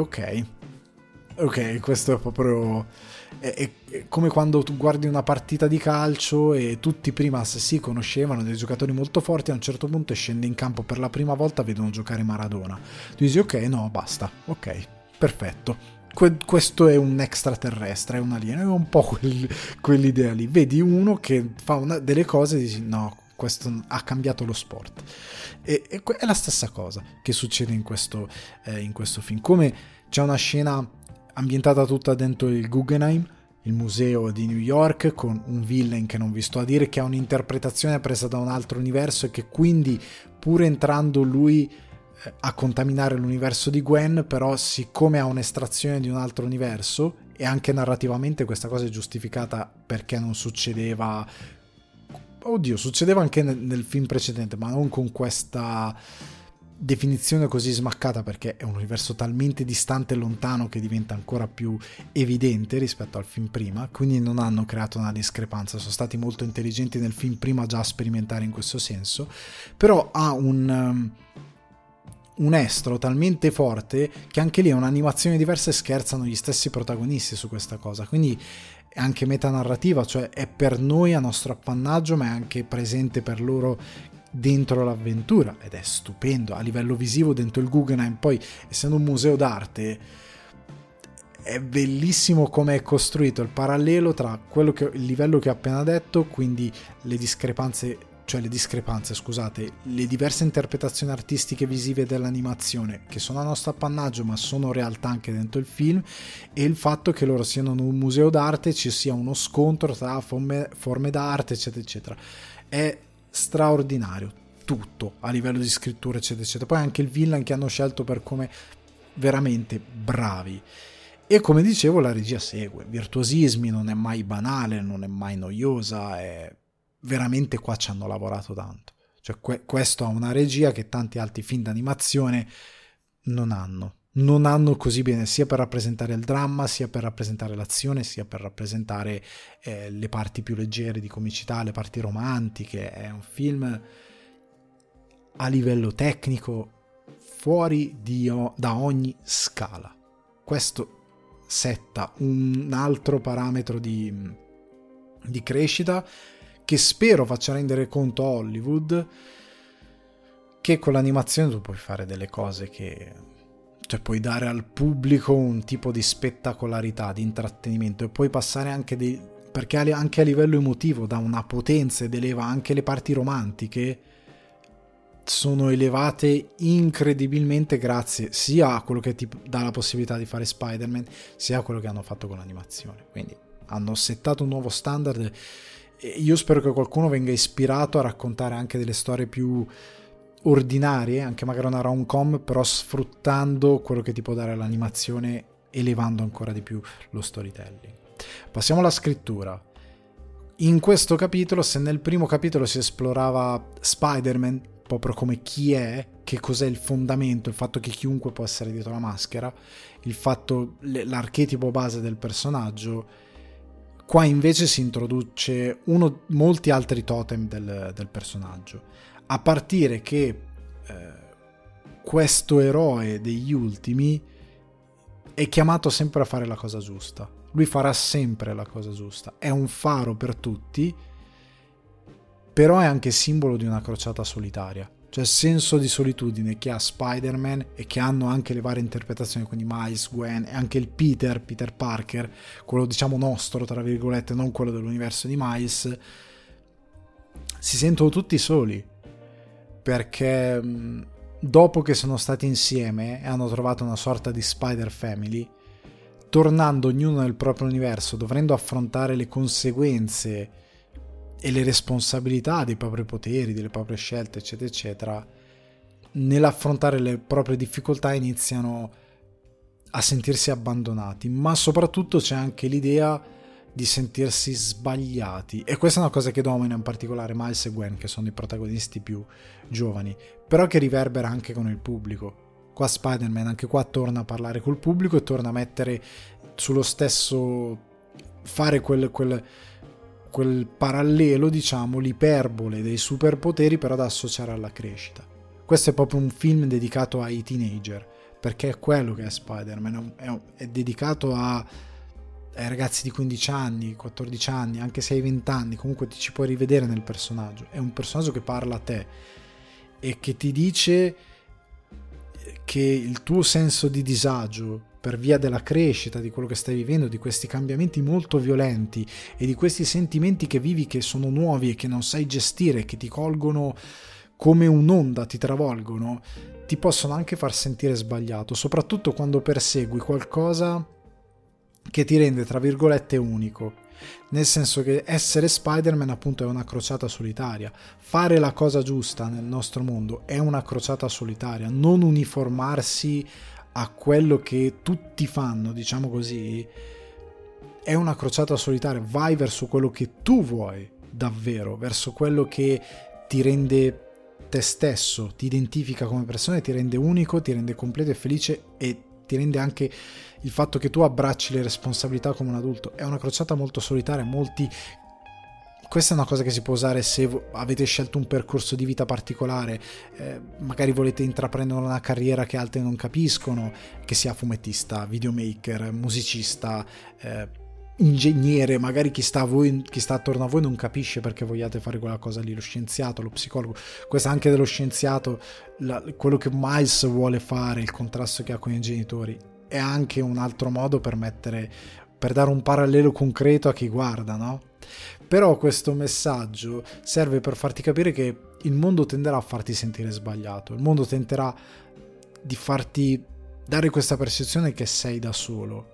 ok, questo è proprio... È come quando tu guardi una partita di calcio e tutti prima si conoscevano, dei giocatori molto forti, a un certo punto scende in campo per la prima volta, vedono giocare Maradona, tu dici ok, no, basta, ok, perfetto, questo è un extraterrestre, è un alieno, è un po' quell'idea lì, vedi uno che fa delle cose e dici no, questo ha cambiato lo sport, e è la stessa cosa che succede in questo film. Come c'è una scena ambientata tutta dentro il Guggenheim, il museo di New York, con un villain che non vi sto a dire, che ha un'interpretazione presa da un altro universo e che quindi, pur entrando lui a contaminare l'universo di Gwen, però siccome ha un'estrazione di un altro universo, e anche narrativamente questa cosa è giustificata perché non succedeva, succedeva anche nel film precedente, ma non con questa definizione così smaccata, perché è un universo talmente distante e lontano che diventa ancora più evidente rispetto al film prima, quindi non hanno creato una discrepanza, sono stati molto intelligenti nel film prima già a sperimentare in questo senso, però ha un estro talmente forte che anche lì è un'animazione diversa e scherzano gli stessi protagonisti su questa cosa, quindi è anche metanarrativa, cioè è per noi a nostro appannaggio ma è anche presente per loro dentro l'avventura, ed è stupendo a livello visivo dentro il Guggenheim. Poi, essendo un museo d'arte, è bellissimo come è costruito il parallelo tra il livello che ho appena detto, quindi le diverse interpretazioni artistiche visive dell'animazione che sono a nostro appannaggio ma sono realtà anche dentro il film, e il fatto che loro siano in un museo d'arte, ci sia uno scontro tra forme d'arte eccetera eccetera. È straordinario, tutto a livello di scrittura eccetera eccetera. Poi anche il villain che hanno scelto per come veramente bravi. E come dicevo, la regia segue virtuosismi, non è mai banale, non è mai noiosa, è veramente, qua ci hanno lavorato tanto. Cioè questo ha una regia che tanti altri film d'animazione non hanno così bene, sia per rappresentare il dramma, sia per rappresentare l'azione, sia per rappresentare le parti più leggere di comicità, le parti romantiche. È un film a livello tecnico fuori da ogni scala. Questo setta un altro parametro di crescita che spero faccia rendere conto a Hollywood che con l'animazione tu puoi fare delle cose che, cioè, puoi dare al pubblico un tipo di spettacolarità, di intrattenimento, e puoi passare anche perché anche a livello emotivo dà una potenza ed eleva anche le parti romantiche, sono elevate incredibilmente grazie sia a quello che ti dà la possibilità di fare Spider-Man, sia a quello che hanno fatto con l'animazione. Quindi hanno settato un nuovo standard e io spero che qualcuno venga ispirato a raccontare anche delle storie più ordinarie, anche magari una rom-com, però sfruttando quello che ti può dare l'animazione, elevando ancora di più lo storytelling. Passiamo alla scrittura. In questo capitolo, se nel primo capitolo si esplorava Spider-Man proprio come chi è, che cos'è il fondamento, il fatto che chiunque può essere dietro la maschera, il fatto, l'archetipo base del personaggio, qua invece si introduce molti altri totem del personaggio, a partire che questo eroe degli ultimi è chiamato sempre a fare la cosa giusta. Lui farà sempre la cosa giusta, è un faro per tutti, però è anche simbolo di una crociata solitaria. Cioè il senso di solitudine che ha Spider-Man e che hanno anche le varie interpretazioni, quindi Miles, Gwen e anche il Peter Parker, quello diciamo nostro tra virgolette, non quello dell'universo di Miles, si sentono tutti soli perché dopo che sono stati insieme e hanno trovato una sorta di Spider Family, tornando ognuno nel proprio universo, dovendo affrontare le conseguenze e le responsabilità dei propri poteri, delle proprie scelte eccetera eccetera, nell'affrontare le proprie difficoltà iniziano a sentirsi abbandonati, ma soprattutto c'è anche l'idea di sentirsi sbagliati, e questa è una cosa che domina in particolare Miles e Gwen, che sono i protagonisti più giovani, però che riverbera anche con il pubblico. Qua Spider-Man anche qua torna a parlare col pubblico e torna a mettere sullo stesso, fare quel parallelo, diciamo, l'iperbole dei superpoteri però da associare alla crescita. Questo è proprio un film dedicato ai teenager, perché è quello che è Spider-Man, è dedicato ai ragazzi di 15 anni, 14 anni, anche se hai 20 anni, comunque ti ci puoi rivedere nel personaggio. È un personaggio che parla a te e che ti dice che il tuo senso di disagio per via della crescita, di quello che stai vivendo, di questi cambiamenti molto violenti e di questi sentimenti che vivi che sono nuovi e che non sai gestire, che ti colgono come un'onda, ti travolgono, ti possono anche far sentire sbagliato, soprattutto quando persegui qualcosa che ti rende tra virgolette unico, nel senso che essere Spider-Man appunto è una crociata solitaria, fare la cosa giusta nel nostro mondo è una crociata solitaria, non uniformarsi a quello che tutti fanno, diciamo così, è una crociata solitaria. Vai verso quello che tu vuoi davvero, verso quello che ti rende te stesso, ti identifica come persona, ti rende unico, ti rende completo e felice, e ti rende anche il fatto che tu abbracci le responsabilità come un adulto. È una crociata molto solitaria. Questa è una cosa che si può usare se avete scelto un percorso di vita particolare, magari volete intraprendere una carriera che altri non capiscono, che sia fumettista, videomaker, musicista, ingegnere, magari chi sta attorno a voi non capisce perché vogliate fare quella cosa lì, lo scienziato, lo psicologo. Questo anche dello scienziato, quello che Miles vuole fare, il contrasto che ha con i genitori, è anche un altro modo per dare un parallelo concreto a chi guarda, no? Però questo messaggio serve per farti capire che il mondo tenderà a farti sentire sbagliato, il mondo tenterà di farti dare questa percezione che sei da solo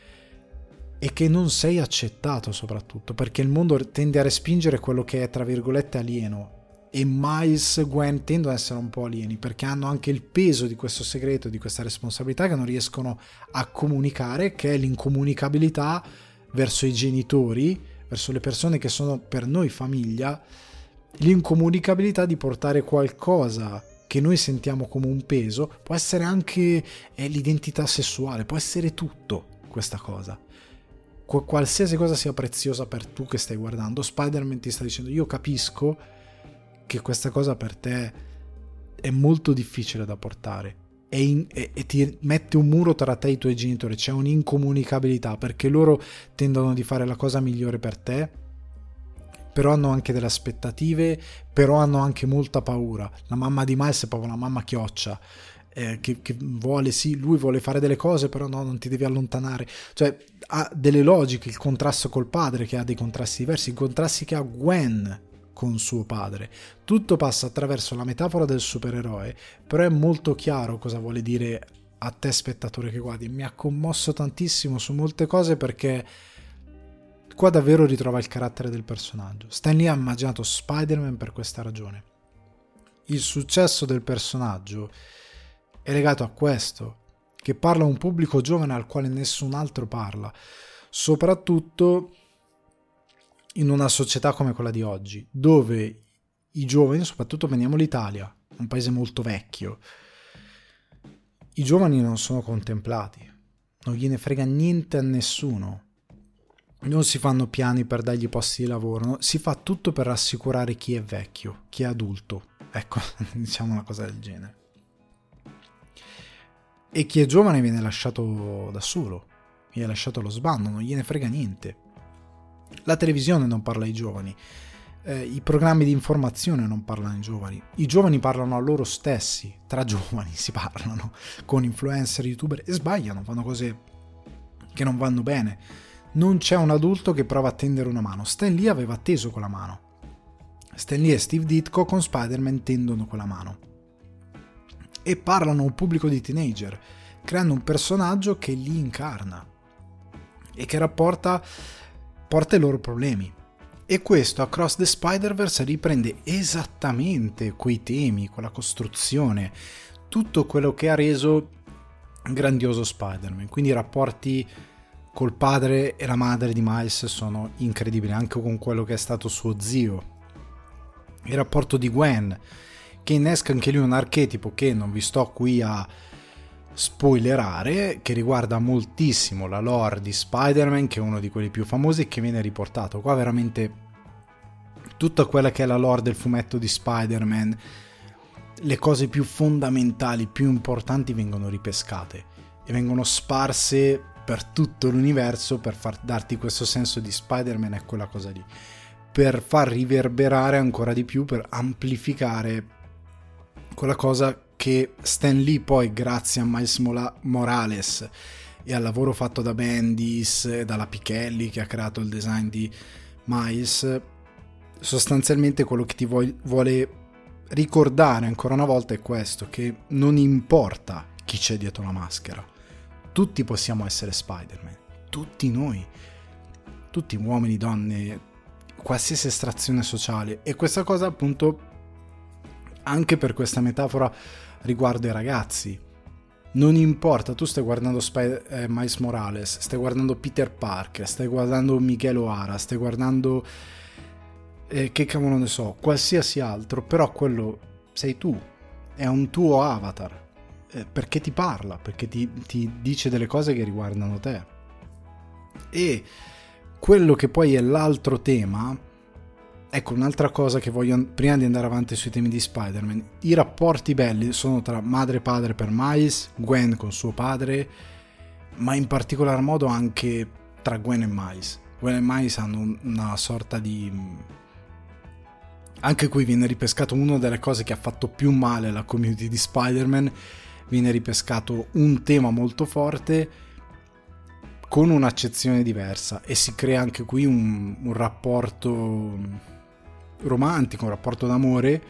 e che non sei accettato, soprattutto perché il mondo tende a respingere quello che è tra virgolette alieno, e Miles, Gwen tendono ad essere un po' alieni perché hanno anche il peso di questo segreto, di questa responsabilità che non riescono a comunicare, che è l'incomunicabilità verso i genitori, verso le persone che sono per noi famiglia, l'incomunicabilità di portare qualcosa che noi sentiamo come un peso. Può essere anche l'identità sessuale, può essere tutto questa cosa. Qualsiasi cosa sia preziosa per tu che stai guardando, Spider-Man ti sta dicendo: io capisco che questa cosa per te è molto difficile da portare e ti mette un muro tra te e i tuoi genitori, c'è un'incomunicabilità perché loro tendono di fare la cosa migliore per te, però hanno anche delle aspettative, però hanno anche molta paura. La mamma di Miles è proprio una mamma chioccia, che vuole, sì, lui vuole fare delle cose, però no, non ti devi allontanare, cioè ha delle logiche. Il contrasto col padre, che ha dei contrasti diversi, i contrasti che ha Gwen con suo padre, tutto passa attraverso la metafora del supereroe, però è molto chiaro cosa vuole dire a te spettatore che guardi. Mi ha commosso tantissimo su molte cose perché qua davvero ritrova il carattere del personaggio. Stan Lee ha immaginato Spider-Man per questa ragione. Il successo del personaggio è legato a questo, che parla a un pubblico giovane al quale nessun altro parla, soprattutto in una società come quella di oggi, dove i giovani, soprattutto veniamo l'Italia, un paese molto vecchio, i giovani non sono contemplati, non gliene frega niente a nessuno, non si fanno piani per dargli posti di lavoro, no? Si fa tutto per rassicurare chi è vecchio, chi è adulto, ecco, diciamo una cosa del genere. E chi è giovane viene lasciato da solo, viene lasciato allo sbando, non gliene frega niente. La televisione non parla ai giovani, i programmi di informazione non parlano ai giovani, i giovani parlano a loro stessi, tra giovani si parlano, con influencer, youtuber, e sbagliano, fanno cose che non vanno bene. Non c'è un adulto che prova a tendere una mano. Stan Lee aveva teso quella mano. Stan Lee e Steve Ditko con Spider-Man tendono quella mano e parlano a un pubblico di teenager, creando un personaggio che li incarna e che porta i loro problemi. E questo Across the Spider-Verse riprende esattamente quei temi, quella costruzione, tutto quello che ha reso grandioso Spider-Man. Quindi i rapporti col padre e la madre di Miles sono incredibili, anche con quello che è stato suo zio. Il rapporto di Gwen, che innesca anche lui un archetipo che non vi sto qui a spoilerare, che riguarda moltissimo la lore di Spider-Man, che è uno di quelli più famosi e che viene riportato qua. Veramente tutta quella che è la lore del fumetto di Spider-Man, le cose più fondamentali, più importanti vengono ripescate e vengono sparse per tutto l'universo per darti questo senso di Spider-Man è quella cosa lì, per far riverberare ancora di più, per amplificare quella cosa che Stan Lee poi, grazie a Miles Morales e al lavoro fatto da Bendis e dalla Pichelli che ha creato il design di Miles, sostanzialmente quello che ti vuole ricordare ancora una volta è questo, che non importa chi c'è dietro la maschera, tutti possiamo essere Spider-Man, tutti noi, tutti uomini, donne, qualsiasi estrazione sociale. E questa cosa appunto anche per questa metafora riguardo ai ragazzi, non importa, tu stai guardando Miles Morales, stai guardando Peter Parker, stai guardando Miguel O'Hara, stai guardando che cavolo ne so, qualsiasi altro, però quello sei tu, è un tuo avatar, perché ti parla, perché ti dice delle cose che riguardano te. E quello che poi è l'altro tema, ecco, un'altra cosa che voglio, prima di andare avanti sui temi di Spider-Man, i rapporti belli sono tra madre e padre per Miles, Gwen con suo padre, ma in particolar modo anche tra Gwen e Miles. Gwen e Miles hanno una sorta di... Anche qui viene ripescato una delle cose che ha fatto più male alla community di Spider-Man, viene ripescato un tema molto forte con un'accezione diversa e si crea anche qui un rapporto romantico, un rapporto d'amore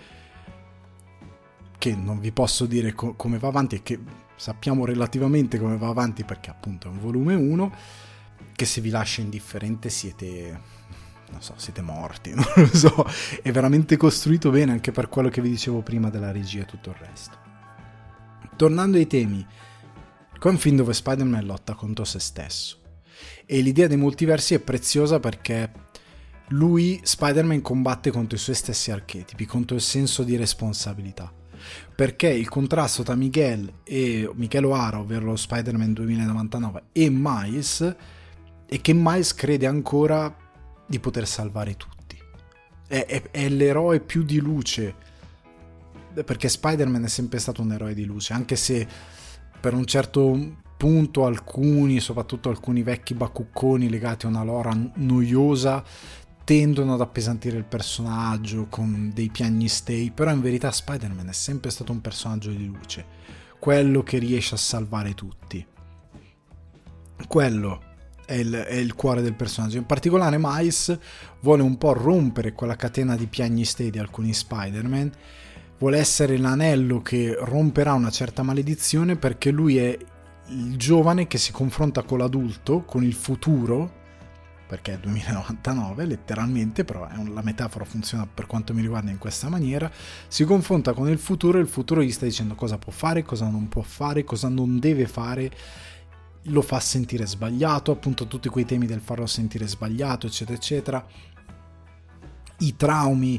che non vi posso dire come va avanti e che sappiamo relativamente come va avanti perché appunto è un volume 1, che se vi lascia indifferente siete non so, siete morti, non lo so, è veramente costruito bene anche per quello che vi dicevo prima della regia e tutto il resto. Tornando ai temi, qua è un film dove Spider-Man lotta contro se stesso e l'idea dei multiversi è preziosa perché lui, Spider-Man, combatte contro i suoi stessi archetipi, contro il senso di responsabilità, perché il contrasto tra Miguel O'Hara, ovvero lo Spider-Man 2099, e Miles è che Miles crede ancora di poter salvare tutti, è l'eroe più di luce, perché Spider-Man è sempre stato un eroe di luce, anche se per un certo punto alcuni, soprattutto alcuni vecchi bacucconi legati a una lore noiosa, tendono ad appesantire il personaggio con dei piagnistei, però in verità Spider-Man è sempre stato un personaggio di luce, quello che riesce a salvare tutti, quello è il cuore del personaggio. In particolare Miles vuole un po' rompere quella catena di piagnistei di alcuni Spider-Man, vuole essere l'anello che romperà una certa maledizione, perché lui è il giovane che si confronta con l'adulto, con il futuro, perché è 2099 letteralmente, però la metafora funziona per quanto mi riguarda in questa maniera, si confronta con il futuro e il futuro gli sta dicendo cosa può fare, cosa non può fare, cosa non deve fare, lo fa sentire sbagliato, appunto tutti quei temi del farlo sentire sbagliato, eccetera eccetera, i traumi.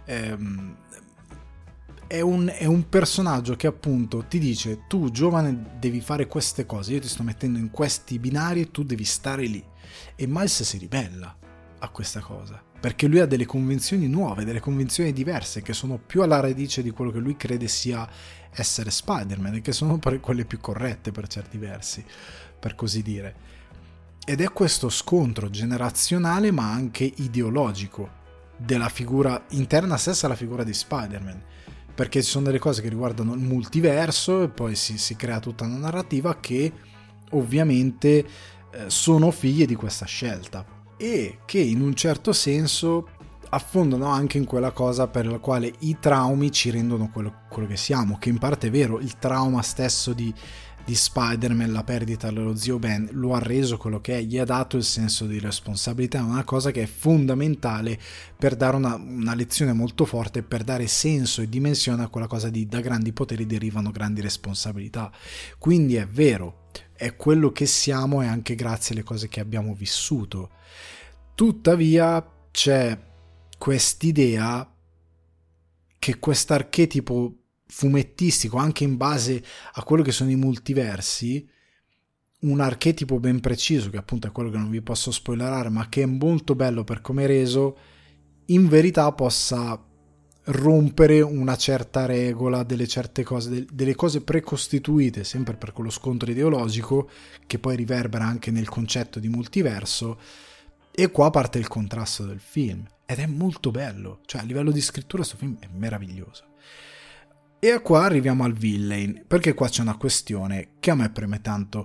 È un personaggio che appunto ti dice: tu giovane devi fare queste cose, io ti sto mettendo in questi binari e tu devi stare lì. E Miles si ribella a questa cosa, perché lui ha delle convinzioni nuove, delle convinzioni diverse, che sono più alla radice di quello che lui crede sia essere Spider-Man, e che sono quelle più corrette per certi versi, per così dire. Ed è questo scontro generazionale ma anche ideologico della figura interna stessa alla figura di Spider-Man, perché ci sono delle cose che riguardano il multiverso e poi si crea tutta una narrativa che ovviamente sono figlie di questa scelta e che in un certo senso affondano anche in quella cosa per la quale i traumi ci rendono quello che siamo, che in parte è vero. Il trauma stesso di Spider-Man, la perdita dello zio Ben, lo ha reso quello che è, gli ha dato il senso di responsabilità, una cosa che è fondamentale per dare una lezione molto forte, per dare senso e dimensione a quella cosa di da grandi poteri derivano grandi responsabilità. Quindi è vero, è quello che siamo e anche grazie alle cose che abbiamo vissuto. Tuttavia c'è quest'idea che quest'archetipo fumettistico, anche in base a quello che sono i multiversi, un archetipo ben preciso, che appunto è quello che non vi posso spoilerare, ma che è molto bello per come è reso, in verità possa rompere una certa regola, delle certe cose, delle cose precostituite, sempre per quello scontro ideologico che poi riverbera anche nel concetto di multiverso. E qua parte il contrasto del film ed è molto bello, cioè a livello di scrittura questo film è meraviglioso. E qua arriviamo al villain, perché qua c'è una questione che a me preme tanto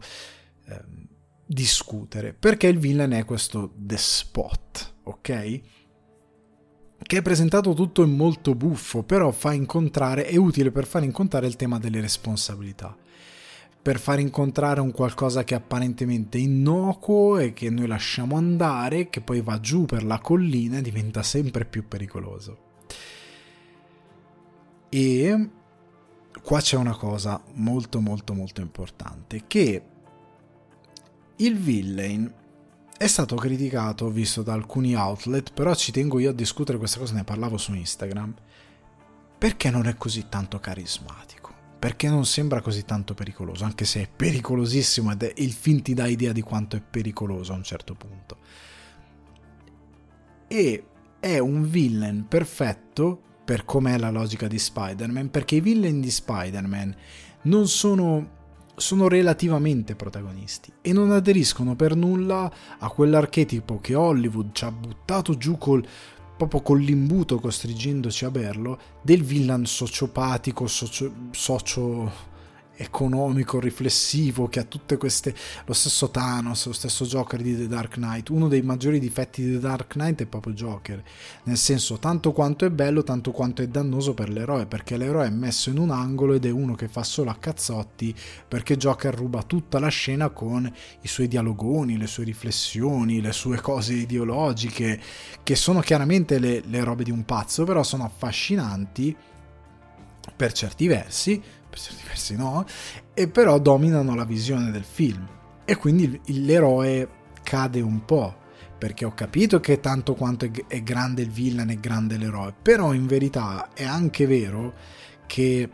discutere, perché il villain è questo The Spot, ok? Che è presentato tutto in molto buffo, però è utile per far incontrare il tema delle responsabilità, per far incontrare un qualcosa che è apparentemente innocuo e che noi lasciamo andare, che poi va giù per la collina e diventa sempre più pericoloso. E qua c'è una cosa molto molto molto importante, che il villain è stato criticato, visto da alcuni outlet, però ci tengo io a discutere questa cosa, ne parlavo su Instagram, perché non è così tanto carismatico, perché non sembra così tanto pericoloso, anche se è pericolosissimo ed il film ti dà idea di quanto è pericoloso a un certo punto. E è un villain perfetto per com'è la logica di Spider-Man, perché i villain di Spider-Man non sono relativamente protagonisti e non aderiscono per nulla a quell'archetipo che Hollywood ci ha buttato giù proprio con l'imbuto, costringendoci a berlo, del villain sociopatico, economico, riflessivo, che ha tutte queste, lo stesso Thanos, lo stesso Joker di The Dark Knight. Uno dei maggiori difetti di The Dark Knight è proprio Joker, nel senso, tanto quanto è bello, tanto quanto è dannoso per l'eroe, perché l'eroe è messo in un angolo ed è uno che fa solo a cazzotti, perché Joker ruba tutta la scena con i suoi dialogoni, le sue riflessioni, le sue cose ideologiche, che sono chiaramente le robe di un pazzo, però sono affascinanti per certi versi no, e però dominano la visione del film, e quindi l'eroe cade un po', perché ho capito che tanto quanto è grande il villain è grande l'eroe, però in verità è anche vero che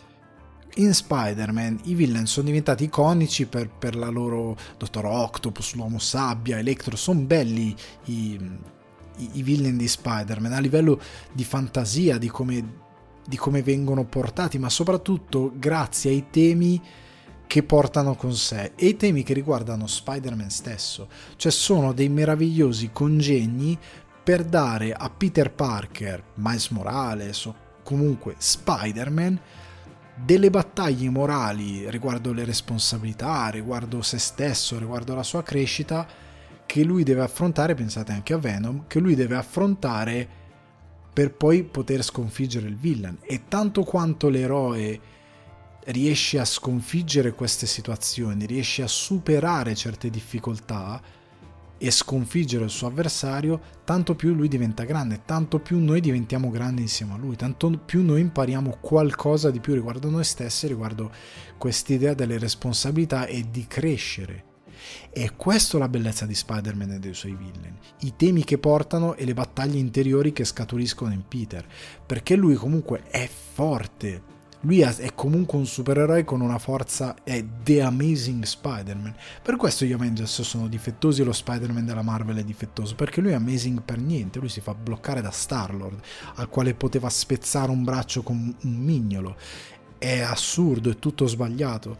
in Spider-Man i villain sono diventati iconici per la loro Dottor Octopus, l'Uomo Sabbia, Electro, sono belli i villain di Spider-Man a livello di fantasia, di come vengono portati, ma soprattutto grazie ai temi che portano con sé e i temi che riguardano Spider-Man stesso, cioè sono dei meravigliosi congegni per dare a Peter Parker, Miles Morales o comunque Spider-Man delle battaglie morali riguardo le responsabilità, riguardo se stesso, riguardo la sua crescita, che lui deve affrontare, pensate anche a Venom, che lui deve affrontare per poi poter sconfiggere il villain. E tanto quanto l'eroe riesce a sconfiggere queste situazioni, riesce a superare certe difficoltà e sconfiggere il suo avversario, tanto più lui diventa grande, tanto più noi diventiamo grandi insieme a lui, tanto più noi impariamo qualcosa di più riguardo noi stessi, riguardo quest'idea delle responsabilità e di crescere. E questo è la bellezza di Spider-Man e dei suoi villain, i temi che portano e le battaglie interiori che scaturiscono in Peter, perché lui comunque è forte, lui è comunque un supereroe con una forza, è The Amazing Spider-Man. Per questo gli Avengers sono difettosi e lo Spider-Man della Marvel è difettoso, perché lui è amazing per niente, lui si fa bloccare da Star-Lord, al quale poteva spezzare un braccio con un mignolo. È assurdo, è tutto sbagliato.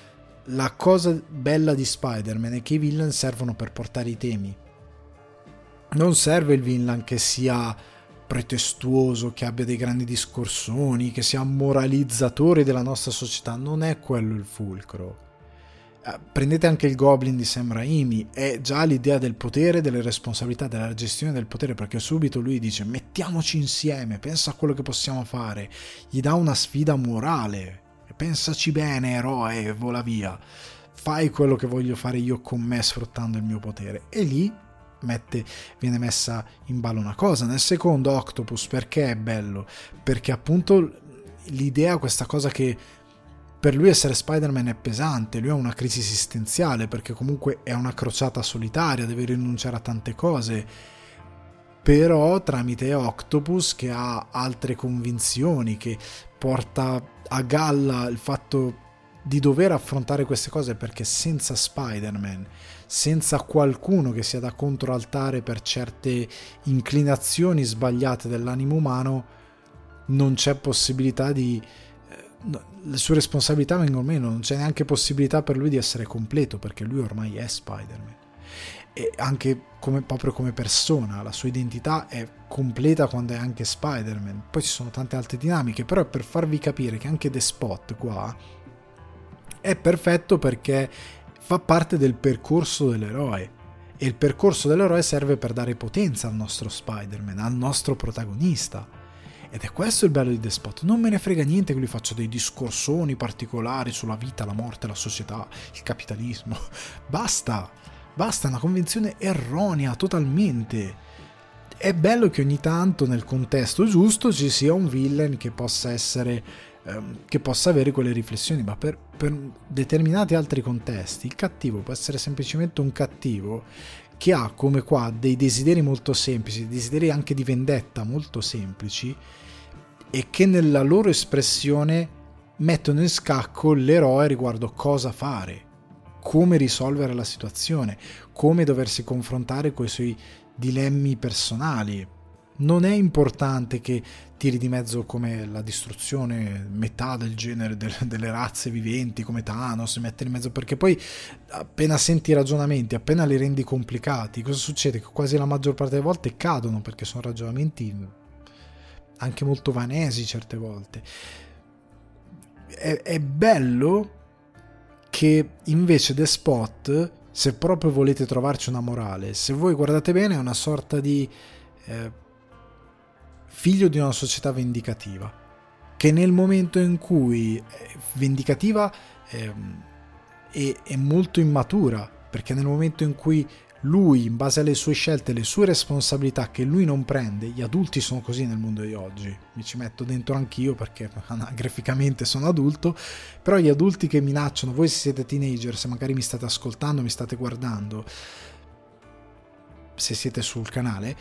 La cosa bella di Spider-Man è che i villain servono per portare i temi. Non serve il villain che sia pretestuoso, che abbia dei grandi discorsoni, che sia moralizzatore della nostra società. Non è quello il fulcro. Prendete anche il Goblin di Sam Raimi, è già l'idea del potere, delle responsabilità, della gestione del potere, perché subito lui dice mettiamoci insieme, pensa a quello che possiamo fare, gli dà una sfida morale, pensaci bene eroe e vola via, fai quello che voglio fare io con me sfruttando il mio potere. E lì viene messa in ballo una cosa. Nel secondo Octopus, perché è bello? Perché appunto l'idea, questa cosa che per lui essere Spider-Man è pesante, lui ha una crisi esistenziale perché comunque è una crociata solitaria, deve rinunciare a tante cose, però tramite Octopus che ha altre convinzioni, che porta a galla il fatto di dover affrontare queste cose, perché senza Spider-Man, senza qualcuno che sia da controaltare per certe inclinazioni sbagliate dell'animo umano, non c'è possibilità di... le sue responsabilità vengono meno, non c'è neanche possibilità per lui di essere completo, perché lui ormai è Spider-Man. E anche proprio come persona, la sua identità è completa quando è anche Spider-Man. Poi ci sono tante altre dinamiche, però è per farvi capire che anche The Spot qua è perfetto, perché fa parte del percorso dell'eroe, e il percorso dell'eroe serve per dare potenza al nostro Spider-Man, al nostro protagonista. Ed è questo il bello di The Spot. Non me ne frega niente che lui faccia dei discorsoni particolari sulla vita, la morte, la società, il capitalismo. Basta, è una convinzione erronea totalmente. È bello che ogni tanto nel contesto giusto ci sia un villain che possa essere, che possa avere quelle riflessioni, ma per determinati altri contesti il cattivo può essere semplicemente un cattivo che ha, come qua, dei desideri molto semplici, desideri anche di vendetta molto semplici, e che nella loro espressione mettono in scacco l'eroe riguardo cosa fare, come risolvere la situazione, come doversi confrontare con i suoi dilemmi personali. Non è importante che tiri di mezzo come la distruzione, metà del genere delle razze viventi come Thanos, mettere in mezzo, perché poi appena senti i ragionamenti, appena li rendi complicati, cosa succede? Che quasi la maggior parte delle volte cadono, perché sono ragionamenti anche molto vanesi certe volte. è bello che invece The Spot, se proprio volete trovarci una morale, se voi guardate bene, è una sorta di figlio di una società vendicativa, che nel momento in cui vendicativa è molto immatura, perché nel momento in cui lui, in base alle sue scelte, le sue responsabilità che lui non prende, gli adulti sono così nel mondo di oggi, mi ci metto dentro anch'io perché anagraficamente sono adulto, però gli adulti che minacciano, voi se siete teenager, se magari mi state ascoltando, mi state guardando, se siete sul canale,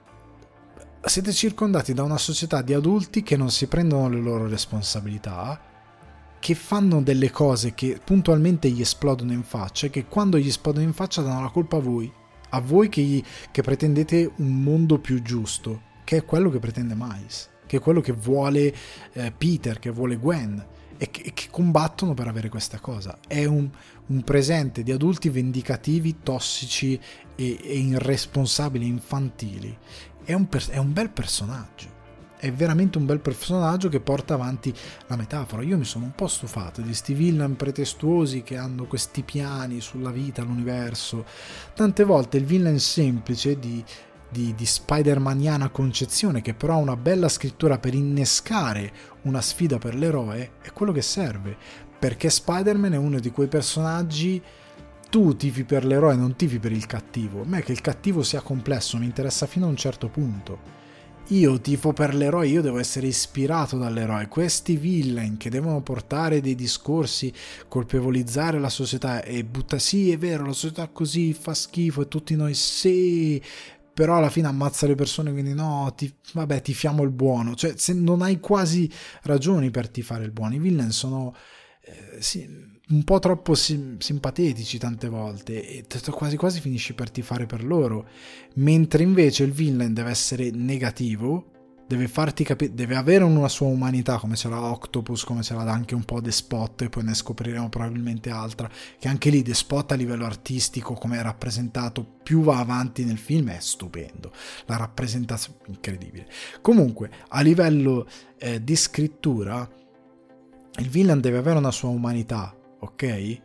siete circondati da una società di adulti che non si prendono le loro responsabilità, che fanno delle cose che puntualmente gli esplodono in faccia e che quando gli esplodono in faccia danno la colpa a voi che pretendete un mondo più giusto, che è quello che pretende Miles, che è quello che vuole Peter, che vuole Gwen, e che combattono per avere questa cosa. È un presente di adulti vendicativi, tossici e irresponsabili, infantili. È un bel personaggio. È veramente un bel personaggio che porta avanti la metafora. Io mi sono un po' stufato di sti villain pretestuosi che hanno questi piani sulla vita, l'universo. Tante volte il villain semplice di Spider-Maniana concezione, che però ha una bella scrittura per innescare una sfida per l'eroe, è quello che serve, perché Spider-Man è uno di quei personaggi. Tu tifi per l'eroe, non tifi per il cattivo. A me che il cattivo sia complesso mi interessa fino a un certo punto. Io tifo per l'eroe, io devo essere ispirato dall'eroe. Questi villain che devono portare dei discorsi, colpevolizzare la società e sì, è vero, la società così fa schifo e tutti noi sì, però alla fine ammazza le persone, quindi no, vabbè, tifiamo il buono. Cioè, se non hai quasi ragioni per tifare il buono. I villain sono un po' troppo simpatetici tante volte e quasi quasi finisci per tifare per loro, mentre invece il villain deve essere negativo, deve farti capire, deve avere una sua umanità, come ce l'ha Octopus, come ce l'ha anche un po' The Spot, e poi ne scopriremo probabilmente altra, che anche lì The Spot a livello artistico, come è rappresentato, più va avanti nel film, è stupendo, la rappresentazione incredibile. Comunque a livello di scrittura il villain deve avere una sua umanità, ok?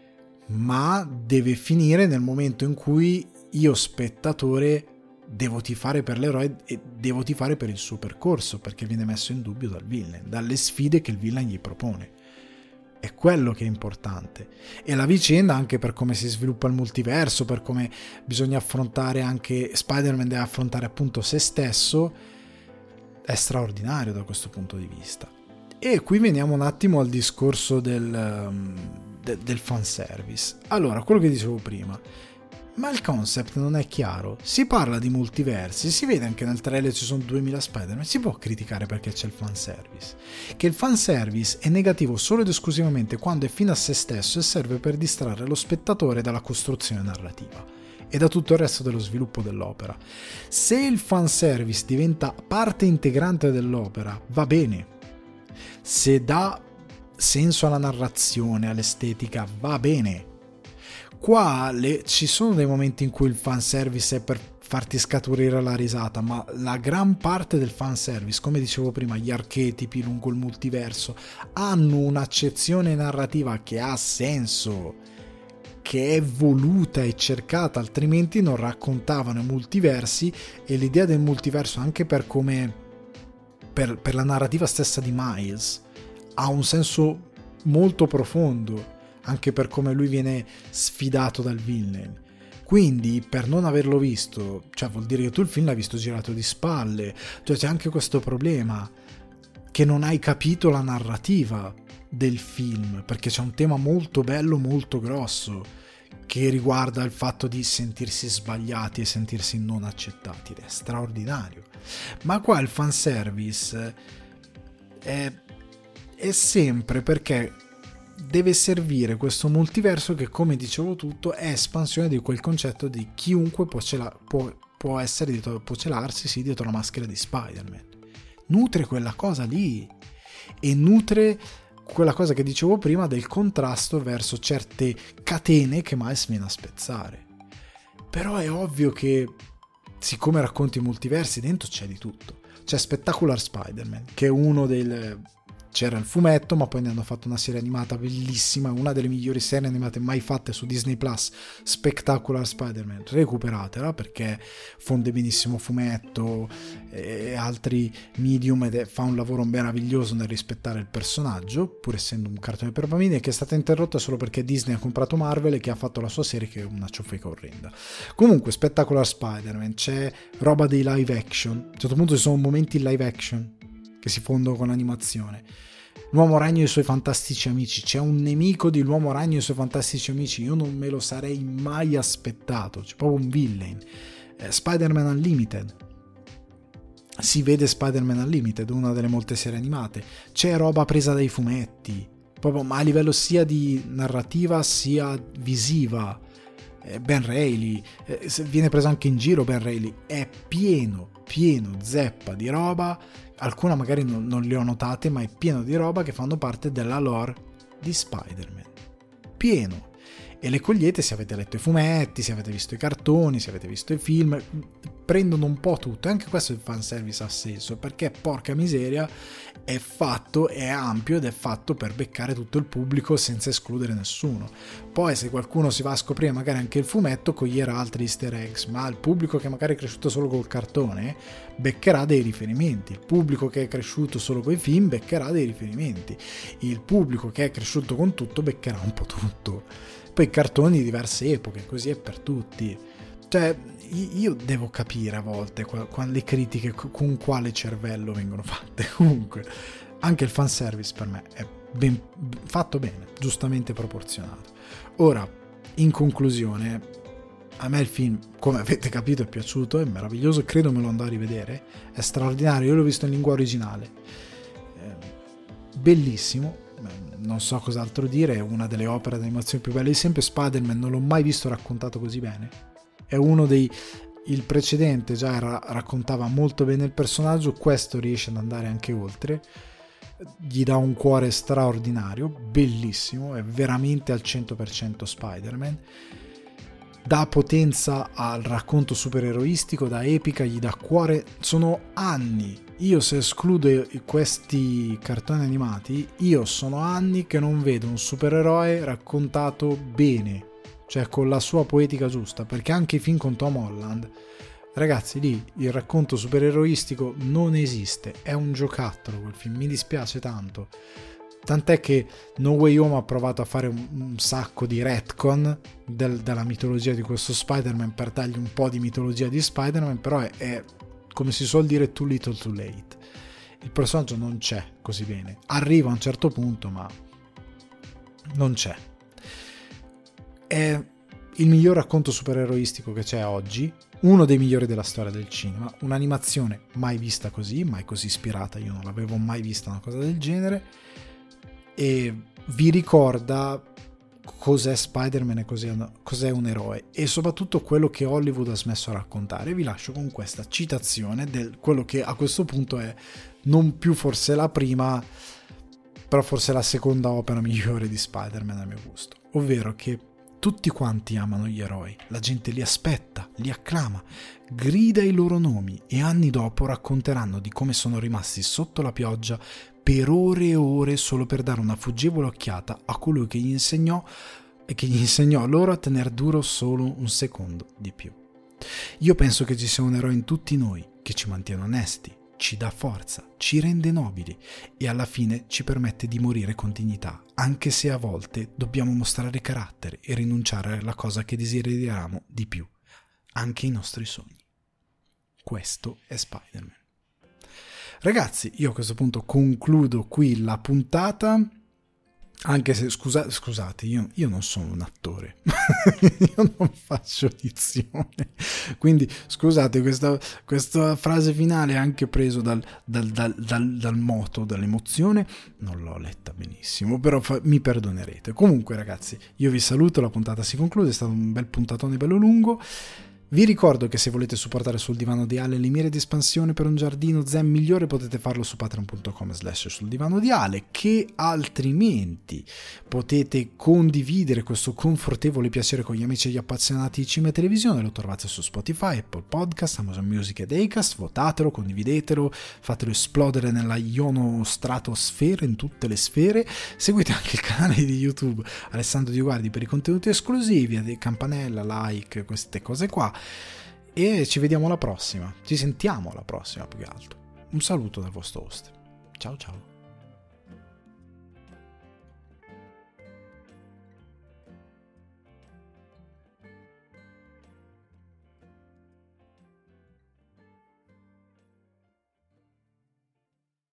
Ma deve finire nel momento in cui io spettatore devo tifare per l'eroe e devo tifare per il suo percorso, perché viene messo in dubbio dal villain, dalle sfide che il villain gli propone. È quello che è importante. E la vicenda, anche per come si sviluppa il multiverso, per come bisogna affrontare, anche Spider-Man deve affrontare appunto se stesso, è straordinario da questo punto di vista. E qui veniamo un attimo al discorso del fanservice. Allora, quello che dicevo prima, ma il concept non è chiaro. Si parla di multiversi, si vede anche nel trailer ci sono 2000 Spider-Man, si può criticare perché c'è il fanservice. Che il fanservice è negativo solo ed esclusivamente quando è fine a se stesso e serve per distrarre lo spettatore dalla costruzione narrativa e da tutto il resto dello sviluppo dell'opera. Se il fanservice diventa parte integrante dell'opera, va bene. Se dà senso alla narrazione, all'estetica, va bene. Qua ci sono dei momenti in cui il fanservice è per farti scaturire la risata, ma la gran parte del fanservice, come dicevo prima, gli archetipi lungo il multiverso hanno un'accezione narrativa che ha senso, che è voluta e cercata, altrimenti non raccontavano i multiversi. E l'idea del multiverso, anche per come per la narrativa stessa di Miles, ha un senso molto profondo, anche per come lui viene sfidato dal villain. Quindi, per non averlo visto, cioè vuol dire che tu il film l'hai visto girato di spalle, cioè c'è anche questo problema che non hai capito la narrativa del film, perché c'è un tema molto bello, molto grosso, che riguarda il fatto di sentirsi sbagliati e sentirsi non accettati, ed è straordinario. Ma qua il fanservice è sempre perché deve servire questo multiverso che, come dicevo tutto, è espansione di quel concetto di chiunque può celarsi sì, dietro la maschera di Spider-Man. Nutre quella cosa lì e nutre quella cosa che dicevo prima del contrasto verso certe catene che Miles viene a spezzare. Però è ovvio che, siccome racconti multiversi, dentro c'è di tutto. C'è Spectacular Spider-Man, che è uno c'era il fumetto, ma poi ne hanno fatto una serie animata bellissima, una delle migliori serie animate mai fatte su Disney Plus, Spectacular Spider-Man. Recuperatela perché fonde benissimo fumetto e altri medium ed fa un lavoro meraviglioso nel rispettare il personaggio, pur essendo un cartone per bambini, che è stata interrotta solo perché Disney ha comprato Marvel e che ha fatto la sua serie, che è una ciofeca orrenda. Comunque Spectacular Spider-Man, c'è roba dei live action, a un certo punto ci sono momenti in live action che si fondono con l'animazione. L'Uomo Ragno e i suoi fantastici amici, c'è un nemico di l'Uomo Ragno e i suoi fantastici amici, io non me lo sarei mai aspettato, c'è proprio un villain. Spider-Man Unlimited, si vede Spider-Man Unlimited, una delle molte serie animate, c'è roba presa dai fumetti, proprio, ma a livello sia di narrativa sia visiva. Ben Reilly, viene preso anche in giro Ben Reilly, è pieno zeppa di roba, alcune magari non le ho notate, ma è pieno di roba che fanno parte della lore di Spider-Man, pieno. E le cogliete se avete letto i fumetti, se avete visto i cartoni, se avete visto i film, prendono un po' tutto, e anche questo il fanservice ha senso, perché porca miseria è fatto, è ampio ed è fatto per beccare tutto il pubblico senza escludere nessuno. Poi se qualcuno si va a scoprire magari anche il fumetto, coglierà altri easter eggs, ma il pubblico che magari è cresciuto solo col cartone beccherà dei riferimenti, il pubblico che è cresciuto solo con i film beccherà dei riferimenti, il pubblico che è cresciuto con tutto beccherà un po' tutto. Poi cartoni di diverse epoche, così è per tutti. Cioè, io devo capire a volte le critiche con quale cervello vengono fatte. Comunque, anche il fanservice per me è fatto bene, giustamente proporzionato. Ora, in conclusione, a me il film, come avete capito, è piaciuto, è meraviglioso, credo me lo andrò a rivedere, è straordinario, io l'ho visto in lingua originale. Bellissimo. Non so cos'altro dire, è una delle opere d'animazione più belle di sempre. Spider-Man non l'ho mai visto raccontato così bene, è uno dei... il precedente già raccontava molto bene il personaggio, questo riesce ad andare anche oltre, gli dà un cuore straordinario, bellissimo, è veramente al 100% Spider-Man, dà potenza al racconto supereroistico, dà epica, gli dà cuore. Sono anni, io se escludo questi cartoni animati, io sono anni che non vedo un supereroe raccontato bene, cioè con la sua poetica giusta, perché anche i film con Tom Holland, ragazzi, lì il racconto supereroistico non esiste, è un giocattolo quel film, mi dispiace tanto. Tant'è che No Way Home ha provato a fare un sacco di retcon della mitologia di questo Spider-Man per dargli un po' di mitologia di Spider-Man, però è come si suol dire too little too late. Il personaggio non c'è così bene, arriva a un certo punto ma non c'è. È il miglior racconto supereroistico che c'è oggi, uno dei migliori della storia del cinema, un'animazione mai vista così, mai così ispirata, io non l'avevo mai vista una cosa del genere, e vi ricorda cos'è Spider-Man e cos'è un eroe, e soprattutto quello che Hollywood ha smesso a raccontare. Vi lascio con questa citazione del quello che a questo punto è non più forse la prima, però forse la seconda opera migliore di Spider-Man a mio gusto, ovvero che tutti quanti amano gli eroi, la gente li aspetta, li acclama, grida i loro nomi e anni dopo racconteranno di come sono rimasti sotto la pioggia per ore e ore solo per dare una fuggevole occhiata a colui che gli insegnò loro a tener duro solo un secondo di più. Io penso che ci sia un eroe in tutti noi che ci mantiene onesti, ci dà forza, ci rende nobili e alla fine ci permette di morire con dignità, anche se a volte dobbiamo mostrare carattere e rinunciare alla cosa che desideriamo di più, anche i nostri sogni. Questo è Spider-Man. Ragazzi, io a questo punto concludo qui la puntata, anche se scusate, io non sono un attore, io non faccio dizione, quindi scusate, questa frase finale è anche preso dal moto, dall'emozione, non l'ho letta benissimo, però mi perdonerete. Comunque ragazzi, io vi saluto, la puntata si conclude, è stato un bel puntatone bello lungo. Vi ricordo che se volete supportare Sul Divano di Ale le mire di espansione per un giardino zen migliore potete farlo su patreon.com/Sul Divano di Ale, che altrimenti potete condividere questo confortevole piacere con gli amici e gli appassionati di cinema e televisione. Lo trovate su Spotify, Apple Podcast, Amazon Music ed Acast. Votatelo, condividetelo, fatelo esplodere nella ionostratosfera, in tutte le sfere. Seguite anche il canale di YouTube Alessandro Di Guardi per i contenuti esclusivi, campanella, like, queste cose qua. E ci vediamo alla prossima, ci sentiamo alla prossima più che altro. Un saluto dal vostro host. Ciao ciao.